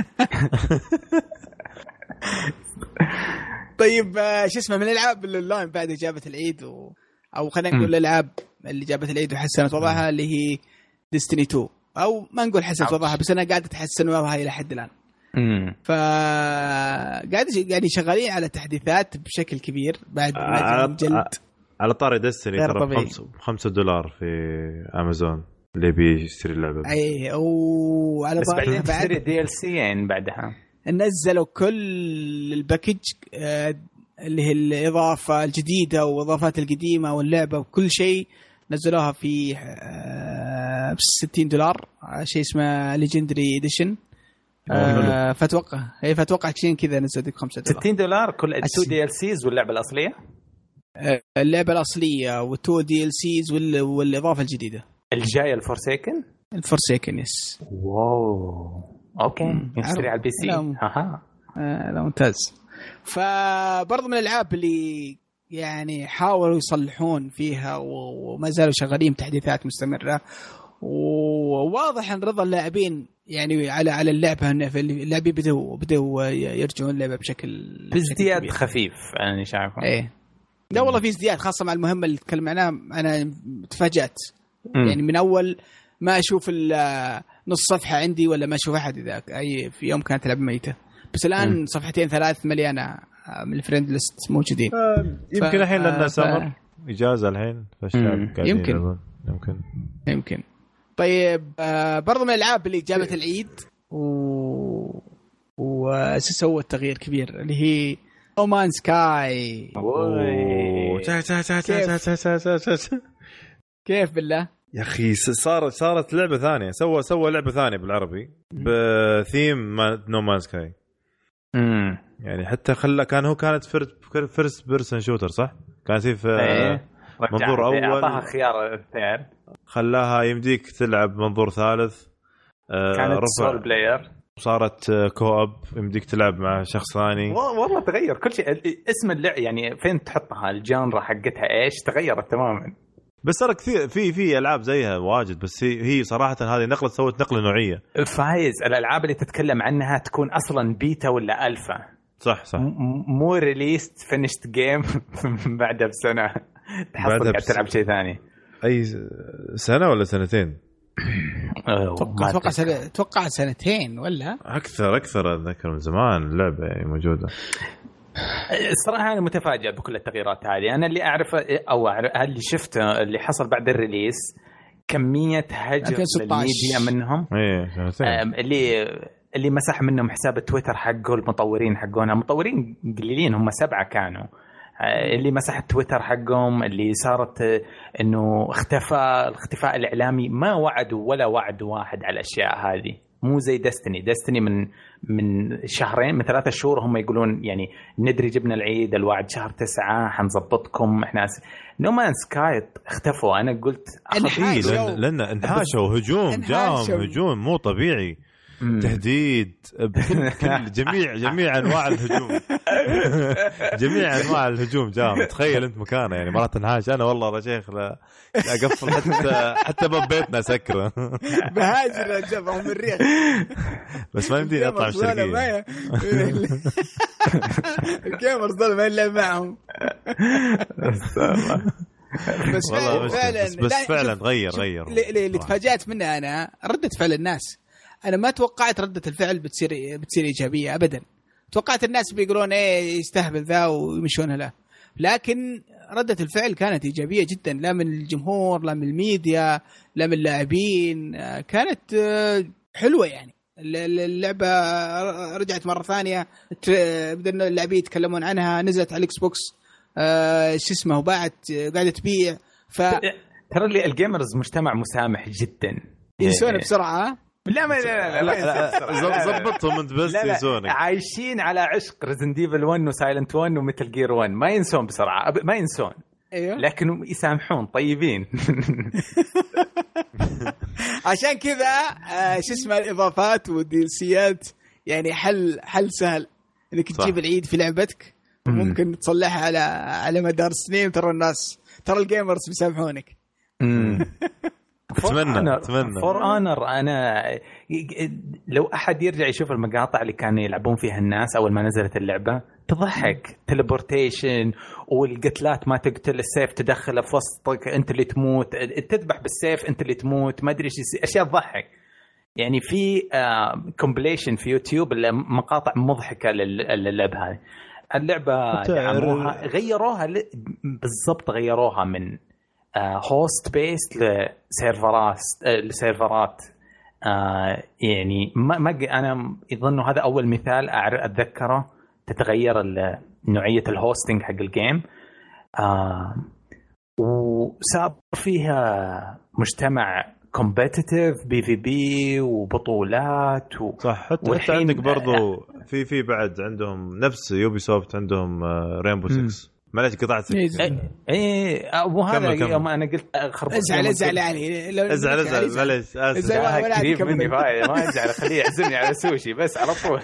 طيب شو اسمه من الالعاب الاونلاين بعد اجابه العيد و... او خلينا نقول الالعاب اللي جابت العيد وحسنت وضعها اللي هي ديستني تو، او ما نقول حسنت وضعها بس انا قاعده تحسن وضعها الى حد الان. ف قاعد يعني شغالين على تحديثات بشكل كبير بعد ما جلد. على طاري ديستني ترى بخمسة دولار في امازون اللي بيشتري اللعبه. اي وعلى طاري بعد دي ال سي يعني بعدها نزلوا كل الباكج اللي هي الاضافه الجديده واضافات القديمه واللعبه وكل شيء نزلوها في ب ستين دولار، شيء اسمه ليجندري اديشن. آه فتوقع هي فتوقع شيء كذا نزل ديك خمسة دولار. ستين دولار كل تو دي ال سيز واللعبه الاصليه. اللعبه الاصليه والتو دي ال سيز والاضافه الجديده الجايه الفورسيكن. الفورسيكن يس. واو اوكي نشتري على البي سي. اها آه لا ممتاز. فبرضه من الالعاب اللي يعني حاولوا يصلحون فيها وما زالوا شغالين تحديثات مستمره، وواضح ان رضا اللاعبين يعني على على اللعبه اللاعبين بدوا بدوا يرجعون اللعبه بشكل بازدياد خفيف. انا شايفه ايه لا والله في ازدياد، خاصه مع المهمه اللي تكلم عنها. انا تفاجأت يعني من اول ما اشوف نص صفحه عندي ولا ما اشوف احد اذا اي في يوم كانت لعبه ميته، بس الان م. صفحتين ثلاث مليانه من الفريند ليست موجودين. آه يمكن الحين لنا سمر اجازه الحين فالشعب قاعدين يمكن يمكن يمكن طيب آه برضو من الالعاب اللي جابت العيد و وسوت تغيير كبير اللي هي اومان سكاي. كيف بالله يا اخي صارت صارت لعبه ثانيه، سوى سوى لعبه ثانيه بالعربي بثيم نو مان سكاي. امم يعني حتى خلى كان هو كانت فيرست بيرسون شوتر صح، كان في منظور اول اعطاها خيار الثاني خلاها يمديك تلعب منظور ثالث. كانت سول بلاير صارت كوب يمديك تلعب مع شخص ثاني. والله تغير كل شيء. اسم اللعبه يعني فين تحطها الجانرا حقتها ايش تغيرت تماما. بس صار كثير في في العاب زيها واجد، بس هي هي صراحه هذه نقله سوت نقله نوعيه. فايز الالعاب اللي تتكلم عنها تكون اصلا بيتا ولا الفا. صح صح مو ريليست فينيشت جيم بعدها بسنه تحصل قاعد تلعب شيء ثاني. اي سنه ولا سنتين؟ اتوقع اتوقع سنة... توقع سنتين ولا اكثر. اكثر اتذكر من زمان اللعبه يعني موجوده. الصراحه انا متفاجئ بكل التغييرات هذه. انا اللي اعرفه او اللي شفته اللي حصل بعد الريليس كميه هجر للميديا منهم. ايه اللي اللي مسح منهم حساب التويتر حقه المطورين حقهم، مطورين قليلين هم سبعة كانوا، اللي مسح التويتر حقهم، اللي صارت انه اختفى الاختفاء الاعلامي، ما وعدوا ولا وعد واحد على الاشياء هذه. مو زي دستني دستني من من شهرين من ثلاثة شهور هم يقولون يعني ندري جبنا العيد الوعد شهر تسعة حنظبطكم احنا. نومان سكاي اختفوا. انا قلت لأن, لأن انحاشوا هجوم جاهم هجوم مو طبيعي. تهديد بكل كل جميع جميع انواع الهجوم جميع انواع الهجوم جاء. تخيل انت مكانه يعني مرات انحاش انا والله يا شيخ لا اقفل حتى حتى باب بيتنا سكره بهاجر جبهه من الريح بس ما يمديني اطلع الشرقيه. الجيمرز دول ما يلعب معهم بس فعلا فعلا بس, بس فعلا غير غير اللي تفاجأت منه انا ردة فعل الناس. انا ما توقعت ردة الفعل بتصير بتصير ايجابيه ابدا. توقعت الناس بيقولون ايه يستهبل ذا ويمشون له، لكن ردة الفعل كانت ايجابيه جدا، لا من الجمهور لا من الميديا لا من اللاعبين. كانت حلوه يعني. اللعبه رجعت مره ثانيه، بدنا اللاعبين يتكلمون عنها، نزلت على الاكس بوكس آه شو اسمه وباعت قاعده تبيع. ف ترى اللي الجيمرز مجتمع مسامح جدا، ينسون بسرعه. لا ما لا لا ضبطهم انت بس ينسونك. عايشين على عشق ريزيدنت ايفل واحد وسايلنت واحد وميتال جير واحد، ما ينسون بسرعه، ما ينسون. أيوه. لكن يسامحون طيبين. عشان كذا آه شو اسمه الاضافات والديلسيات يعني حل حل سهل انك تجيب العيد في لعبتك، ممكن تصلحها على على مدار السنين. ترى الناس ترى الجيمرز بيسامحونك. اتمنى اتمنى فور اونر. انا لو احد يرجع يشوف المقاطع اللي كانوا يلعبون فيها الناس اول ما نزلت اللعبه تضحك. تليبورتيشن والقتلات ما تقتل، السيف تدخله في وسطك انت اللي تموت، تذبح بالسيف انت اللي تموت، ما ادري ايش اشياء تضحك يعني. في كومبليشن في يوتيوب مقاطع مضحكه للعبه هذه. اللعبه دعموها، غيروها بالضبط، غيروها من هوست بيست لسيرفرات لسيرفرات يعني ما ما انا يظن هذا اول مثال اتذكره تتغير نوعيه الهوستنج حق الجيم. وصار فيها مجتمع كومبيتيتيف بي في بي وبطولات و... صح. حتى عندك برضو في في بعد عندهم نفس يوبي سوفت عندهم رينبو ستة. معلش قطعت اي اي وهذا يوم انا قلت خربت. ازعل ازعل علي ازعل ازعل معلش اسف قريب مني فاي ما ازعل خليه يعزمني على سوشي بس على طول.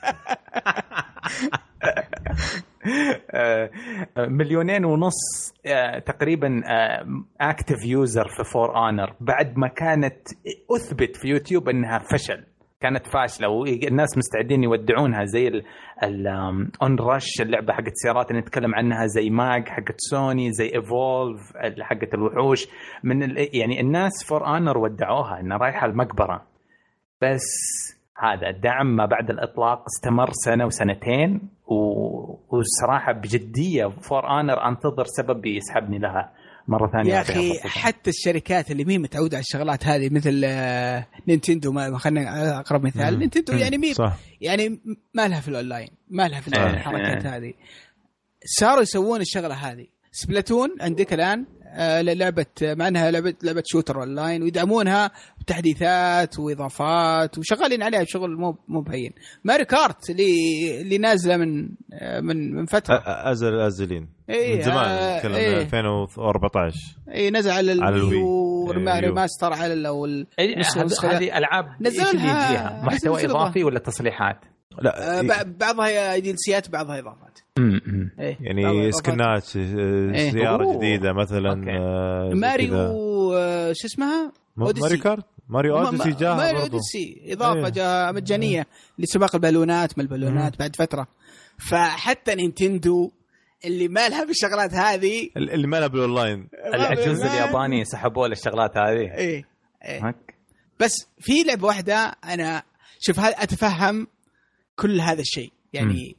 مليونين ونص تقريبا اكتيف يوزر في فور اونر بعد ما كانت اثبت في يوتيوب انها فشل، كانت فاشله والناس مستعدين يودعونها زي الاون رش اللعبه حقت سيارات اللي نتكلم عنها، زي ماج حقت سوني، زي ايفولف حقت الوحوش من يعني الناس فور اونر ودعوها انها رايحه المقبره. بس هذا الدعم ما بعد الإطلاق استمر سنة وسنتين و... وصراحة بجدية فور آنر أنتظر سبب يسحبني لها مرة ثانية. يا أخي حتى الشركات اللي مي متعودة على الشغلات هذه مثل نينتندو، ما خلنا أقرب مثال، نينتندو يعني مي يعني ما لها في الأونلاين، ما لها في الحركات هذه، صاروا يسوون الشغلة هذه. سبلاتون عندك الآن لعبة مع أنها لعبة لعبة شوتر أونلاين ويدعمونها بتحديثات وإضافات وشغالين عليها بشغل مو مو بهين. ماري كارت اللي اللي نازلة من من من فترة أزل أزلين إيه من زمان كلام إيه ألفين وأربعة عشر إيه نزل على الوي وريماستر على الأول. هذه ألعاب نزلها محتوى إضافي ولا تصليحات؟ لا آه بعضها ديلسيات بعضها إضافات. إيه يعني سكنات سيارة إيه؟ جديدة مثلا آه ماريو شو اسمها ماري كارت ماريو أوديسي جاء ماريو أوديسي إضافة إيه؟ جاء مجانية لسباق البالونات من البالونات بعد فترة. فحتى نينتندو اللي ما لها بالشغلات هذه، اللي ما لها بالأونلاين، العجوز الياباني سحبوا الشغلات هذه. إيه إيه بس في لعبة واحدة أنا شوف هذا أتفهم كل هذا الشيء يعني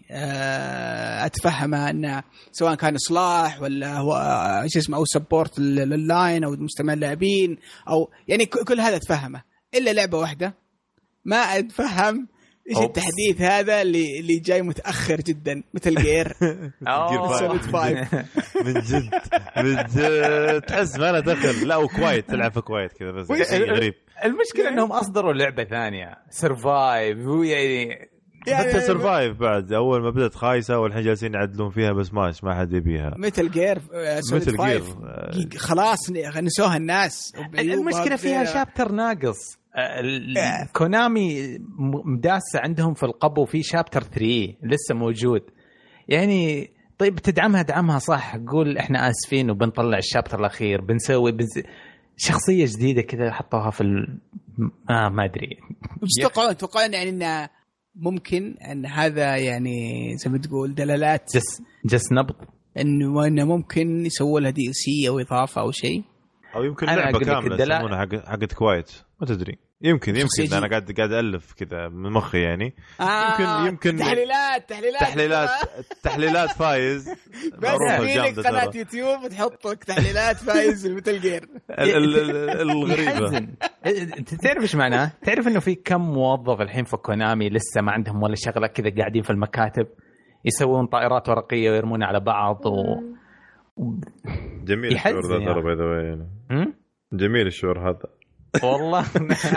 أتفهمها أن سواء كان إصلاح ولا هو شو اسمه أو سبورت لللاين أو مجتمع اللاعبين أو يعني كل هذا أتفهمه، إلا لعبة واحدة ما أتفهم إيش التحديث هذا اللي اللي جاي متأخر جدا مثل جير من جد من جد تحس ما له دخل. لا وكوايت تلعب في كوايت كذا بس غريب. المشكلة أنهم أصدروا لعبة ثانية سرفايف يعني يعني حتى سرفايف بعد أول ما بدأت خايسة والحين جالسين يعدلون فيها بس ماش ما حد يبيها. مثل جير مثل جير خلاص نسوها الناس. المشكلة فيها شابتر ناقص كونامي مداسة عندهم في القبو في شابتر ثلاثة لسه موجود يعني. طيب تدعمها دعمها صح، قول احنا اسفين وبنطلع الشابتر الاخير بنسوي بنز... شخصيه جديده كذا حطوها في ال... آه ما ادري. توقعوا توقعوا يعني ان ممكن ان هذا يعني زي ما تقول دلالات جس جس نبض انه انه ممكن يسووا لها دي سي او اضافه او شيء، او يمكن لعبه كامله يسمونها حق حقت كوايت ما تدري. يمكن يمكن انا قاعد قاعد الف كذا من مخي يعني. آه يمكن يمكن تحليلات تحليلات تحليلات تحليلات فايز بس في لك قناه يوتيوب تحط لك تحليلات فايز الميتال جير الغريبه. انت تعرف ايش معناه؟ تعرف انه في كم موظف الحين في كونامي لسه ما عندهم ولا شغله كذا قاعدين في المكاتب يسوون طائرات ورقيه ويرمونها على بعض و... جميل الشعور ذا ترى باي ذا واي. جميل الشعور هذا والله.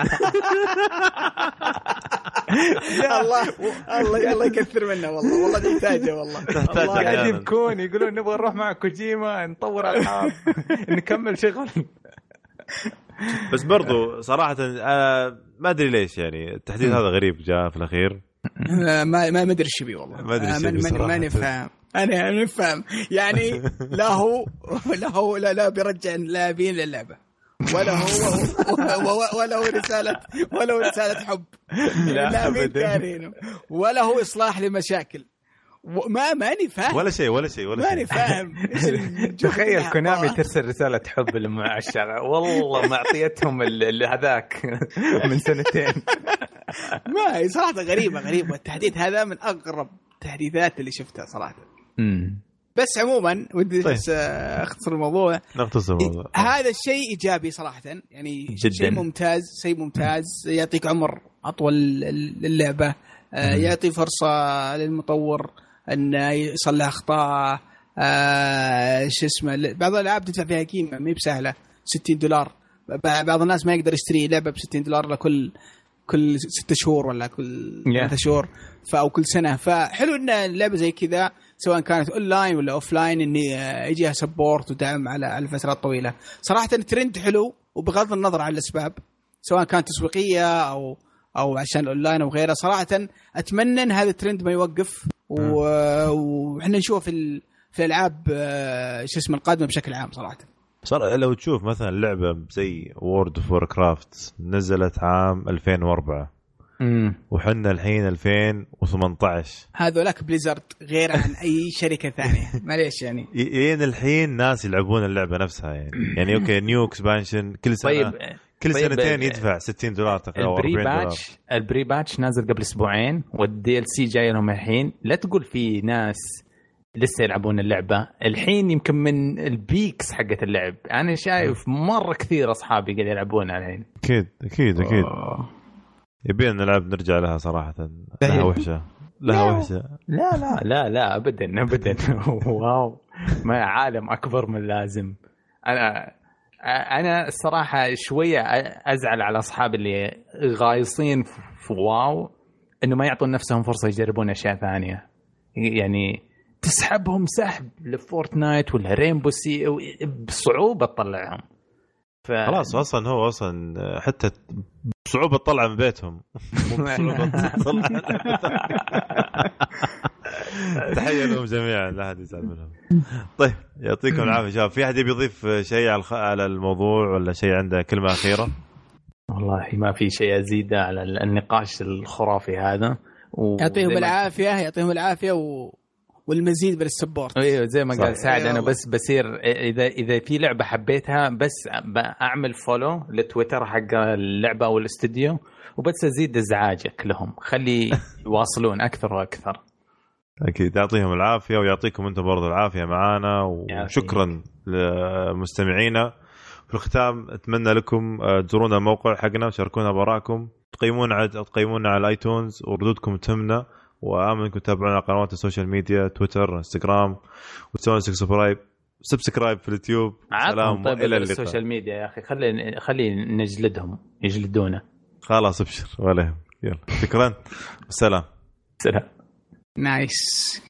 الله الله الله يكثر منه والله والله نحتاجه والله. الله قاعد يبكون يقولون نبغى نروح مع كوجيما نطور العاب نكمل شغل. بس برضو صراحة أنا ما أدري ليش يعني التحديث هذا غريب جاء في الأخير. ما ما ما أدري إيش بيه والله. ما أدري إيش بيه صراحة. ما نفهم أنا أنا نفهم يعني لا هو لا هو لا لا بيرجع اللاعبين للعبة ولا هو ولا هو رسالة ولا هو رسالة حب لا أبدا ولا هو إصلاح لمشاكل ما ماني فاهم ولا شيء ولا شيء ولا ماني فاهم. تخيل كونامي ترسل رسالة حب للمعشرة والله ما أعطيتهم هذاك من سنتين. ما صراحة غريبة غريبة. التحديث هذا من أغرب التحديثات اللي شفتها صراحة. بس عموما ودي طيب. بس اختصر الموضوع نختصر الموضوع. هذا الشيء ايجابي صراحه يعني شيء ممتاز شيء ممتاز يعطيك عمر اطول للعبه يعطي فرصه للمطور ان يصلح اخطاء ايش اسمه. بعض الالعاب تدفع فيها قيمه ما هي بسهله ستين دولار. بعض الناس ما يقدر يشتري لعبه ب ستين دولار لكل كل ستة شهور ولا كل ثلاثة yeah. شهور فأو كل سنة. فحلو إن اللعبة زي كذا سواء كانت أونلاين ولا أوفلاين إني يجيها سبورت ودعم على على فترات طويلة. صراحة الترند حلو وبغض النظر عن الأسباب سواء كانت تسويقية أو أو عشان الأونلاين أو غيره. صراحة أتمنى إن هذا الترند ما يوقف وإحنا نشوف في في الألعاب شو اسمه القادمة بشكل عام. صراحة صار لو تشوف مثلا لعبة زي وورد اوف ووركرافت نزلت عام ألفين وأربعة امم وحنا الحين ألفين وثمانية عشر هذولك بليزرد غير عن أي شركة ثانية معليش يعني ين الحين ناس يلعبون اللعبة نفسها يعني يعني أوكي نيو اكسبانشن كل سنة طيب. كل طيب سنتين يدفع ستين دولار تقريبا أو أربعين دولار. البري باتش نازل قبل أسبوعين والدي ال سي جاي لهم الحين. لا تقول في ناس لسه يلعبون اللعبة الحين يمكن من البيكس حقة اللعب. أنا شايف مرة كثير أصحابي قاعد يلعبونها الحين. أكيد أكيد أكيد يبين نلعب نرجع لها صراحة. لها وحشة لها وحشة لا لا لا لا أبدا أبدا. واو ما عالم أكبر من اللازم. أنا أنا الصراحة شوية أزعل على أصحاب اللي غايصين في واو إنه ما يعطون نفسهم فرصة يجربون أشياء ثانية يعني تسحبهم سحب لفورتنايت ولا رينبو سي بصعوبة تطلعهم. ف... خلاص أصلا هو أصلا حتى بصعوبة تطلع من بيتهم تحية لهم جميعا لا أحد يزعل منهم. طيب يعطيكم العافية شباب. في أحد يضيف شيء على على الموضوع ولا شيء عنده كلمة أخيرة؟ والله ما في شيء أزيد على النقاش الخرافي هذا و... يعطيهم العافية يعطيهم العافية و... والمزيد بالسبورت. ايوه زي ما قال سعد انا بس بصير اذا اذا في لعبه حبيتها بس اعمل فولو لتويتر حق اللعبه او الاستوديو وبس ازيد ازعاجك لهم خلي يواصلون اكثر واكثر. اكيد يعطيهم العافيه ويعطيكم انتم برضو العافيه معانا وشكرا لمستمعينا. في الختام اتمنى لكم تزورونا الموقع حقنا وشاركونا بارائكم تقيمونا على تقيمونا على الايتونز وردودكم تهمنا وآمنكم تتابعونا على قنوات السوشيال ميديا تويتر انستغرام وتسوون سبسكرايب سبسكرايب في اليوتيوب. سلام طيب الى السوشيال ميديا يا اخي خلي خلي نجلدهم يجلدونا خلاص ابشر ولا يلا شكرا والسلام. سلام نايس.